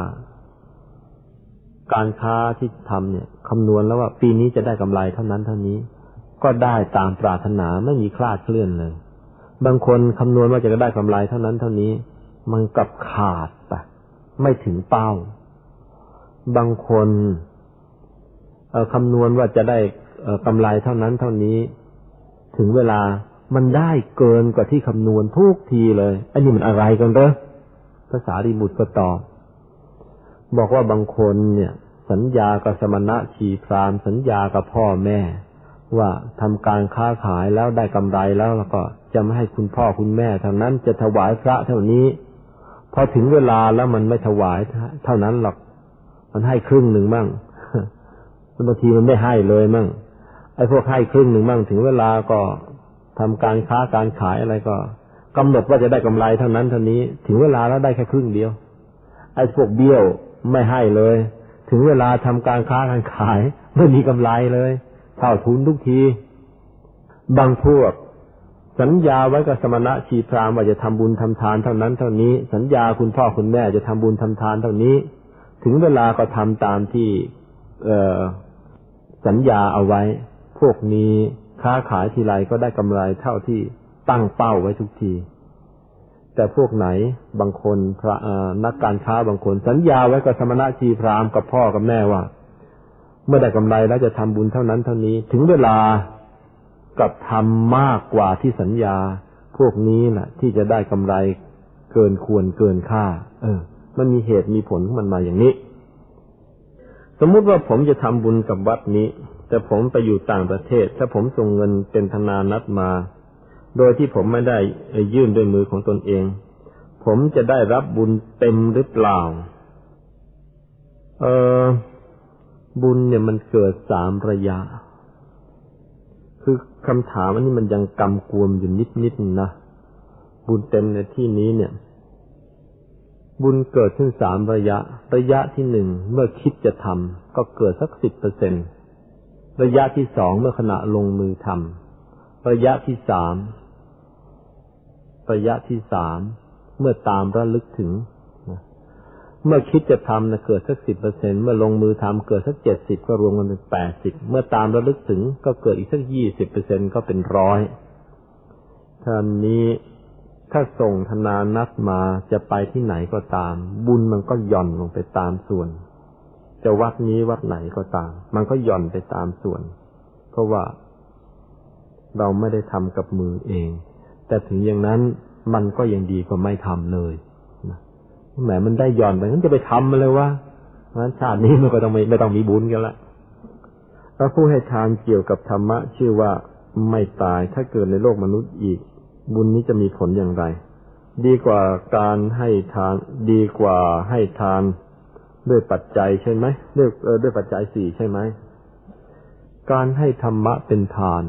การค้าที่ทำเนี่ยคำนวณแล้วว่าปีนี้จะได้กำไรเท่านั้นเท่านี้ก็ได้ตามปรารถนาไม่มีคลาดเคลื่อนเลยบางคนคำนวณว่าจะได้กำไรเท่านั้นเท่านี้มันกลับขาดไปไม่ถึงเป้าบางคนเอ่อคำนวณว่าจะได้เอ่อกำไรเท่านั้นเท่านี้ถึงเวลามันได้เกินกว่าที่คำนวณทุกทีเลยอันนี้มันอะไรกันเด้อพระสารีบุตรก็ตอบบอกว่าบางคนเนี่ยสัญญากับสมณะชีพราหมณ์สัญญากับพ่อแม่ว่าทำการค้าขายแล้วได้กำไรแล้วแล้วก็จะไม่ให้คุณพ่อคุณแม่เท่านั้นจะถวายพระเท่านี้พอถึงเวลาแล้วมันไม่ถวายเท่านั้นหรอกมันให้ครึ่งหนึ่งมั่งบางทีมันไม่ให้เลยมั่งไอ้พวกให้ครึ่งหนึ่งมั่งถึงเวลาก็ทำการค้าการขายอะไรก็กำหนดว่าจะได้กำไรเท่านั้นเท่านี้ถึงเวลาแล้วได้แค่ครึ่งเดียวไอ้พวกเบี้ยวไม่ให้เลยถึงเวลาทำการค้าการขายไม่มีกำไรเลยเท่าทุนทุกทีบางพวกสัญญาไว้กับสมณะชีพราหมณ์ว่าจะทำบุญทำทานเท่านั้นเท่านี้สัญญาคุณพ่อคุณแม่จะทำบุญทำทานเท่านี้ถึงเวลาก็ทำตามที่เอ่อสัญญาเอาไว้พวกนี้ค้าขายทีไรก็ได้กำไรเท่าที่ตั้งเป้าไว้ทุกทีแต่พวกไหนบางคนพระนักการค้าบางคนสัญญาไว้กับสมณะชีพราหมณ์กับพ่อกับแม่ว่าเมื่อได้กำไรแล้วจะทำบุญเท่านั้นเท่านี้ถึงเวลากับทำมากกว่าที่สัญญาพวกนี้แหละที่จะได้กำไรเกินควรเกินค่าเออมันมีเหตุมีผลของมันมาอย่างนี้สมมุติว่าผมจะทำบุญกับวัดนี้แต่ผมไปอยู่ต่างประเทศถ้าผมส่งเงินเป็นธนานัตมาโดยที่ผมไม่ได้ยื่นด้วยมือของตนเองผมจะได้รับบุญเต็มหรือเปล่าเออบุญเนี่ยมันเกิดสามระยะคือคำถามอันนี้มันยังกำกวมอยู่นิดๆนะบุญเต็มในที่นี้เนี่ยบุญเกิดขึ้นสามระยะระยะที่หนึ่งเมื่อคิดจะทำก็เกิดสักสิบเปอร์เซ็นต์ระยะที่สองเมื่อขณะลงมือทำระยะที่สามระยะที่สามเมื่อตามระลึกถึงเมื่อคิดจะทำนะเกิดสักสิบเปอร์เซ็นต์เมื่อลงมือทำเกิดสักเจ็ดสิบก็รวมกันเป็นแปดสิบเมื่อตามระลึกถึงก็เกิดอีกสักยี่สิบเปอร์เซ็นต์ก็เป็นร้อยท่านนี้ถ้าส่งธนานัตมาจะไปที่ไหนก็ตามบุญมันก็หย่อนลงไปตามส่วนจะวัดนี้วัดไหนก็ตามมันก็หย่อนไปตามส่วนเพราะว่าเราไม่ได้ทำกับมือเองแต่ถึงอย่างนั้นมันก็ยังดีกว่าไม่ทำเลยแหมมันได้หย่อนไปงั้นจะไปทำมันเลยวะงั้นชาตินี้มันก็ต้องไม่ไม่ต้องมีบุญกันละพระผู้ให้ทานเกี่ยวกับธรรมะชื่อว่าไม่ตายถ้าเกิดในโลกมนุษย์อีกบุญนี้จะมีผลอย่างไรดีกว่าการให้ทานดีกว่าให้ทานด้วยปัจจัยใช่ไหมด้วยเออด้วยปัจจัยสี่ใช่ไหมการให้ธรรมะเป็นทาน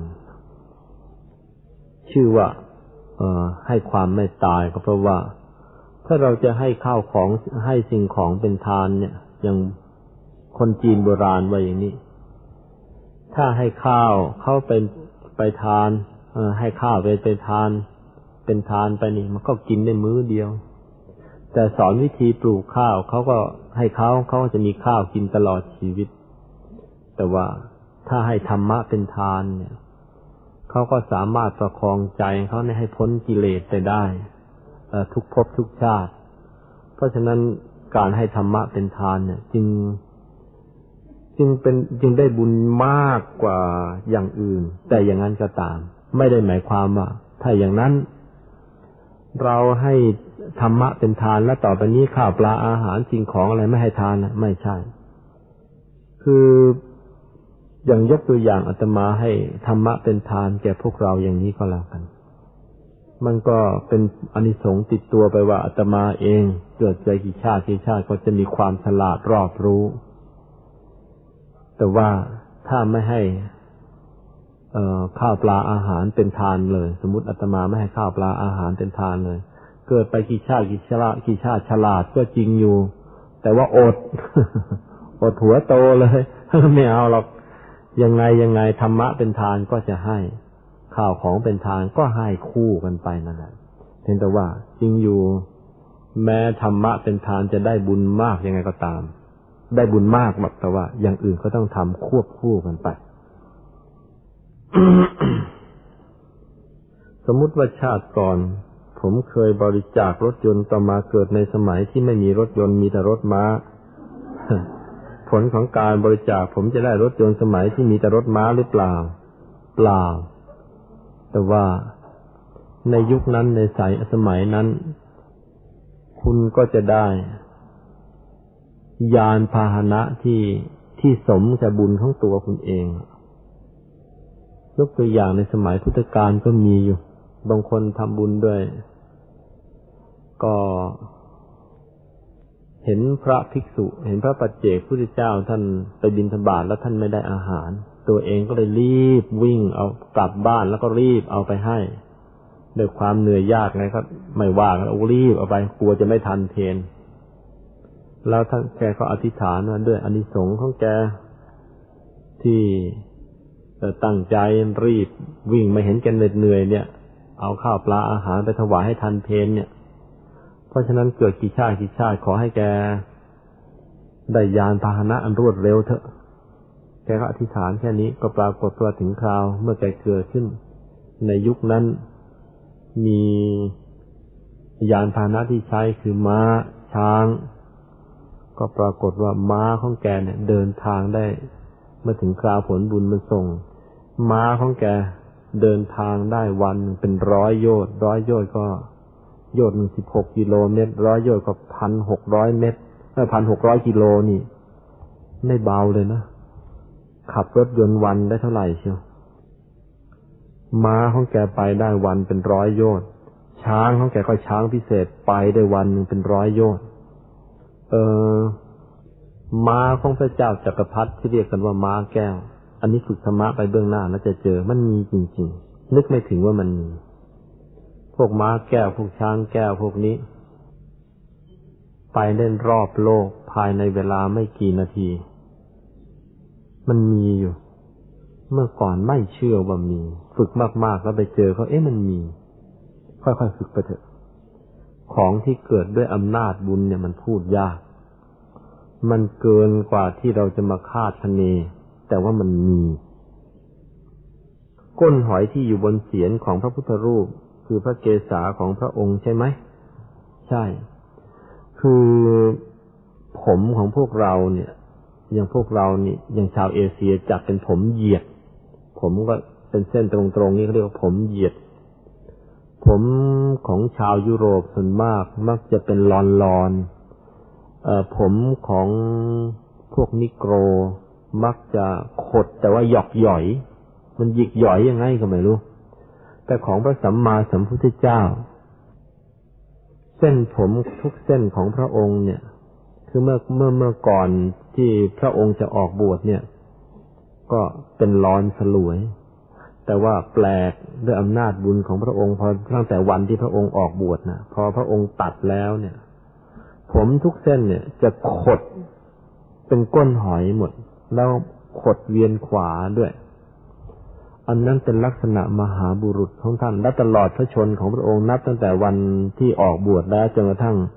ชื่อว่าเอ่อให้ความไม่ตายก็เพราะว่าถ้าเราจะให้ข้าวของให้สิ่งของเป็นทานเนี่ยอย่างคนจีนโบราณว่าอย่างนี้ถ้าให้ข้าวเขาเป็นไปทานเอ่อให้ข้าวไปไปทานเป็นทานไปนี่มันก็กินได้มื้อเดียวแต่สอนวิธีปลูกข้าวเขาก็ให้เขาเขาจะมีข้าวกินตลอดชีวิตแต่ว่าถ้าให้ธรรมะเป็นทานเนี่ยเขาก็สามารถประคองใจเขาให้พ้นกิเลสไปได้ทุกภพทุกชาติเพราะฉะนั้นการให้ธรรมะเป็นทานเนี่ยจึงจึงเป็นจึงได้บุญมากกว่าอย่างอื่นแต่อย่างนั้นก็ตามไม่ได้หมายความว่าถ้าอย่างนั้นเราให้ธรรมะเป็นทานแล้วต่อไปนี้ข้าวปลาอาหารสิ่งของอะไรไม่ให้ทานนะไม่ใช่คืออย่างยกตัวอย่างอาตมาให้ธรรมะเป็นทานแก่พวกเราอย่างนี้ก็แล้วกันมันก็เป็นอานิสงส์ติดตัวไปว่าอาตมาเองเกิดใจกี่ชาติกี่ชาติก็จะมีความฉลาดรอบรู้แต่ว่าถ้าไม่ให้เอ่อข้าวปลาอาหารเป็นทานเลยสมมุติอาตมาไม่ให้ข้าวปลาอาหารเป็นทานเลยเกิดไปกี่ชาติกี่ชาติกี่ชาติฉลาดก็จริงอยู่แต่ว่าอด อดหัวโตเลยไม่เอาหรอกยังไงยังไงธรรมะเป็นทานก็จะให้ข้าวของเป็นทานก็ให้คู่กันไปนั่นแหละเห็นแต่ว่าจริงอยู่แม้ธรรมะเป็นทานจะได้บุญมากยังไงก็ตามได้บุญมากแบบแต่ว่าอย่างอื่นก็ต้องทำควบคู่กันไป สมมุติว่าชาติก่อนผมเคยบริจาครถยนต์ต่อมาเกิดในสมัยที่ไม่มีรถยนต์มีแต่รถม้า ผลของการบริจาคผมจะได้รถยนต์สมัยที่มีแต่รถม้าหรือเปล่าเปล่าแต่ว่าในยุคนั้นในสายสมัยนั้นคุณก็จะได้ยานพาหนะที่ที่สมกับบุญของตัวคุณเองยกตัวอย่างในสมัยพุทธกาลก็มีอยู่บางคนทำบุญด้วยก็เห็นพระภิกษุเห็นพระปัจเจกพุทธเจ้าท่านไปบิณฑบาตแล้วท่านไม่ได้อาหารตัวเองก็เลยรีบวิ่งเอากลับบ้านแล้วก็รีบเอาไปให้ด้วยความเหนื่อยยากไงครับไม่ว่ากันเอารีบเอาไปกลัวจะไม่ทันเพลแล้วท่านแกก็อธิษฐานว่าด้วยอานิสงส์ของแกที่ตั้งใจรีบวิ่งไม่เห็นแกเหน็ดเหนื่อยเนี่ยเอาข้าวปลาอาหารไปถวายให้ทันเพลเนี่ยเพราะฉะนั้นเกิดกี่ชาติกี่ชาติขอให้แกได้ยานพาหนะอันรวดเร็วเถอะแกก็อธิษฐานแค่นี้ก็ปรากฏว่าถึงคราวเมื่อแกเกิดขึ้นในยุคนั้นมียานพาหนะที่ใช้คือม้าช้างก็ปรากฏว่าม้าของแกเนี่ยเดินทางได้เมื่อถึงคราวผลบุญมันส่งม้าของแกเดินทางได้วันเป็นร้อยโยชน์ร้อยโยชน์ก็โยชน์หนึ่งสิบหกกิโลเมตรร้อยโยชน์ก็พันหกร้อยเมตรเอ้ยพันหกร้อยกิโลนี่ไม่เบาเลยนะขับรถยนต์วันได้เท่าไหร่เชียวม้าของแกไปได้วันเป็นร้อยโยชน์ช้างของแกก็ช้างพิเศษไปได้วันนึงเป็นร้อยโยชน์เออม้าของพระเจ้าจักรพรรดิที่เรียกกันว่าม้าแก้วอันนี้ฝึกธรรมะไปเบื้องหน้าแล้วจะเจอมันมีจริงๆนึกไม่ถึงว่ามันมีพวกม้าแก้วพวกช้างแก้วพวกนี้ไปเล่นรอบโลกภายในเวลาไม่กี่นาทีมันมีอยู่เมื่อก่อนไม่เชื่อว่ามีฝึกมากๆแล้วไปเจอเขาเอ๊ะมันมีค่อยๆฝึกไปเถอะของที่เกิดด้วยอำนาจบุญเนี่ยมันพูดยากมันเกินกว่าที่เราจะมาคาดคะเนแต่ว่ามันมีก้นหอยที่อยู่บนเศียรของพระพุทธรูปคือพระเกศาของพระองค์ใช่ไหมใช่คือผมของพวกเราเนี่ยอย่างพวกเรานี่อย่างชาวเอเชียจัดเป็นผมเหยียดผมก็เป็นเส้นตรงๆนี่เขาเรียกว่าผมเหยียดผมของชาวยุโรปส่วนมากมักจะเป็นลอนๆเอ่อผมของพวกนิโกรมักจะขดแต่ว่าหยอกหย่อยมันหยิกหย่อยยังไงก็ไม่รู้แต่ของพระสัมมาสัมพุทธเจ้าเส้นผมทุกเส้นของพระองค์เนี่ยคือเมื่อเมื่อเมื่อก่อนที่พระองค์จะออกบวชเนี่ยก็เป็นลอนสลวยแต่ว่าแปลกด้วยอำนาจบุญของพระองค์พอตั้งแต่วันที่พระองค์ออกบวชนะพอพระองค์ตัดแล้วเนี่ยผมทุกเส้นเนี่ยจะขดเป็นก้นหอยหมดแล้วขดเวียนขวาด้วยอันนั้นเป็นลักษณะมหาบุรุษของท่านและตลอดพระชนของพระองค์นับตั้งแต่วันที่ออกบวชแล้วจนกระทั่ง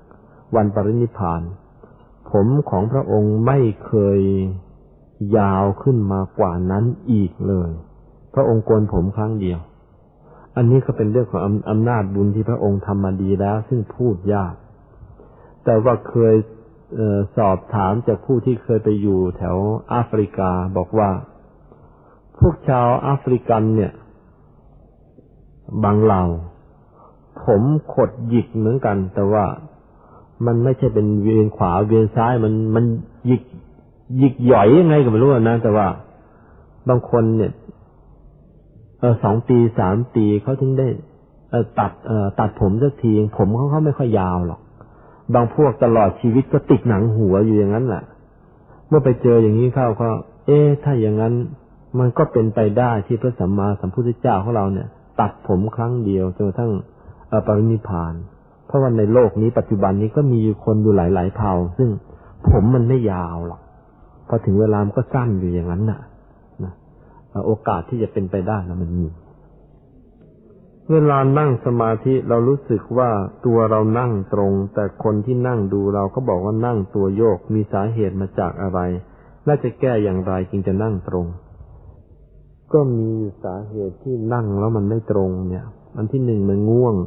วันปรินิพพานผมของพระองค์ไม่เคยยาวขึ้นมากว่านั้นอีกเลยพระองค์โกนผมครั้งเดียวอันนี้ก็เป็นเรื่องของอำนาจบุญที่พระองค์ทำมาดีแล้วซึ่งพูดยากแต่ว่าเคยเอ่อสอบถามจากผู้ที่เคยไปอยู่แถวแอฟริกาบอกว่าพวกชาวแอฟริกันเนี่ยบางเหล่าผมขดหยิกเหมือนกันแต่ว่ามันไม่ใช่เป็นเวียนขวาเวียนซ้ายมันมันหยิกหยิกหย่อยยังไงก็ไม่รู้นะแต่ว่าบางคนเนี่ยเออสองปีสามปีเขาถึงได้เออตัดเออตัดผมสักทีผมเขาเขาไม่ค่อยยาวหรอกบางพวกตลอดชีวิตก็ติดหนังหัวอยู่อย่างนั้นแหละเมื่อไปเจออย่างนี้เข้าก็เอ๊ะถ้าอย่างนั้นมันก็เป็นไปได้ที่พระสัมมาสัมพุทธเจ้าของเราเนี่ยตัดผมครั้งเดียวจนกระทั่งปรินิพพานเพราะว่าในโลกนี้ปัจจุบันนี้ก็มีคนอยู่หลายๆเผ่าซึ่งผมมันไม่ยาวหรอกพอถึงเวลามันก็สั้นอยู่อย่างนั้นน่ะนะโอกาสที่จะเป็นไปได้นะมันมีเวลานั่งสมาธิเรารู้สึกว่าตัวเรานั่งตรงแต่คนที่นั่งดูเราก็บอกว่านั่งตัวโยกมีสาเหตุมาจากอะไรน่าจะแก้อย่างไรจึงจะนั่งตรงก็มีสาเหตุที่นั่งแล้วมันไม่ตรงเนี่ยอันที่หนึ่งมันง่วง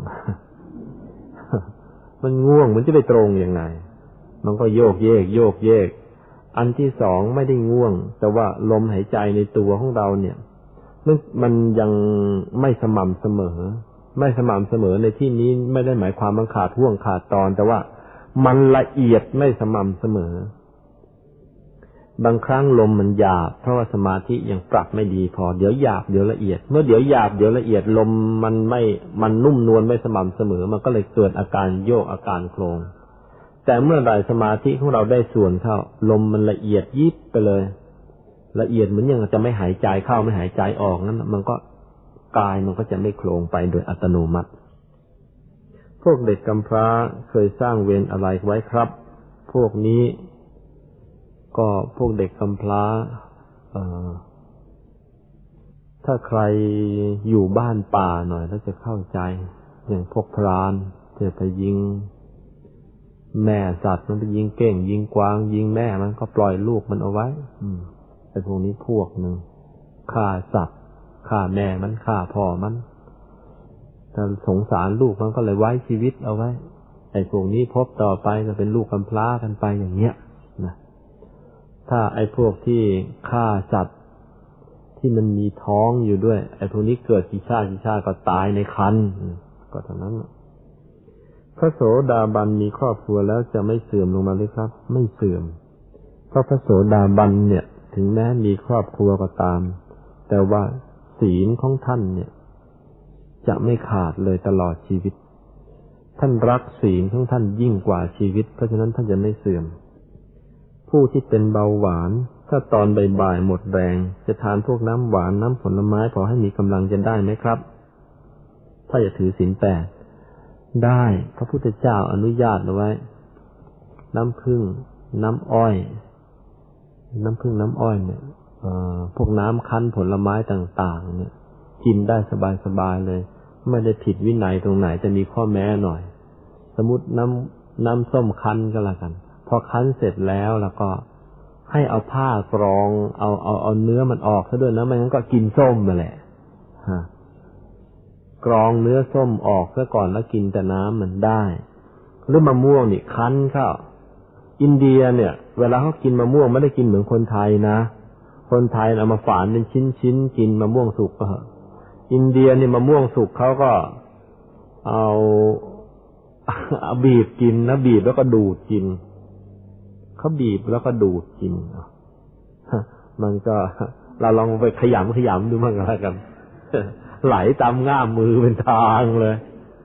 มันง่วงมันจะไปตรงยังไงมันก็โยกเยกโยกเยกอันที่สองไม่ได้ง่วงแต่ว่าลมหายใจในตัวของเราเนี่ยมันมันยังไม่สม่ำเสมอไม่สม่ำเสมอในที่นี้ไม่ได้หมายความมันขาดห่วงขาดตอนแต่ว่ามันละเอียดไม่สม่ำเสมอบางครั้งลมมันหยาบเพราะว่าสมาธิยังปรับไม่ดีพอเดี๋ยวหยาบเดี๋ยวละเอียดเมื่อเดี๋ยวหยาบเดี๋ยวละเอียดลมมันไม่มันนุ่มนวลไม่สม่ำเสมอมันก็เลยเกิดอาการโยกอาการโคลงแต่เมื่อใดสมาธิของเราได้ส่วนเข้าลมมันละเอียดยิบไปเลยละเอียดเหมือนอย่างจะไม่หายใจเข้าไม่หายใจออกนั้นมันก็กายมันก็จะไม่โคลงไปโดยอัตโนมัติพวกเด็กกำพร้าเคยสร้างเวรอะไรไว้ครับพวกนี้ก็พวกเด็กกำพร้าเอ่อถ้าใครอยู่บ้านป่าหน่อยแล้วจะเข้าใจอย่างพวกพรานจะไปยิงแม่สัตว์มันไปยิงเก้งยิงกวางยิงแม่มันก็ปล่อยลูกมันเอาไว้อืมไอ้พวกนี้พวกนึงฆ่าสัตว์ฆ่าแม่มันฆ่าพ่อมันแต่สงสารลูกมันก็เลยไว้ชีวิตเอาไว้ไอ้พวกนี้พบต่อไปก็เป็นลูกกำพร้ากันไปอย่างเงี้ยนะถ้าไอ้พวกที่ฆ่าสัตว์ที่มันมีท้องอยู่ด้วยไอ้พวกนี้เกิดกี่ชาติกี่ชาติก็ตายในครรภ์ก็เท่านั้นพระโสดาบันมีครอบครัวแล้วจะไม่เสื่อมลงมาเลยครับไม่เสื่อมเพราะพระโสดาบันเนี่ยถึงแม้มีครอบครัวก็ตามแต่ว่าศีลของท่านเนี่ยจะไม่ขาดเลยตลอดชีวิตท่านรักศีลของท่านยิ่งกว่าชีวิตเพราะฉะนั้นท่านจะไม่เสื่อมผู้ที่เป็นเบาหวานถ้าตอนบ่ายๆหมดแรงจะทานพวกน้ำหวานน้ำผลไม้พอให้มีกำลังจะได้ไหมครับถ้าจะถือศีลแปดได้พระพุทธเจ้าอนุญาตเอาไว้น้ำผึ้งน้ำอ้อยน้ำผึ้งน้ำอ้อยเนี่ยเอ่อพวกน้ำคั้นผลไม้ต่างๆเนี่ยกินได้สบายๆเลยไม่ได้ผิดวินัยตรงไหนจะมีข้อแม้หน่อยสมมุติน้ำน้ำส้มคั้นก็แล้วกันพอคั้นเสร็จแล้วแล้วก็ให้เอาผ้ากรองเอาเอาเอาเนื้อมันออกซะด้วยนะไม่งั้นก็กินส้มมาแหละฮะกรองเนื้อส้มออกซะก่อนแล้วกินแต่น้ำมันได้หรือมะม่วงนี่คั้นเข้าอินเดียเนี่ยเวลาเขากินมะม่วงไม่ได้กินเหมือนคนไทยนะคนไทยเอามาฝานเป็นชิ้นๆกินมะม่วงสุกก็อินเดียนี่มะม่วงสุกเขาก็เอาเอาบีบกินนะบีบแล้วก็ดูดกินเขาบีบแล้วก็ดูดกินมันก็เราลองไปขยำขยำดูมั่งก็แล้วกันไหลตามง่ามมือเป็นทางเลย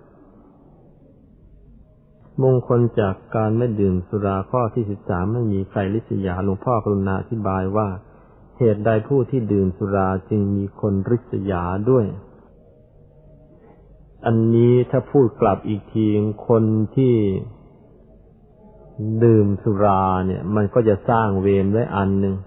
มงคลจากการไม่ดื่มสุราข้อที่สิบสามไม่มีใครริษยาหลวงพ่อกรุณาอธิบายว่าเหตุใดผู้ที่ดื่มสุราจึงมีคนริษยาด้วยอันนี้ถ้าพูดกลับอีกทีคนที่ดื่มสุราเนี่ยมันก็จะสร้างเวรไว้อันหนึ่ง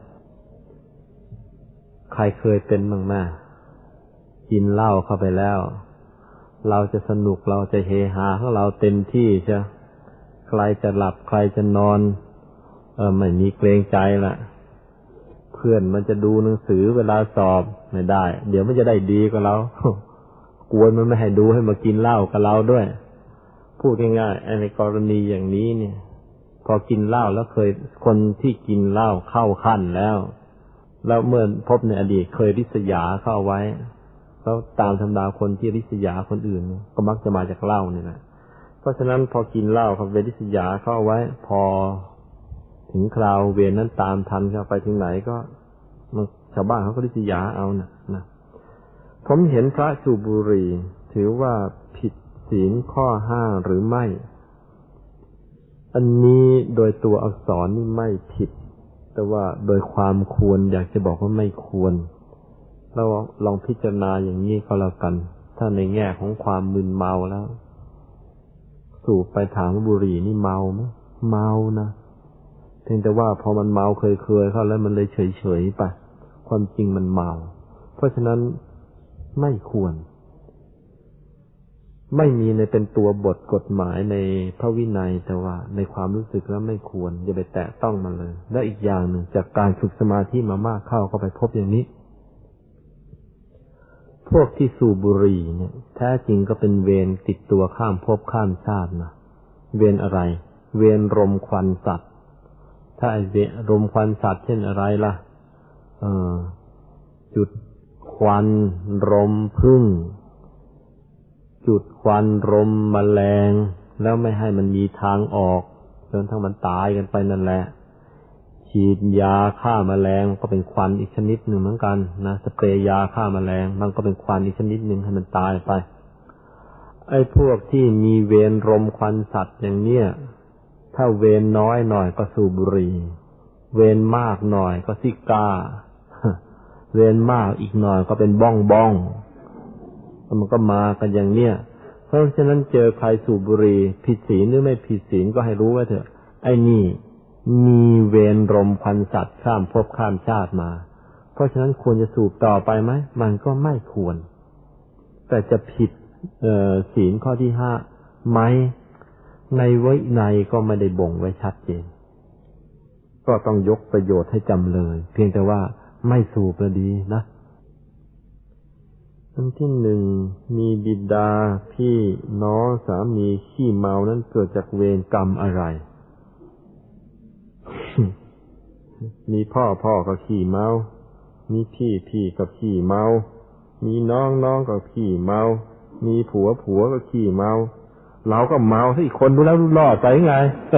ใครเคยเป็นบ้างไหมกินเหล้าเข้าไปแล้วเราจะสนุกเราจะเฮฮาของเราเต็มที่ใช่เครจะหลับใครจะนอนเออไม่มีเกรงใจละเพื่อนมันจะดูหนังสือเวลาสอบไม่ได้เดี๋ยวมันจะได้ดีกว่าเรากวนมันไม่ให้ดูให้มากินเหล้ากับเราด้วยพูดง่ายๆในกรณีอย่างนี้เนี่ยพอกินเหล้าแล้วเคยคนที่กินเหล้าเข้าขั้นแล้วแล้วเมื่อพบในอดีตเคยริษยาเข้าไว้แล้วตามธรรมดาคนที่ริษยาคนอื่นก็มักจะมาจากเหล้านี่แหละเพราะฉะนั้นพอกินเหล้าเขาไปริษยาเข้าไว้พอถึงคราวเวรนั้นตามทันเข้าไปถึงไหนก็ชาวบ้านเขาก็ริษยาเอานะนะผมเห็นพระสูบบุหรี่ถือว่าผิดศีลข้อห้าหรือไม่อันนี้โดยตัวอักษรนี่ไม่ผิดแต่ว่าโดยความควรอยากจะบอกว่าไม่ควรเราลองพิจารณาอย่างนี้ก็แล้วกันถ้าในแง่ของความมึนเมาแล้วสูบไปถามบุหรี่นี่เมาไหมเมานะเพียงแต่ว่าพอมันเมาเคยๆเข้าแล้วมันเลยเฉยๆไปความจริงมันเมาเพราะฉะนั้นไม่ควรไม่มีในเป็นตัวบทกฎหมายในพระวินัยแต่ว่าในความรู้สึกแล้วไม่ควรอย่าไปแตะต้องมันเลยและอีกอย่างหนึ่งจากการฝึกสมาธิมามากเข้าก็ไปพบอย่างนี้พวกที่สูบบุหรี่เนี่ยแท้จริงก็เป็นเวรติดตัวข้ามภพข้ามชาตินะเวรอะไรเวรรมควันสัตว์ถ้าไอ้เวรรมควันสัตว์เช่นอะไรล่ะเออจุดควันรมผึ้งจุดควันรมแมลงแล้วไม่ให้มันมีทางออกจนทั้งมันตายกันไปนั่นแหละฉีดยาฆ่าแมลงก็เป็นควันอีกชนิดหนึ่งเหมือนกันนะสเปรย์ยาฆ่าแมลงมันก็เป็นควันอีกชนิดหนึ่งให้มันตายไปไอ้พวกที่มีเวรรมควันสัตว์อย่างเนี้ยถ้าเวรน้อยหน่อยก็สูบบุหรี่เวรมากหน่อยก็ซิก้าเวรมากอีกหน่อยก็เป็นบ้องบ้องมันก็มากันอย่างเนี้ยเพราะฉะนั้นเจอใครสูบบุหรี่ผิดศีลหรือไม่ผิดศีลก็ให้รู้ไว้เถอะไอ้นี่มีเวรรมควันสัตว์ข้ามภพข้ามชาติมาเพราะฉะนั้นควรจะสูบต่อไปไหมมันก็ไม่ควรแต่จะผิดเอ่อศีลข้อที่ห้าไหมในวินัยก็ไม่ได้บ่งไว้ชัดเจนก็ต้องยกประโยชน์ให้จำเลยเพียงแต่ว่าไม่สูบก็ดีนะอันที่หนึ่งมีบิดาพี่น้องสามีขี้เมานั้นเกิดจากเวรกรรมอะไร มีพ่อพ่อก็ขี้เมามีพี่พี่ก็ขี้เมามีน้องน้องก็ขี้เมามีผัวผัวก็ขี้เมาเราก็เมาสิคนดูแล้วรอดไปไง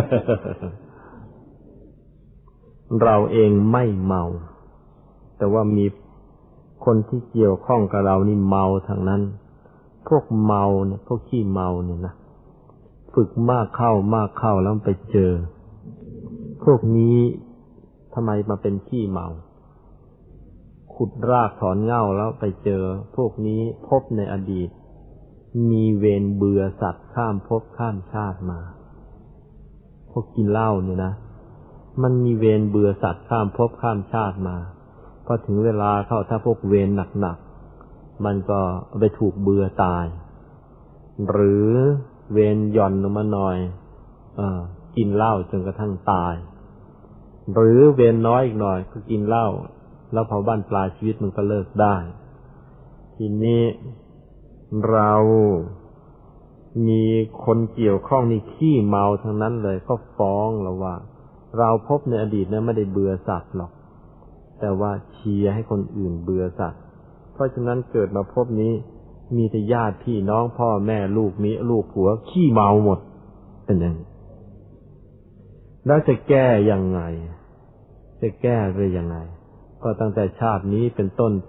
เราเองไม่เมาแต่ว่ามีคนที่เกี่ยวข้องกับเรานี่เมาทางนั้นพวกเมาเนี่ยพวกขี้เมาเนี่ยนะฝึกมากเข้ามากเข้าแล้วไปเจอพวกนี้ทำไมมาเป็นขี้เมาขุดรากถอนเหง้าแล้วไปเจอพวกนี้พบในอดีตมีเวรเบื่อสัตว์ข้ามภพข้ามชาติมาพวกกินเหล้าเนี่ยนะมันมีเวรเบื่อสัตว์ข้ามภพข้ามชาติมาพอถึงเวลาเข้าถ้าพวกเวรหนักๆมันก็ไปถูกเบื่อตายหรือเวรหย่อนลงมาหน่อยเอ่อกินเหล้าจนกระทั่งตายหรือเวรน้อยอีกหน่อยก็กินเหล้าแล้วพอบ้านปลายชีวิตมันก็เลิกได้ทีนี้เรามีคนเกี่ยวข้องนี่ขี้เมาทั้งนั้นเลยก็ฟ้องเราว่าเราพบในอดีตนั้นไม่ได้เบื่อสัตว์หรอกแต่ว่าเชียร์ให้คนอื่นเบื่อสัตว์เพราะฉะนั้นเกิดมาพบนี้มีแต่ญาติพี่น้องพ่อแม่ลูกมีลูกผัวขี้เมาหมดเป็นอย่างนี้แล้วจะแก้ยังไงจะแก้ไปยังไงก็ตั้งแต่ชาตินี้เป็นต้นไป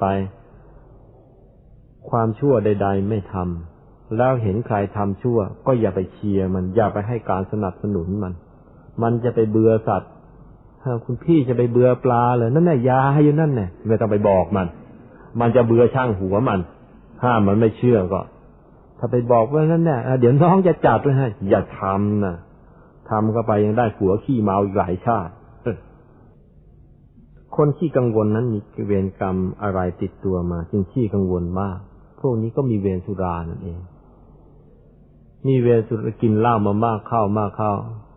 ความชั่วใดๆไม่ทำแล้วเห็นใครทำชั่วก็อย่าไปเชียร์มันอย่าไปให้การสนับสนุนมันมันจะไปเบื่อสัตว์ถ้าคุณพี่จะไปเบื่อปลาเลยนั่นแหละยาให้อยู่นั่นแหละไม่ต้องไปบอกมันมันจะเบื่อช่างหัวมันถ้ามันไม่เชื่อก็ถ้าไปบอกว่านั่นแหละเดี๋ยวน้องจะจัดไว้ให้อย่าทำนะทำเข้าไปยังได้ผัวขี้เมาอีกหลายชาติคนขี้กังวลนั้นมีเวรกรรมอะไรติดตัวมาจึงขี้กังวลมากพวกนี้ก็มีเวรสุรานั่นเองมีเวรสุรากินเหล้ามามากเข้ามากเข้า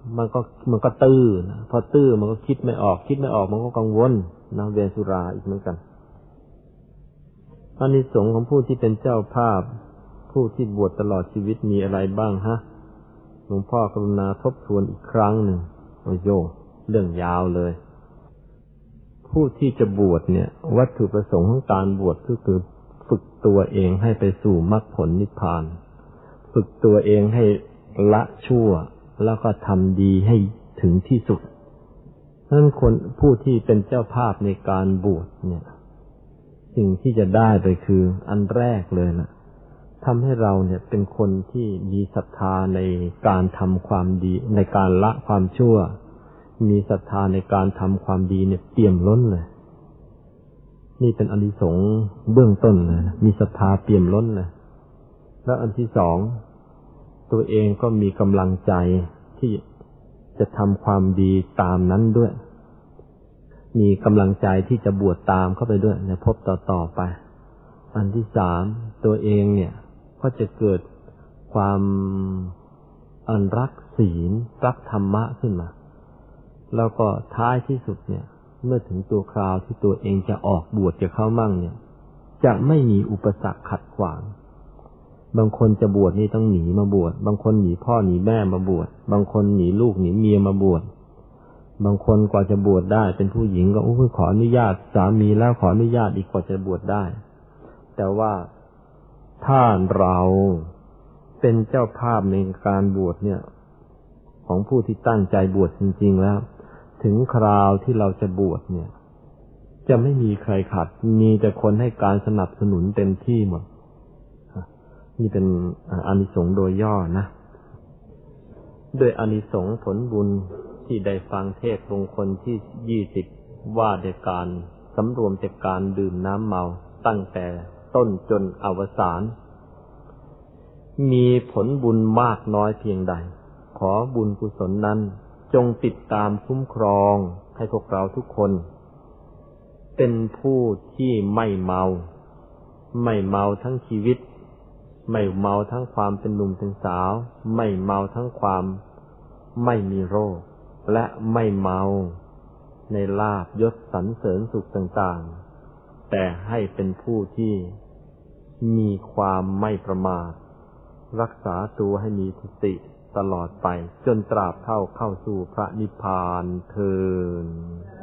มันก็มันก็ตื้อนะพอตื้อมันก็คิดไม่ออกคิดไม่ออกมันก็กังวลนะเวียนสุราอีกเหมือนกันอานิสงส์ของผู้ที่เป็นเจ้าภาพผู้ที่บวชตลอดชีวิตมีอะไรบ้างฮะหลวงพ่อกรุณาทบทวนอีกครั้งหนึ่งโอ้โยเรื่องยาวเลยผู้ที่จะบวชเนี่ยวัตถุประสงค์ของการบวชก็คือฝึกตัวเองให้ไปสู่มรรคผลนิพพานฝึกตัวเองให้ละชั่วแล้วก็ทำดีให้ถึงที่สุดฉะนั้นคนผู้ที่เป็นเจ้าภาพในการบวชเนี่ยสิ่งที่จะได้ไปคืออันแรกเลยนะทำให้เราเนี่ยเป็นคนที่มีศรัทธาในการทำความดีในการละความชั่วมีศรัทธาในการทำความดีเนี่ยเปี่ยมล้นเลยนี่เป็นอานิสงส์เบื้องต้นเลยนะมีศรัทธาเปี่ยมล้นเลยแล้วอันที่สองตัวเองก็มีกำลังใจที่จะทำความดีตามนั้นด้วยมีกำลังใจที่จะบวชตามเข้าไปด้วยในภพต่อๆไปอันที่สามตัวเองเนี่ยก็จะเกิดความอันรักศีลรักธรรมะขึ้นมาแล้วก็ท้ายที่สุดเนี่ยเมื่อถึงตัวคราวที่ตัวเองจะออกบวชจะเข้ามั่งเนี่ยจะไม่มีอุปสรรคขัดขวางบางคนจะบวชนี่ต้องหนีมาบวชบางคนหนีพ่อหนีแม่มาบวชบางคนหนีลูกหนีเมียมาบวชบางคนกว่าจะบวชได้เป็นผู้หญิงก็อุ้ยขออนุญาตสามีแล้วขออนุญาตอีกกว่าจะบวชได้แต่ว่าถ้าเราเป็นเจ้าภาพในการบวชเนี่ยของผู้ที่ตั้งใจบวชจริงๆแล้วถึงคราวที่เราจะบวชเนี่ยจะไม่มีใครขัดมีแต่คนให้การสนับสนุนเต็มที่หมดนี่เป็นอานิสงส์โดยย่อนะโดยอานิสงส์ผลบุญที่ได้ฟังเทศน์มงคลที่ยี่สิบว่าด้วยการสำรวมจากการดื่มน้ำเมาตั้งแต่ต้นจนอวสานมีผลบุญมากน้อยเพียงใดขอบุญกุศลนั้นจงติดตามคุ้มครองให้พวกเราทุกคนเป็นผู้ที่ไม่เมาไม่เมาทั้งชีวิตไม่เมาทั้งความเป็นหนุ่มเป็นสาวไม่เมาทั้งความไม่มีโรคและไม่เมาในลาภยศสรรเสริญสุขต่างๆแต่ให้เป็นผู้ที่มีความไม่ประมาทรักษาตัวให้มีสติตลอดไปจนตราบเท่าเข้าสู่พระนิพพานเทอญ